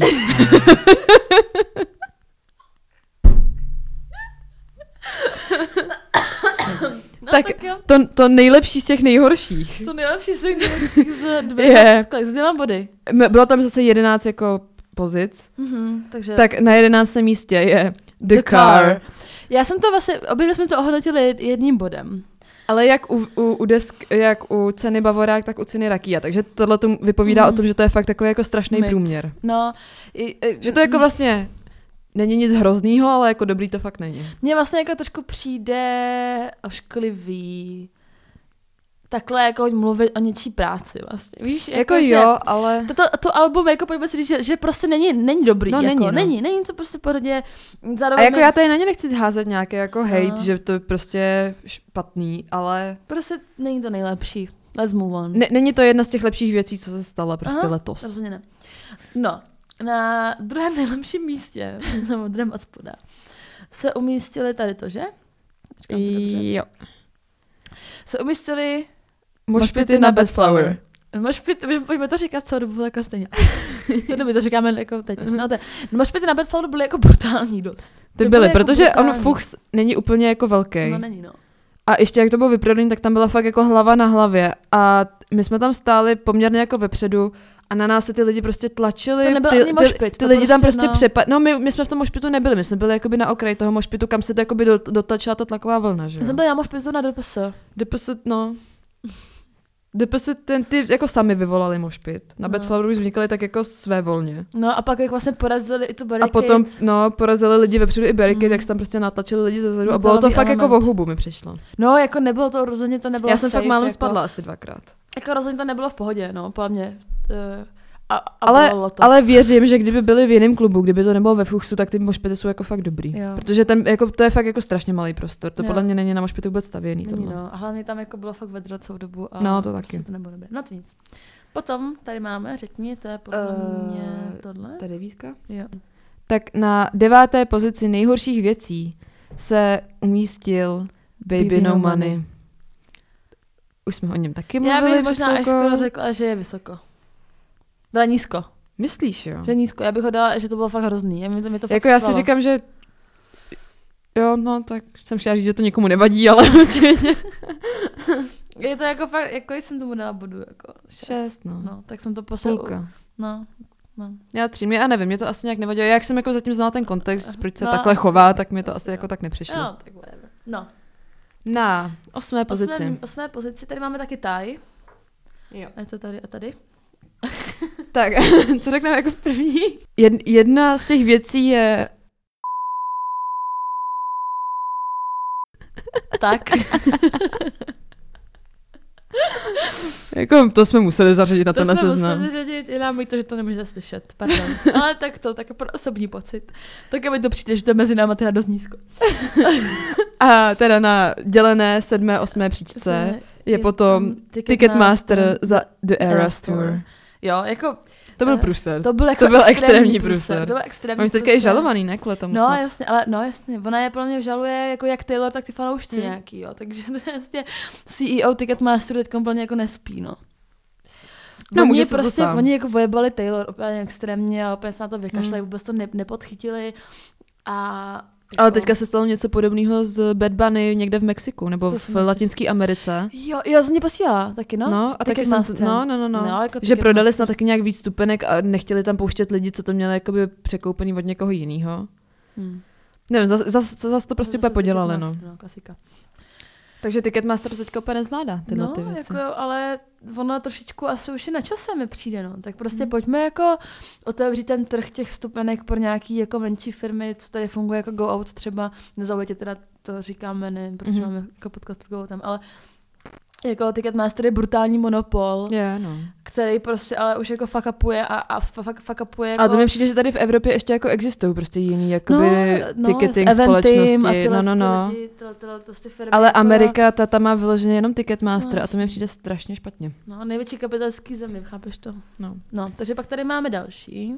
no Tak- tak, tak jo. To, to nejlepší z těch nejhorších. To nejlepší z těch nejlepších z, dvě, Je. kolik, z dvěma body. M- Bylo tam zase jedenáct jako pozic. Mm-hmm, takže... Tak na jedenáctém místě je The, The Car. Car. Já jsem to vlastně, obě jsme to ohodnotili jedním bodem. Ale jak u, u, u desk, jak u ceny Bavorák, tak u ceny Rakia. Takže tohle tu vypovídá mm. o tom, že to je fakt takový jako strašný Mix. průměr. No. I, i, že to jako vlastně není nic hroznýho, ale jako dobrý to fakt není. Mně vlastně jako trošku přijde ošklivý takhle jako mluvit o něčí práci vlastně, víš? Jako, jako jo, že ale... Toto, to album, jako pojďme si říct, že, že prostě není, není dobrý. No jako, není, no. není, není to prostě pořadě. A jako já tady na ně nechci házet nějaké jako hate, no. že to je prostě špatný, ale... Prostě není to nejlepší. Let's move on. Ne, není to jedna z těch lepších věcí, co se stala prostě Aha, letos. Rozhodně ne. No, na druhém nejlepším místě, nebo druhém od spoda, se umístili tady to, že? Říkám to dobře. Jo. Se umístili Mošpity na Bad Flower. Mošpity, pojďme to říkat celou dobu jako stejně. To doby to říkáme jako teď. No, to, mošpity na Bad Flower byly jako brutální dost. Ty byly, byly, jako protože brutální. on Fuchs není úplně jako velký. No není, no. A ještě jak to bylo vyprodaný, tak tam byla fakt jako hlava na hlavě. A my jsme tam stáli poměrně jako vepředu a na nás se ty lidi prostě tlačili. To nebyl ty, ani mošpit. Ty, ty lidi prostě, tam prostě no. přepadli. No my, my jsme v tom mošpitu nebyli, my jsme byli jakoby na okraji toho mošpitu, kam se to jakoby dotlačila ta tlaková vlna, že jo? Já jsem byla na mošpitu na D P S. D P S, no. D P S, ten, ty jako sami vyvolali mošpit. Na No. Bad Flower už vznikaly tak jako své volně. No a pak jak vlastně porazili i tu A barricade. potom, no, porazili lidi vepředu i barricade, Mm. tak se tam prostě natlačili lidi zezadu a bylo to Zálový fakt element. jako o hubu mi přišlo. No jako nebylo to, rozhodně to nebylo Já jsem safe, fakt málem jako, spadla asi dvakrát. Jako rozhodně to nebylo v pohodě, no, podle mě. Uh, a, a Ale, to. ale věřím, že kdyby byli v jiném klubu, kdyby to nebylo ve Fuchsu, tak ty mošpity jsou jako fakt dobrý. Jo. Protože ten, jako, to je fakt jako strašně malý prostor. To Jo. podle mě není na mošpitu vůbec stavěný. Není, Tohle. no. A hlavně tam jako bylo fakt vedro celou dobu. A No, to prostě taky. to nebylo dobré. No to nic. Potom tady máme, řekni, to je podle Uh, mě tohle. Ta devítka? Jo. Tak na deváté pozici nejhorších věcí se umístil Baby, Baby No No Money. Money. Už jsme o něm taky Já mluvili bych před možná až chvilkou. skoro řekla, že je vysoko. Teda nízko. Myslíš, jo? Že nízko. Já bych ho dala, že to bylo fakt hrozný. Já, mi to, mi to fakt Jako já si štvalo. říkám, že jo, no tak jsem chtěla říct, že to někomu nevadí, ale určitě. Je to jako fakt, jako jsem tomu dala bodu, jako šest. Šest, no. no. Tak jsem to poslala. Půlka. No, no. Já tři, mě, já nevím, mě to asi nějak nevadilo. Jak jsem jako zatím znala ten kontext, proč se No, takhle asi, chová, tak mi to asi asi jo. jako tak nepřišlo. No, tak whatever. No. Na osmé pozici. Osmé, osmé pozici, tady máme taky Thai. Jo. A je to tady a tady. Tak, co řekneme jako první? Jed, jedna z těch věcí je... Tak. Jako, to jsme museli zařadit na To ten jsme seznam. museli zařadit, je nám to, že to nemůžete slyšet, pardon. Ale tak to, tak pro osobní pocit. Tak mi to přijde, že to je mezi náma teda dost nízko. A teda na dělené sedmé, osmé příčce je, je potom Ticketmaster za The Eras Tour. Jo, jako... To byl eh, průser. To byl, jako to byl extrémní extrémní průser. průser. To byl extrémní Oni jsou teďka i žalovaný, ne? Kvůli tomu No snad. jasně, ale no jasně, ona je podle mě žaluje jako jak Taylor, tak ty fanoušci Hmm. nějaký, jo, takže to je vlastně C E O Ticketmasteru teď úplně jako nespí, no. No, oni může se to prostě, sám. oni jako vojebali Taylor úplně extrémně a úplně se na to vykašlali, Hmm. vůbec to ne, nepodchytili a... Jako, Ale teďka se stalo něco podobného z Bad Bunny někde v Mexiku, nebo To v jsem Latinské Americe. Jo, jo, z ní posílala taky, no? No, S a taky jsem, Ticketmasterem. no, no, no, no. No, jako že prodali Ticketmaster. snad taky nějak víc stupenek a nechtěli tam pouštět lidi, co to měli jakoby překoupený od někoho jiného. Hmm. Nevím, zase zas, zas to prostě Zase úplně podělali, no. Ticketmaster, no. Klasika. Takže Ticketmaster to teďka úplně nezvládá, tyhle No, ty věci. jako, ale ono trošičku asi už je na čase mi přijde, no. Tak prostě Hmm. pojďme jako otevřít ten trh těch stupenek pro nějaký jako menší firmy, co tady funguje jako Go Out třeba. Nezaujďte teda, to říkáme, ne, protože Mhm. máme jako podcast pod Go Outem, ale jako Ticketmaster je brutální monopol, Je, no. který prostě ale už jako fuck upuje a, a fuck, fuck upuje jako... A to mi přijde, že tady v Evropě ještě jako existují prostě jiný jakoby no, ticketing s Eventim společnosti. A tyhle, no, no, no. Ty lidi, tyhle, tyhle, tyhle ty firmy, Ale jako, Amerika, ta tam má vyloženě jenom Ticketmaster No, a to mi přijde strašně špatně. No, největší kapitalský země, chápeš to? No. No, takže pak tady máme další.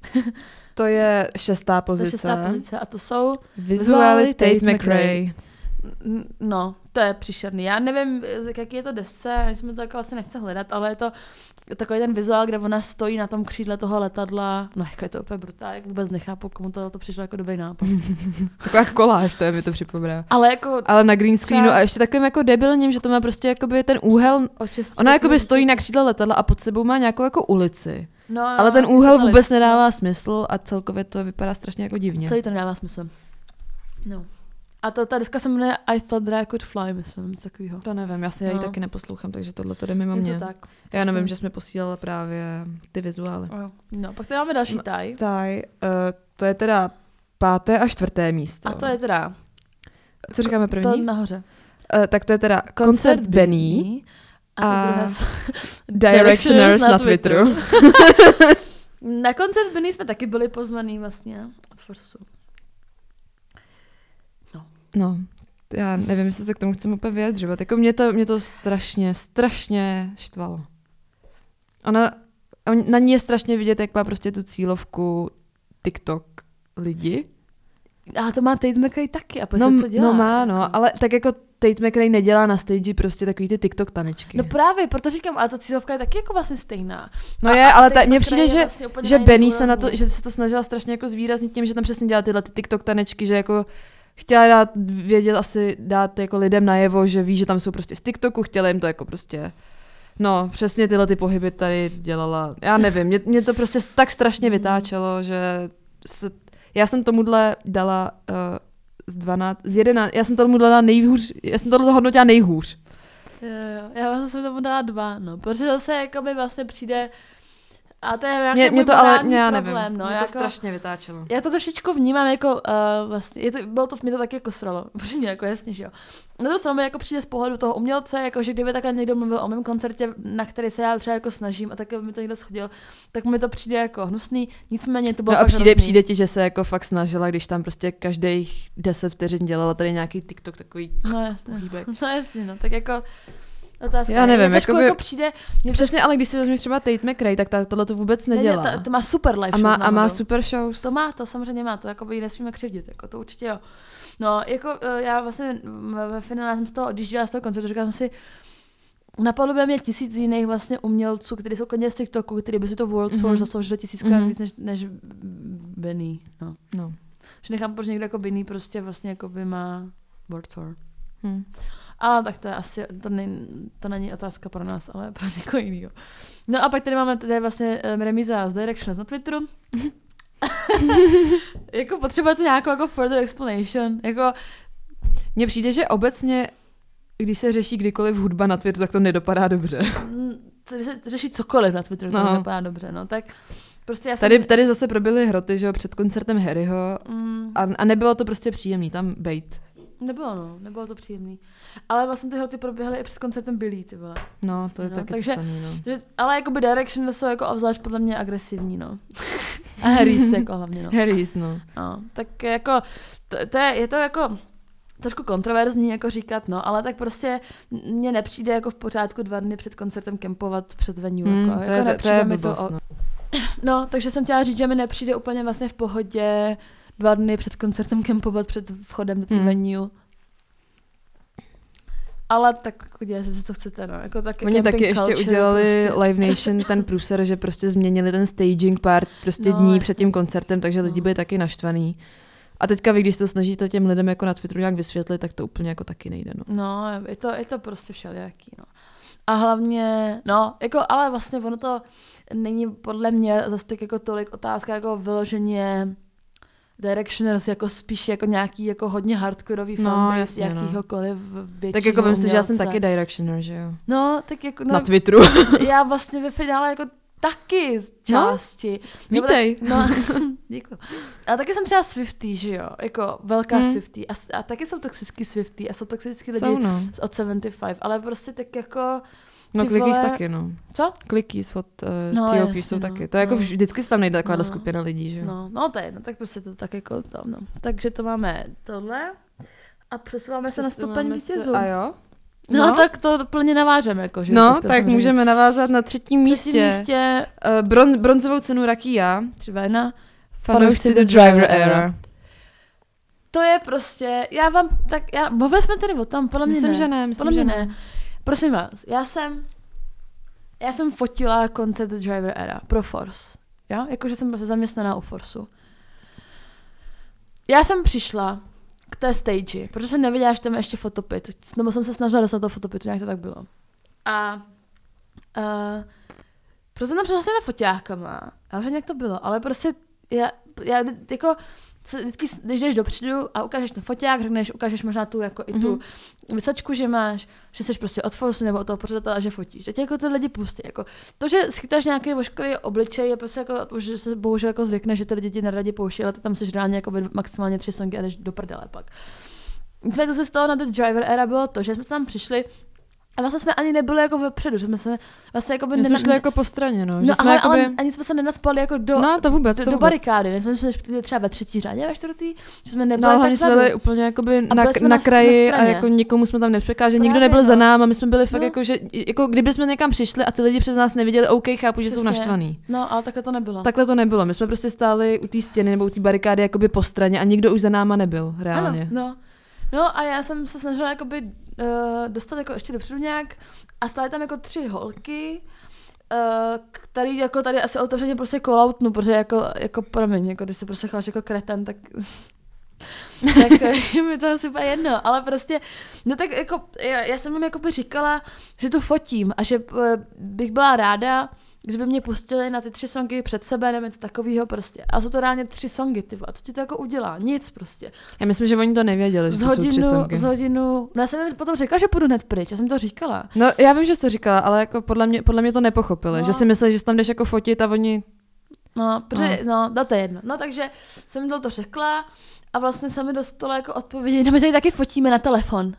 To je šestá To je pozice. šestá pozice a to jsou Visually Tate McRae. No, to je příšerný. Já nevím, jaký je to desce, já jsme to jako vlastně nechce hledat, ale je to takový ten vizuál, kde ona stojí na tom křídle toho letadla. No, jako je to úplně brutální, jak vůbec nechápu, komu to, to přišlo jako dobrý nápad. Taková koláž, to je mi to připomíná. Ale jako... Ale na green screenu třeba... a ještě takovým jako debilním, že to má prostě jakoby ten úhel, ona jakoby stojí na křídle letadla a pod sebou má nějakou jako ulici. No, ale ten úhel vůbec nedává smysl a celkově to vypadá strašně jako divně. Celý to nedává smysl. No. A to, ta deska se jmenuje I Thought That I Could Fly, myslím, něco takového. To nevím, já si no. ji taky neposlouchám, takže tohle to jde mimo je mě. To tak. Já nevím, že jsme posílala právě ty vizuály. No, no pak tady máme další M- taj. Taj, uh, to je teda páté a čtvrté místo. A to je teda... Co říkáme první? To nahoře. Uh, tak to je teda koncert Benny a, a a druhé Directioners na, na Twitteru. Na koncert Benny jsme taky byli pozvaný vlastně od Forsu. No, já nevím, jestli se k tomu chceme úplně vyjadřovat. Jako mě to, mě to strašně, strašně štvalo. Ona, na ní je strašně vidět, jak má prostě tu cílovku TikTok lidi. A to má Tate McRae taky. A pojď no, se, co dělá. No má, no, jako. ale tak jako Tate McRae nedělá na stage prostě takový ty TikTok tanečky. No právě, protože říkám, ale ta cílovka je taky jako vlastně stejná. No a, je, a ale ta, mně přijde, že, vlastně že Benny se na to, že se to snažila strašně jako zvýraznit tím, že tam přesně dělá tyhle ty TikTok tanečky, že jako chtěla dát vědět, asi dát jako lidem najevo, že ví, že tam jsou prostě z TikToku, chtěla jim to jako prostě, no přesně tyhle ty pohyby tady dělala, já nevím, mě, mě to prostě tak strašně vytáčelo, že se, já jsem tomuhle dala uh, z dvanáct, z jedenáct, já jsem tomuhle dala nejhůř, já jsem tohle hodnotila nejhůř. Jo, jo, já vlastně jsem tomu dala dva, no, protože zase jako mi vlastně přijde. A to je nějaký mě, můj to ale, já problém, nevím. No, mě to jako, strašně vytáčelo. Já to trošičku vnímám jako, uh, vlastně, je to, bylo to, mě to taky jako sralo, upřímně, jako jasně, že jo. Na druhou stranu mi jako přijde z pohledu toho umělce, jako že kdyby takhle někdo mluvil o mém koncertě, na který se já třeba jako snažím a taky by mi to někdo shodil, tak mi to přijde jako hnusný, nicméně to bylo no fakt a přijde, hrozný. přijde ti, že se jako fakt snažila, když tam prostě každých deset vteřin dělala tady nějaký TikTok takový no jasně, hýbek. no jasně, no, tak jako otázka. Já nevím, jako, by... jako přijde... Přesně, ale když si vezmeš třeba Tate McRae, tak ta, tohle to vůbec nedělá. Ne, to, to má super live a má, shows. A má super shows. To má, to samozřejmě má, to jako by nesmíme křivdit, jako to určitě jo. No, jako já vlastně ve finále jsem z toho odjížděla z toho koncertu, říkala jsem si, napadlo by mě tisíc jiných vlastně umělců, kteří jsou klidně z TikToku, kteří by si to World Tour mm-hmm. zasloužili tisíckrát mm-hmm. víc než, než Benny. No. no. Že nechám, proč někdo jako Benny prostě vlastně jako by má World Tour. Hmm. A tak to je asi, to, ne, to není otázka pro nás, ale pro někoho jiného. No a pak tady máme tady vlastně um, remíza z Directioners na Twitteru. Jako potřebujete nějakou jako further explanation. Jako... Mně přijde, že obecně, když se řeší kdykoliv hudba na Twitteru, tak to nedopadá dobře. Když se řeší cokoliv na Twitteru, no. To nedopadá dobře. No tak prostě já jsem... tady, tady zase proběhly hroty, že jo, před koncertem Harryho mm. a, a nebylo to prostě příjemný tam bejt. Nebylo, no, nebylo to příjemný. Ale vlastně ty hroty proběhly i před koncertem Billy, ty vole. No, to je no, taky takže, to samý, no. Že, ale jakoby Direction jsou jako obzvlášť podle mě agresivní, no. A Harrys jako hlavně, no. Harrys, no. no. Tak jako, to, to je, je to jako trošku kontroverzní jako říkat, no, ale tak prostě mně nepřijde jako v pořádku dva dny před koncertem kempovat před venue, hmm, jako, to jako je, nepřijde to je mi blbost, to o... no. no, takže jsem chtěla říct, že mi nepřijde úplně vlastně v pohodě dva dny před koncertem kempovat před vchodem do té hmm. venue. Ale tak dělejte si, co chcete, no. Jako tak oni taky ještě udělali prostě. Live Nation ten průser, že prostě změnili ten staging part prostě no, dní jasný. Před tím koncertem, takže lidi no. byli taky naštvaný. A teďka vy, když se to snažíte těm lidem jako na Twitteru nějak vysvětlit, tak to úplně jako taky nejde, no. No, je to, je to prostě všelijaký, no. A hlavně, no, jako, ale vlastně ono to není podle mě zase tak jako tolik otázka jako vyloženě Directioners jako spíš jako nějaký jako hodně hardkorový no, fanbase jakýhokoliv většího tak jako vím si, že já jsem umělce. taky Directioner, že jo? No, tak jako... No, na Twitteru. Já vlastně ve finále jako taky z části. No, vítej. Tak, no, děkuji. A taky jsem třeba Swiftie, že jo? Jako velká hmm. Swiftie. A, a taky jsou toxický Swiftie a jsou toxický lidi jsou, no. od sedmdesát pět, ale prostě tak jako... No Clickies vole... taky, no. Co? Clickies od uh, no, T O P jsou no, taky. To je jako no. vždycky se tam nejde taková no. skupina lidí, že jo? No, no to je jedno, tak prostě to tak jako to, no. Takže to máme tohle a přesouváme se na stupeň vítězů. A jo? No, no, tak to plně navážeme, jako, že? No, tak samozřejmě. Můžeme navázat na třetím místě. Třetím místě uh, bron, bronzovou cenu Rakia. Třeba jedna Fanoušci The Driver Era. To to je prostě, já vám, tak, já, mluvili jsme tady o tom, podle mě Myslím, ne. že ne, myslím, podle mě že ne. ne. Prosím vás, já jsem, já jsem fotila koncert The Driver Era pro Force, jo, jakože jsem zaměstnaná u Forceu. Já jsem přišla k té stage, protože jsem nevěděla, že tam je ještě fotopit, nebo jsem se snažila dostat do fotopitu, nějak to tak bylo. A uh, protože jsem tam přišla s těmi foťákama, já už nějak to bylo, ale prostě já, já jako, co, vždycky, když jdeš dopředu a ukážeš ten foťák, řekneš, ukážeš možná tu, jako i tu mm-hmm. vysačku, že máš, že jsi prostě od Force nebo od toho pořadatele, že fotíš. Teď jako ty lidi pustí. Jako, to, že schytáš nějaký vošklivý obličej, je prostě jako, už se bohužel jako zvykne, že ty lidi ti neradi pouští, ale ty tam jsi reálně jako maximálně tři songy a jdeš do prdele pak. Nicméně to se z toho na The Driver Era bylo to, že jsme tam přišli a vlastně jsme ani nebyli jako vepředu, že jsme se vlastně jako by My jsme nena... šli jako po straně, no. No Že ale, jsme jakoby... ale ani jsme se nenaspali jako do, no, to vůbec, do, to do vůbec. barikády, ne? Jsme byli třeba ve třetí řadě, ve čtvrtý, že jsme nebyli No, tak hlavně jsme byli úplně jakoby na, byli jsme na na kraji straně. a jako nikomu jsme tam nepřekáželi, že nikdo Právě, nebyl no. za náma, my jsme byli fakt No. jako, že jako kdyby jsme někam přišli a ty lidi přes nás neviděli, OK, chápu, že jsou Přesně. naštvaný. No, ale takhle to nebylo. Takhle to nebylo, my jsme prostě stáli u té stěny nebo u té barikády jakoby po straně a nikdo už za náma nebyl, reálně. Ano, no. No a já jsem se snažila jakoby uh, dostat jako ještě dopředu nějak a stály tam jako tři holky, uh, který jako tady asi otevřeně prostě call-outnu, protože jako, jako promiň, jako když se prostě chováš jako kreten, tak tak je mi to asi úplně jedno, ale prostě, no tak jako, já, já jsem jim jakoby říkala, že tu fotím a že uh, bych byla ráda, kdyby mě pustili na ty tři songy před sebe, nebo něco takového prostě. A jsou to reálně tři songy, ty vole. Co ti to jako udělá? Nic prostě. Já myslím, že oni to nevěděli, že Z to jsou tři hodinu, songy. z hodinu, no já jsem jim potom řekla, že půjdu hned pryč, já jsem to říkala. No já vím, že jsi to říkala, ale jako podle mě, podle mě to nepochopili, No. že si mysleli, že jsi tam jdeš jako fotit a oni... No, protože, no, no to je jedno. No takže jsem jim to řekla a vlastně se mi dostalo jako odpovědi, no my tady taky fotíme na telefon.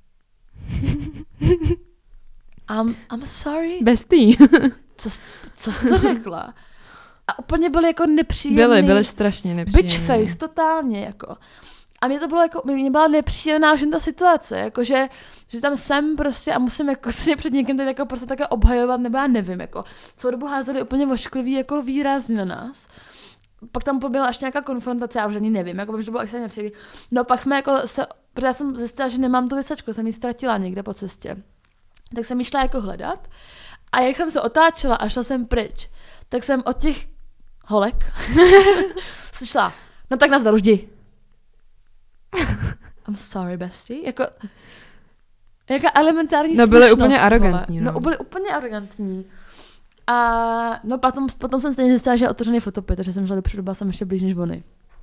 I'm, I'm sorry. Bestý. Co, co jsi to řekla? A úplně byly jako nepříjemný. Byli, byli strašně nepříjemní. Bitch face, totálně, jako. A mě to bylo jako, mě byla nepříjemná už jen ta situace, jakože, že tam jsem prostě a musím jako se před někým tady jako prostě také obhajovat, nebo já nevím, jako, celou dobu házeli úplně vošklivý jako výrazy na nás. Pak tam byla až nějaká konfrontace, já už ani nevím, jako, protože to bylo extrémně nepříjemný. No pak jsme jako se, protože já jsem zjistila, že nemám tu vysačku, jsem ji ztratila někde po cestě. Tak jsem ji šla jako hledat a jak jsem se otáčela a šla jsem pryč, tak jsem od těch holek slyšela, no tak nazdar, už jdi. I'm sorry, bestie. Jako, jaká elementární No byly slušnost, úplně arrogantní. No. No. no byly úplně arrogantní. A no potom, potom jsem stejně zjistila, že je otevřený fotopit, takže jsem šla dopředu, byla jsem ještě blíž než oni.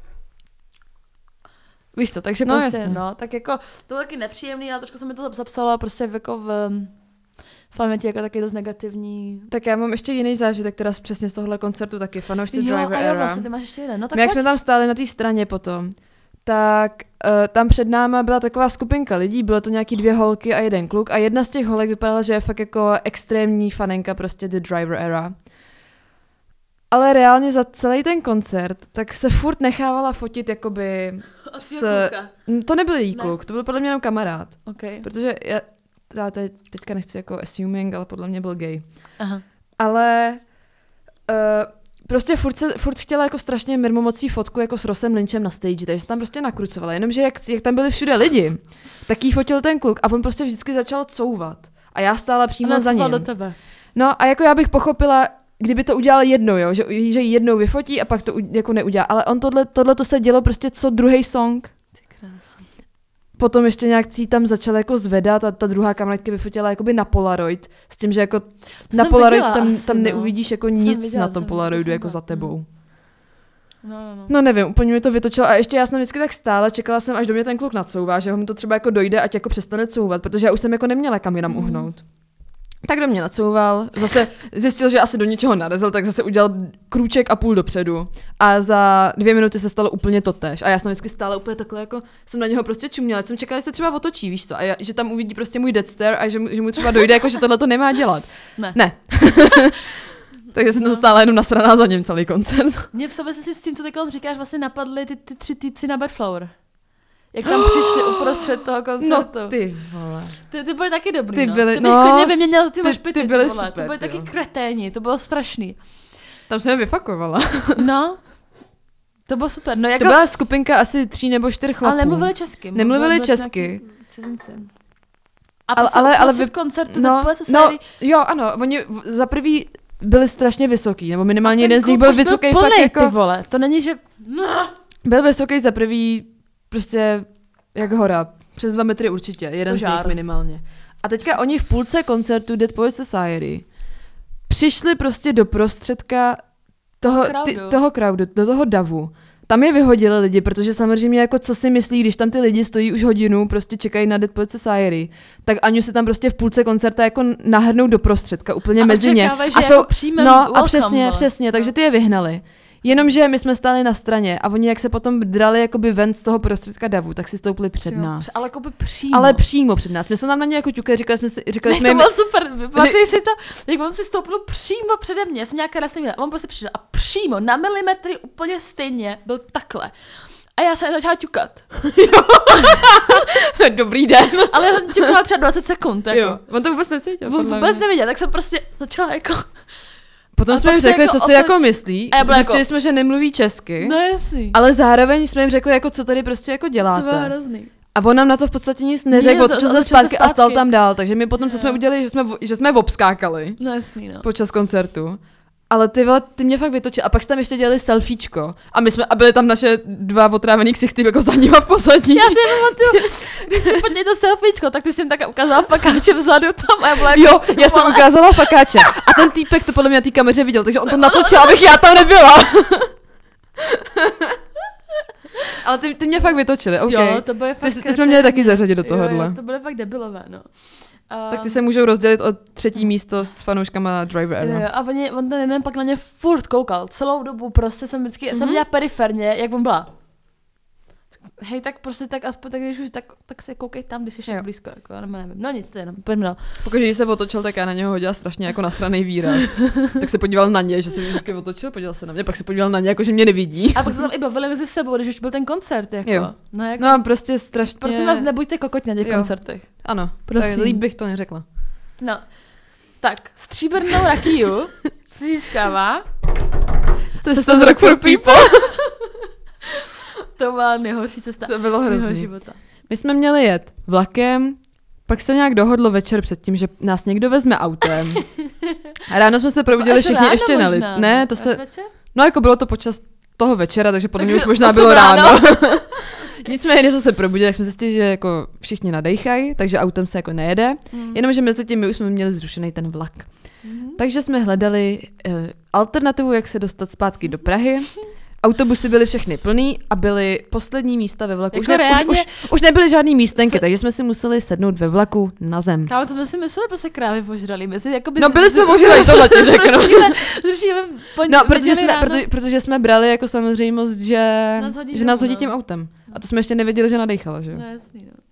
Víš co, takže No, prostě, jasně. no, tak jako, to bylo taky nepříjemný, ale trošku se mi to zapsalo prostě jako v, v paměti jako taky dost negativní. Tak já mám ještě jiný zážitek, teda přesně z tohohle koncertu taky, fanoušci Jo, Driver a jo, Era. vlastně, ty máš ještě jeden. No tak My jak pojď. jsme tam stáli na té straně potom, tak uh, tam před náma byla taková skupinka lidí, bylo to nějaký dvě holky a jeden kluk a jedna z těch holek vypadala, že je fakt jako extrémní fanenka prostě The Driver Era. Ale reálně za celý ten koncert, tak se furt nechávala fotit jakoby Od s... tvýho kluka. To nebyl jí Ne. kluk, to byl podle mě jenom kamarád. Okay. Protože já, já teď, teďka nechci jako assuming, ale podle mě byl gay. Aha. Ale uh, prostě furt, se, furt chtěla jako strašně mirmomocí fotku jako s Rossem Lynchem na stage, takže se tam prostě nakrucovala. Jenomže jak, jak tam byli všude lidi, tak jí fotil ten kluk a on prostě vždycky začal couvat. A já stála přímo Ona za ním. do tebe. No a jako já bych pochopila, kdyby to udělal jednou, jo, že, že ji jednou vyfotí a pak to u, jako neudělá. Ale on tohle, tohle to se dělo prostě co druhý song. Ty krása. Potom ještě nějak si tam začala jako zvedat a ta druhá kamarádka vyfotila jakoby na Polaroid s tím, že jako To na jsem Polaroid viděla tam, asi, tam no. neuvidíš jako To jsem nic viděla, na tom to jsem- Polaroidu to jsem jako za byla. tebou. No, no, no. No nevím, úplně mi to vytočilo a ještě já jsem vždycky tak stála, čekala jsem, až do mě ten kluk nacouvá, že ho mi to třeba jako dojde, ať jako přestane couvat, protože já už jsem jako neměla kam jinam Mhm. uhnout. Tak do mě nacouval, zase zjistil, že asi do něčeho narazil, tak zase udělal krůček a půl dopředu. A za dvě minuty se stalo úplně totéž. A já jsem vždycky stála úplně takhle, jako jsem na něho prostě čuměla. Jsem čekala, že se třeba otočí, víš co? A já, že tam uvidí prostě můj death stare a že, mu- že mu třeba dojde, jako že tohle to nemá dělat. Ne. Ne. Takže jsem tam stála jenom nasraná za něm celý koncert. Mě v sobě se s tím, co teď říkáš, vlastně napadly ty, ty tři týpci na Bedflower. Jak tam přišli uprostřed toho No koncertu. ty vole. Ty, ty byly taky dobrý, Ty no. byly- ty bych no, klidně vyměnil ty ty- mošpity, ty byly vole. super, To byly ty taky jo. kreténi, to bylo strašný. Tam se mi vyfakovala. No, To bylo super. No, jako... To byla skupinka asi tří nebo čtyř chlapů. Ale nemluvili česky. Nemluvili česky. Cizinci. A ale, prostě ale, ale vy... vy... koncertu no, no, jo, ano, oni za prvý byli strašně vysoký, nebo minimálně jeden z nich byl vysoký plnej, fakt jako... ty vole, to není, že... No. Byl vysoký za prvý prostě jak hora, přes dva metry určitě, jeden to z nich minimálně. A teďka oni v půlce koncertu Dead Poets Society přišli prostě do prostředka toho, ty, toho crowdu, do toho davu. Tam je vyhodili lidi, protože samozřejmě jako co si myslí, když tam ty lidi stojí už hodinu, prostě čekají na Dead Poets Society, tak Aňu se tam prostě v půlce koncerta jako nahrnou do prostředka, úplně a mezi ně. A jsou, jako no welcome, a přesně, ale. přesně, takže ty je vyhnali. Jenomže my jsme stáli na straně a oni jak se potom drali jakoby ven z toho prostředka davu, tak si stoupili před Přímo, nás. Ale jakoby přímo. Ale přímo před nás. My jsme tam na ně jako ťukali, říkali jsme si, říkali ne, jsme to bylo super. Pamatuji si to, jak on si stoupil přímo přede mě, jsem nějaká rasný a on prostě přišel a přímo na milimetry úplně stejně byl takhle. A já jsem začala ťukat. Dobrý den. Ale já jsem ťukala třeba dvacet sekund. Jako. Jo, on to vůbec necítil. On vůbec neviděl, tak jsem prostě začala jako... Potom a jsme jim řekli, jako co si jako myslí. A zjistili jako... jsme, že nemluví česky. No jasný. Ale zároveň jsme jim řekli, jako, co tady prostě jako děláte. To bylo hrozný. A on nám na to v podstatě nic neřekl, odšel se zpátky a stal tam dál. Takže my potom, co jsme udělali, že jsme, že jsme obskákali. No jasný, no. Počas koncertu. Ale ty vole, ty mě fakt vytočil. A pak jsme tam ještě dělali selfiečko. A my jsme, a byly tam naše dva otrávený ksichty jako za nima v pozadí. Já si pamatuju, když jsi podněj to selfiečko, tak ty jsi jim tak ukázala fakáče vzadu tam a já byla Jo, já jsem ukázala fakáče. A ten týpek to podle mě na té kameře viděl, takže on to natočil, abych já tam nebyla. Ale ty, ty mě fakt vytočili, OK. Jo, to bylo fakt... Ty, ty jsme měli taky zařadit do tohohle. Jo, jo, to bylo fakt debilové, no. Um, tak ty se můžou rozdělit o třetí místo s fanouškama Driver Era. Jo, a oni, on ten jeden pak na ně furt koukal. Celou dobu prostě jsem vždycky, mm-hmm. jsem dělala periferně, jak on byla. Hej, tak prostě tak aspoň, tak když už, tak, tak se koukej tam, když jsi blízko, jako, nebo nevím. No nic, to jenom, pojďme dál. Pokud když se otočil, tak já na něho hodila strašně jako nasranej výraz. Tak se podíval na ně, že se mi vždycky otočil, podíval se na mě, pak se podíval na ně, jako že mě nevidí. A pak se tam i bavili mezi sebou, když už byl ten koncert, jako. Jo. No, jako, no a prostě strašně... Prosím vás, nebuďte kokotní na těch jo. koncertech. Ano, prosím. Líp bych to neřekla. No, tak, stříbrnou rakiju si získává Cesta z Rock for People. To byla nejhorší cesta. To bylo hrozný. Života. My jsme měli jet vlakem, pak se nějak dohodlo večer předtím, že nás někdo vezme autem. A ráno jsme se probudili všichni ještě na lid. Ne, to se... No jako bylo to počas toho večera, takže podle mě už možná bylo ráno. ráno. Nicméně, když jsme se probudili, tak jsme zjistili, že jako všichni nadejchají, takže autem se jako nejede. Mm. Jenomže mezi tím my už jsme měli zrušený ten vlak. Mm. Takže jsme hledali uh, alternativu, jak se dostat zpátky do Prahy. Autobusy byly všechny plný a byly poslední místa ve vlaku. Jako už, ne, reálně... už, už, už nebyly žádný místenky, co? Takže jsme si museli sednout ve vlaku na zem. Kámo, co jsme si mysleli, prostě krávy požrali. My si, jakoby, no byli jsme požrali, tohle ti řeknu. No, protože jsme, proto, protože jsme brali jako samozřejmost, že nás hodí, že nás hodí tím autem. A to jsme ještě nevěděli, že nadejchala, že jo? No jasný, no.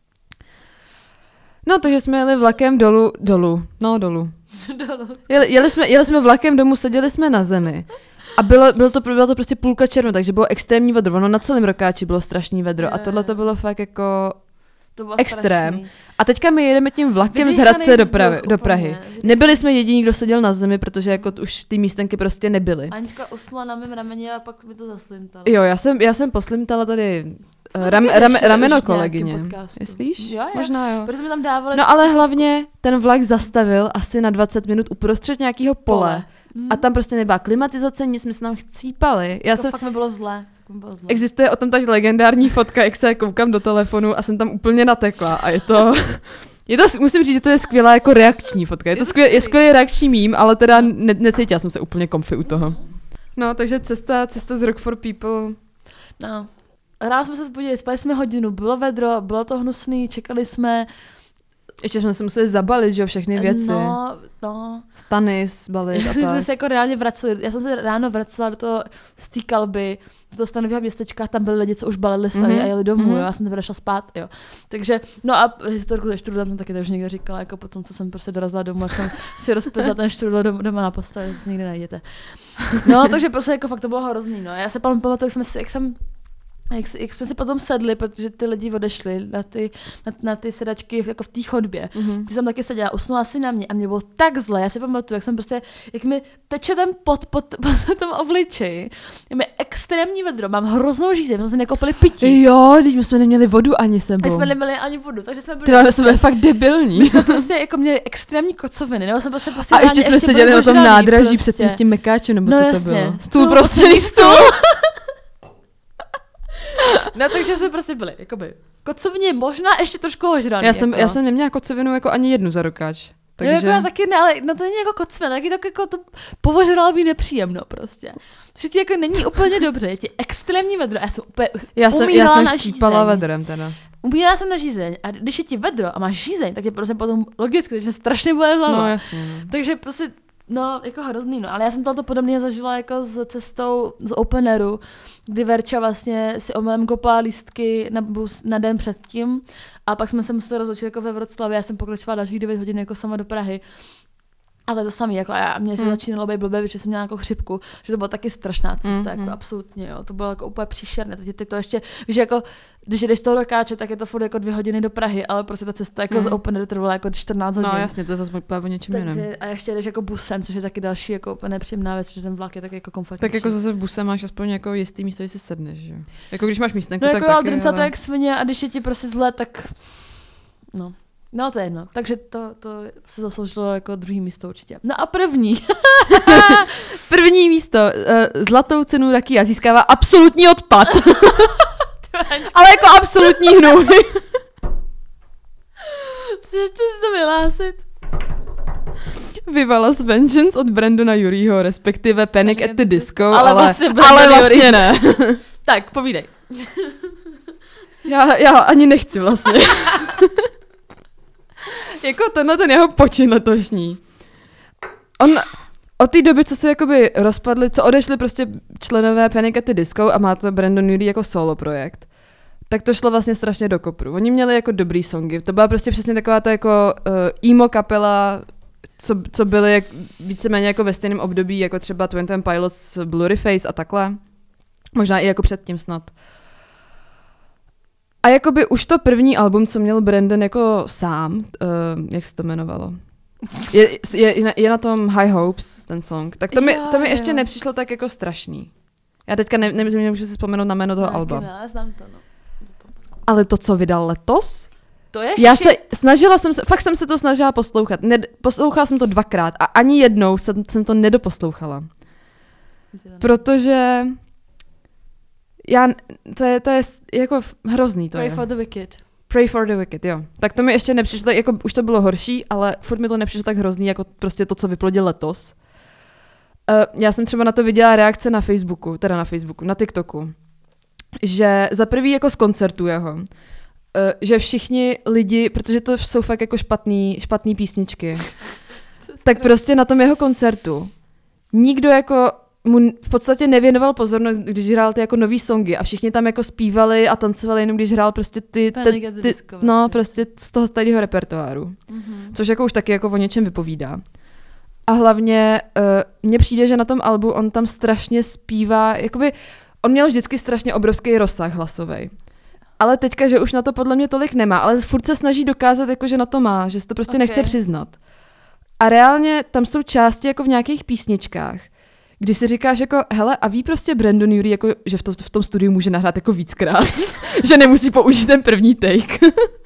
No, takže jsme jeli vlakem dolů, dolů, no dolů. jeli, jeli, jsme, jeli jsme vlakem domů, seděli jsme na zemi. A bylo, bylo to, bylo to prostě půlka června, takže bylo extrémní vedro. Ono na celém Rokáči bylo strašný vedro. Je, a tohle to bylo fakt jako to bylo extrém. Strašný. A teďka my jedeme tím vlakem z Hradce do, Prahy, do Prahy. Nebyli jsme jediní, kdo seděl na zemi, protože jako už ty místenky prostě nebyly. Anička usnula na mém rameni a pak mi to zaslimtala. Jo, já jsem, já jsem poslimtala tady ram, ram, rameno kolegyně. Myslíš? Jo, jo. Možná jo. Protože jsme tam dávali... No ale hlavně ten vlak zastavil asi na dvacet minut uprostřed nějakého pole. pole. Hmm. A tam prostě nebyla klimatizace, nic, my jsme tam chcípali. Já to jsem... fakt mi bylo zlé. Mi bylo zlé. Existuje o tom tak legendární fotka, jak se koukám do telefonu a jsem tam úplně natekla a je to... je to, musím říct, že to je skvělá jako reakční fotka. Je to, je to skvělý, je skvělý reakční mím, ale teda ne, necítila jsem se úplně komfy u toho. No, takže cesta, cesta z Rock for People. No. Ráno jsme se zbudili, spali jsme hodinu, bylo vedro, bylo to hnusný, čekali jsme. Ještě jsme se museli zabalit, že všechny věci. No, no. Stany, zbalit a tak. jsme se jako reálně vraceli. Já jsem se ráno vracela do toho, z té kalby, do toho stanového městečka, tam byli lidi, co už balili stany mm-hmm. a jeli domů, mm-hmm. jo, já jsem teprve šla spát, jo. Takže, no a historku ze štrudlem jsem taky to už někde říkala, jako potom, co jsem prostě dorazila domů, jak jsem si rozpezla ten štrudl doma na posteli, že si nikdy najdete. No, takže prostě jako fakt to bylo hrozný, no. Já se pamatuju, jak jsme si, jak jsem A jak, jak jsme si potom sedli, protože ty lidi odešli na ty, na, na ty sedačky jako v té chodbě. Mm-hmm. Ty jsem taky seděla, usnula si na mě a mě bylo tak zle. Já si pamatuju, jak jsem prostě, jak mi teče ten pot pod, pod tom obličeji. Je mi extrémní vedro, mám hroznou žízeň, jsme si nekoupili pití. Jo, teď my jsme neměli vodu ani sebou. My jsme neměli ani vodu, takže jsme byli... Ty máme jsme fakt debilní. My jsme prostě jako měli extrémní kocoviny, nebo jsme prostě prostě... A ještě jsme seděli na tom nádraží prostě. před tím s tím mekáčem, nebo no, co jasně. to bylo? Stůl prostřední stůl. No takže jsme prostě byli, jakoby, v kocovně možná ještě trošku ožraný. Já jsem, jako. já jsem neměla kocovinu jako ani jednu za rokáč. Takže... Jo, jako taky ne, ale no to není jako kocvina, taky tak jako to povožralo být nepříjemno prostě. Že ti jako není úplně dobře, je ti extrémní vedro, já jsem úplně Já jsem, já jsem štípala vedrem teda. Umírala jsem na žízeň a když je ti vedro a máš žízeň, tak je prostě potom logicky, že strašně bolí hlava. No jasně. No. Takže prostě no, jako hrozný, no, ale já jsem tohle podobně zažila jako s cestou z Open Airu, kdy Verča vlastně si omylem kopala lístky na bus na den předtím a pak jsme se museli rozloučit jako ve Vroclavě, já jsem pokračovala dalších devět hodin jako sama do Prahy. Ale to samé, jako já, mě hmm. začínalo být blbě, že jsem měla jako chřipku, že to byla taky strašná cesta, hmm. jako absolutně, jo, to bylo jako úplně příšerné, teď, teď to ještě, víš, jako, když jdeš z toho do Káče, tak je to furt jako dvě hodiny do Prahy, ale prostě ta cesta jako hmm. z Open Air trvala jako čtrnáct hodin. No jasně, to je zase o něčem jiném. A ještě jdeš jako busem, což je taky další jako nepříjemná věc, že ten vlak je tak jako komfortnější. Tak jako zase v buse máš aspoň jako jistý místo, kde si sedneš, že? Jako když máš místenku, no, tak jako taky, drinca ale... to jak svině a když je ti prostě zle, tak no. No to je jedno, takže to, to se zasloužilo jako druhý místo určitě. No a první. První místo, uh, zlatou cenu Rakia získává absolutní odpad. Ale jako absolutní hnůj. Chci ještě si to vyhlásit. Vivalas Vengeance od Brandona Urieho, respektive Panic at the Disco, ale, ale, vlastně, ale vlastně ne. Tak, povídej. já, já ani nechci vlastně. Jako tenhle ten jeho počin letošní. On od té doby, co se jakoby rozpadli, co odešli prostě členové Panic at the Disco a má to Brandon Urie jako solo projekt, tak to šlo vlastně strašně do kopru. Oni měli jako dobrý songy. To byla prostě přesně taková ta jako uh, emo kapela, co, co byly jak, víceméně jako ve stejném období, jako třeba Twenty One Pilots, Blurryface a takhle. Možná i jako předtím snad. A jakoby už to první album, co měl Brandon jako sám, uh, jak se to jmenovalo? Je, je, je na tom High Hopes, ten song. Tak to mi, to mi ještě nepřišlo tak jako strašný. Já teďka ne, ne, nemůžu si vzpomenout na jméno toho tak, alba. Ne, znám to, no. Ale to, co vydal letos? To je Já shit. se, snažila jsem se, fakt jsem se to snažila poslouchat. Ne, poslouchala jsem to dvakrát a ani jednou jsem, jsem to nedoposlouchala. Protože... Já, to je, to je jako hrozný to Pray je. for the Wicked. Pray for the Wicked, jo. Tak to mi ještě nepřišlo, jako už to bylo horší, ale furt mi to nepřišlo tak hrozný, jako prostě to, co vyplodil letos. Uh, já jsem třeba na to viděla reakce na Facebooku, teda na Facebooku, na TikToku, že za prvý jako z koncertu jeho, uh, že všichni lidi, protože to jsou fakt jako špatný, špatný písničky, tak prostě na tom jeho koncertu nikdo jako mu v podstatě nevěnoval pozornost, když hrál ty jako nový songy a všichni tam jako zpívali a tancovali jenom, když hrál prostě ty, ty, ty, ty no prostě z toho starého repertoáru. Mm-hmm. Což jako už taky jako o něčem vypovídá. A hlavně uh, mně přijde, že na tom albu on tam strašně zpívá, jakoby on měl vždycky strašně obrovský rozsah hlasovej. Ale teďka, že už na to podle mě tolik nemá, ale furt se snaží dokázat, jako, že na to má, že si to prostě okay. nechce přiznat. A reálně tam jsou části jako v nějakých písničkách, když si říkáš jako, hele, a ví prostě Brandon Urie, jako, že v, to, v tom studiu může nahrát jako víckrát, že nemusí použít ten první take.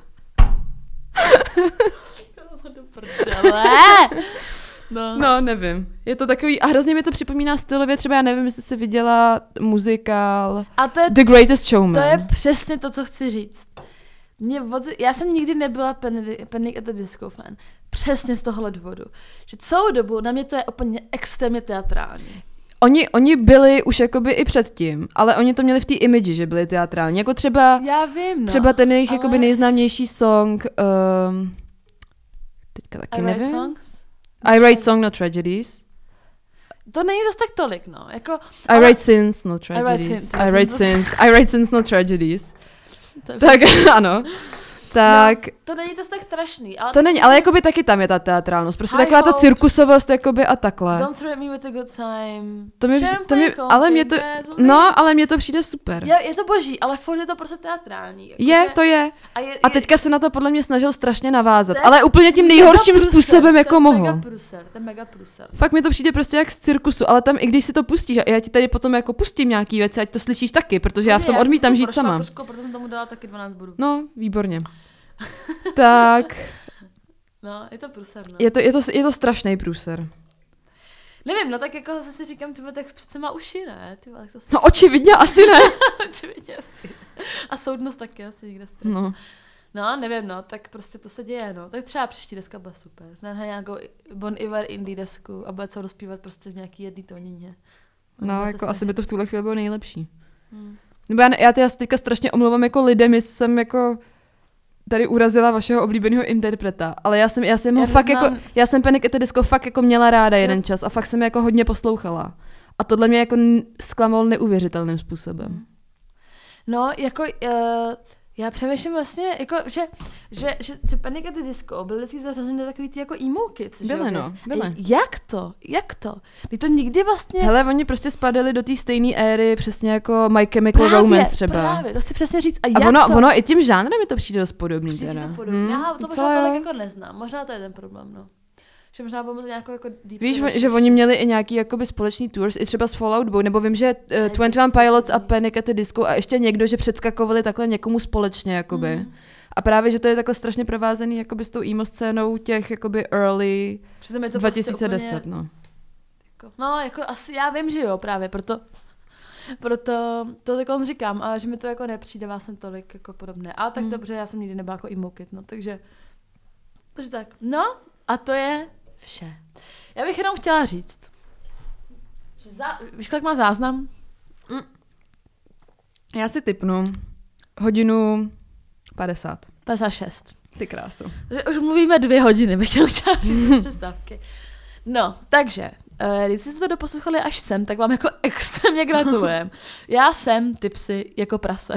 no. no, nevím. Je to takový, a hrozně mi to připomíná stylově, třeba já nevím, jestli jsi viděla muzikál a to je, The Greatest Showman. To je přesně to, co chci říct. Mě, já jsem nikdy nebyla Panic at the Disco fan. Přesně z tohohle důvodu. Že celou dobu na mě to je úplně extrémně teatrální. Oni, oni byli už jakoby i předtím, ale oni to měli v té image, že byli teatrální. Jako třeba, já vím, no, třeba ten jejich ale... jakoby nejznámější song, um, teďka taky I nevím. Write Songs? I Write Song, Not Tragedies. To není zas tak tolik, no. Jako, I ale... Write Sins, Not Tragedies. I Write Sins. I Write Sins, I Write Sins, Not Tragedies. Tak ano. tak... No, to není to tak strašný. Ale to není, ale jakoby taky tam je ta teatrálnost. Prostě High taková ta hopes. cirkusovost jakoby a takhle. Don't threaten me with a good time. To mi, to mi, Champagne, ale mě to, champagne, no, ale mně to přijde super. Je, je to boží, ale furt je to prostě teatrální. Jako Je, že, to je. A, je, A teďka se na to podle mě snažil strašně navázat, je ale úplně tím nejhorším mega průser, způsobem, jako ten mohl. Mega průser, ten mega průser. Fakt mi to přijde prostě jak z cirkusu, ale tam i když si to pustíš, a já ti tady potom jako pustím nějaký věci, ať to slyšíš taky, protože já v tom jsem odmítám to žít prošla sama. Trošku, proto jsem tomu dala taky dvanáct bodů. No, výborně. Tak, No, je to průser, no. je to, je to, je to strašný průser. Nevím, no tak jako zase si říkám, ty vole, tak přece má uši, ne? Ty vole, tak to No očividně asi ne. očividně asi. A soudnost taky asi někde strašně. No. No, nevím, no, tak prostě to se děje, no. Tak třeba příští deska byla super. Znamená nějakou Bon Iver indie desku a bude se rozpívat prostě v nějaký jedný tónině. No, jako asi by to v tuhle chvíli bylo nejlepší. Hmm. Nebo já, já, já se teďka strašně omlouvám jako lidem, jestli jsem jako tady urazila vašeho oblíbeného interpreta, ale já jsem, já jsem ho Já fakt neznám. jako, já jsem Panic at the Disco fakt jako měla ráda jeden čas a fakt jsem je jako hodně poslouchala. A tohle mě jako n- zklamal neuvěřitelným způsobem. No, jako, uh, já přemýšlím vlastně, jako, že, že, že, že Panic at the Disco byly vždycky zařazeny do takový ty jako emo kids, že jo, Byly, no, věc. byly. A jak to? Jak to? Kdy to nikdy vlastně... Hele, oni prostě spadali do té stejné éry, přesně jako My Chemical právě, Romance třeba. Právě, to chci přesně říct. A, A jak ono, to? ono i tím žánrem mi to přijde dost podobný. Přijde teda. to podobně. Hmm, Já to docela možná jo. tolik jako neznám. Možná to je ten problém, no. Že možná bylo to nějakou jako deep Víš, connection. že oni měli i nějaký jakoby společný tours, i třeba s Fallout Boy, nebo vím, že uh, Ne, Twenty One Pilots a Panic at the Disco a ještě někdo, že předskakovali takhle někomu společně, jakoby. Mm. A právě, že to je takhle strašně provázený jakoby s tou emo scénou těch jakoby early Přitom je to dva tisíce deset, prostě úplně, no. jako, no, jako asi já vím, že jo, právě, proto, proto to tak on říkám, ale že mi to jako nepřijde vlastně tolik jako podobné. A tak Mm. dobře, já jsem nikdy nebyla jako emo kid, no, takže, takže tak. No, a to je vše. Já bych jenom chtěla říct, že za, víš, kolik má záznam? Já si tipnu hodinu padesát. padesát šest. Ty krásu. Takže už mluvíme dvě hodiny, bych chtěla chtěla říct přestávky. No, takže, uh, když jste to doposlouchali až sem, tak vám jako extrémně gratulujem. Já jsem tipsy jako prase.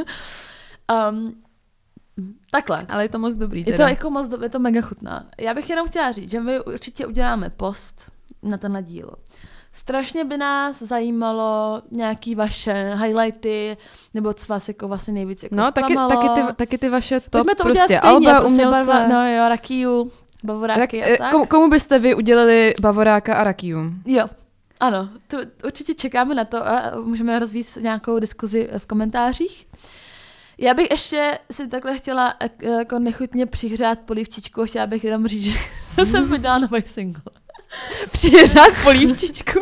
um, takhle. Ale je to moc dobrý Je teda. to jako moc, do- je to mega chutná. Já bych jenom chtěla říct, že my určitě uděláme post na tenhle díl. Strašně by nás zajímalo nějaký vaše highlighty, nebo co vás jako vlastně nejvíc jako No, taky, zklamalo. taky, ty, taky ty vaše top Pojďme to prostě udělat stejně, alba, prostě umělce. barva, no jo, Rakiu, Bavoráky Rak, a tak. komu, komu byste vy udělali Bavoráka a Rakiu? Jo, ano, tu, určitě čekáme na to a můžeme rozvíjet nějakou diskuzi v komentářích. Já bych ještě si takhle chtěla eh, jako nechutně přihřát polívčičku, chtěla bych jenom říct, že jsem vydala nový single. Přihřát polívčičku.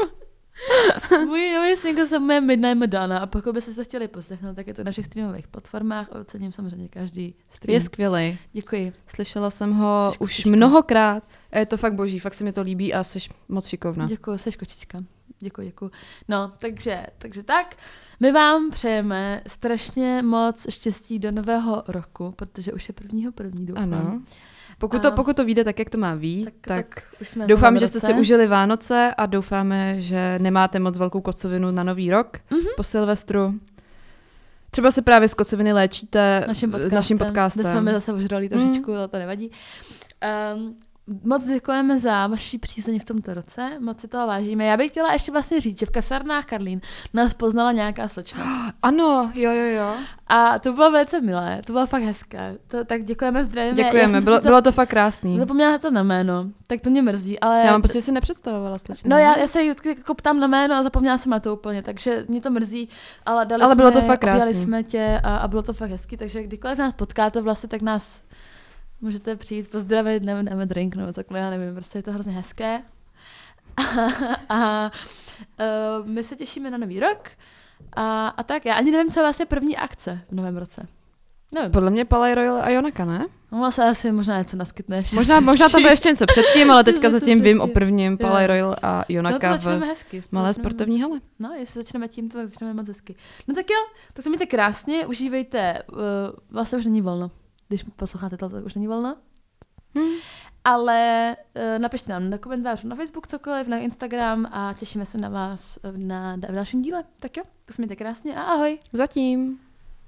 Můj nový single se jmenuje Midnight Madonna a pokud byste to chtěli poslechnout, tak je to na všech streamových platformách a ocením samozřejmě každý stream. Je skvělej. Děkuji. Slyšela jsem ho Jsi už kočička. mnohokrát. A je to fakt boží, fakt se mi to líbí a jsi moc šikovná. Děkuji, seš kočička. Děkuji, děkuji. No, takže, takže tak. My vám přejeme strašně moc štěstí do nového roku, protože už je prvního první doufám. Ano. Pokud A- to, pokud to vyjde tak, jak to má být, Tak, tak, tak už jsme v doufám, novém že jste roce. si užili Vánoce a doufáme, že nemáte moc velkou kocovinu na nový rok Mhm. po Silvestru. Třeba se právě z kocoviny léčíte naším podcastem. naším podcastem. Kde jsme mi zase ožrali trošičku, ale to nevadí. Um, moc děkujeme za vaši přízeň v tomto roce, moc si toho vážíme. Já bych chtěla ještě vlastně říct, že v kasárnách Karlín nás poznala nějaká slečna. Ano, jo, jo, jo. A to bylo velice milé, to bylo fakt hezké. To, tak děkujeme, zdravíme. Já Děkujeme, jsem bylo, si bylo to fakt krásný. Zapomněla to na jméno, tak to mě mrzí, ale... Já mám prostě si nepředstavovala slečna. No já, já se vždycky jako ptám na jméno a zapomněla jsem na to úplně, takže mě to mrzí, ale dali Ale jsme, bylo to fakt objali krásný. jsme tě a, a bylo to fakt hezký, takže kdykoliv nás potkáte vlastně, tak nás můžete přijít pozdravit, nebo dáme drink, nebo cokoliv, já nevím, prostě je to hrozně hezké. A, a uh, my se těšíme na nový rok a, a tak, já ani nevím, co je vlastně první akce v novém roce. Nevím. Podle mě Palais Royal a Jonaka, ne? No se asi možná něco naskytne ještě. Možná, možná tam bude ještě něco předtím, ale teďka Něco zatím vím o předtím. prvním Jo. Palais Royal a No to Jonaka začneme v hezky. To malé začneme sportovní hale. No, jestli začneme tímto, tak začneme moc hezky. No tak jo, tak se mějte krásně, užívejte, uh, vlastně už není volno. Když posloucháte to, tak už není volno. Hmm. Ale uh, napište nám na komentář na Facebook cokoliv, na Instagram a těšíme se na vás v, na, v dalším díle. Tak jo, tak se mějte krásně a ahoj. Zatím.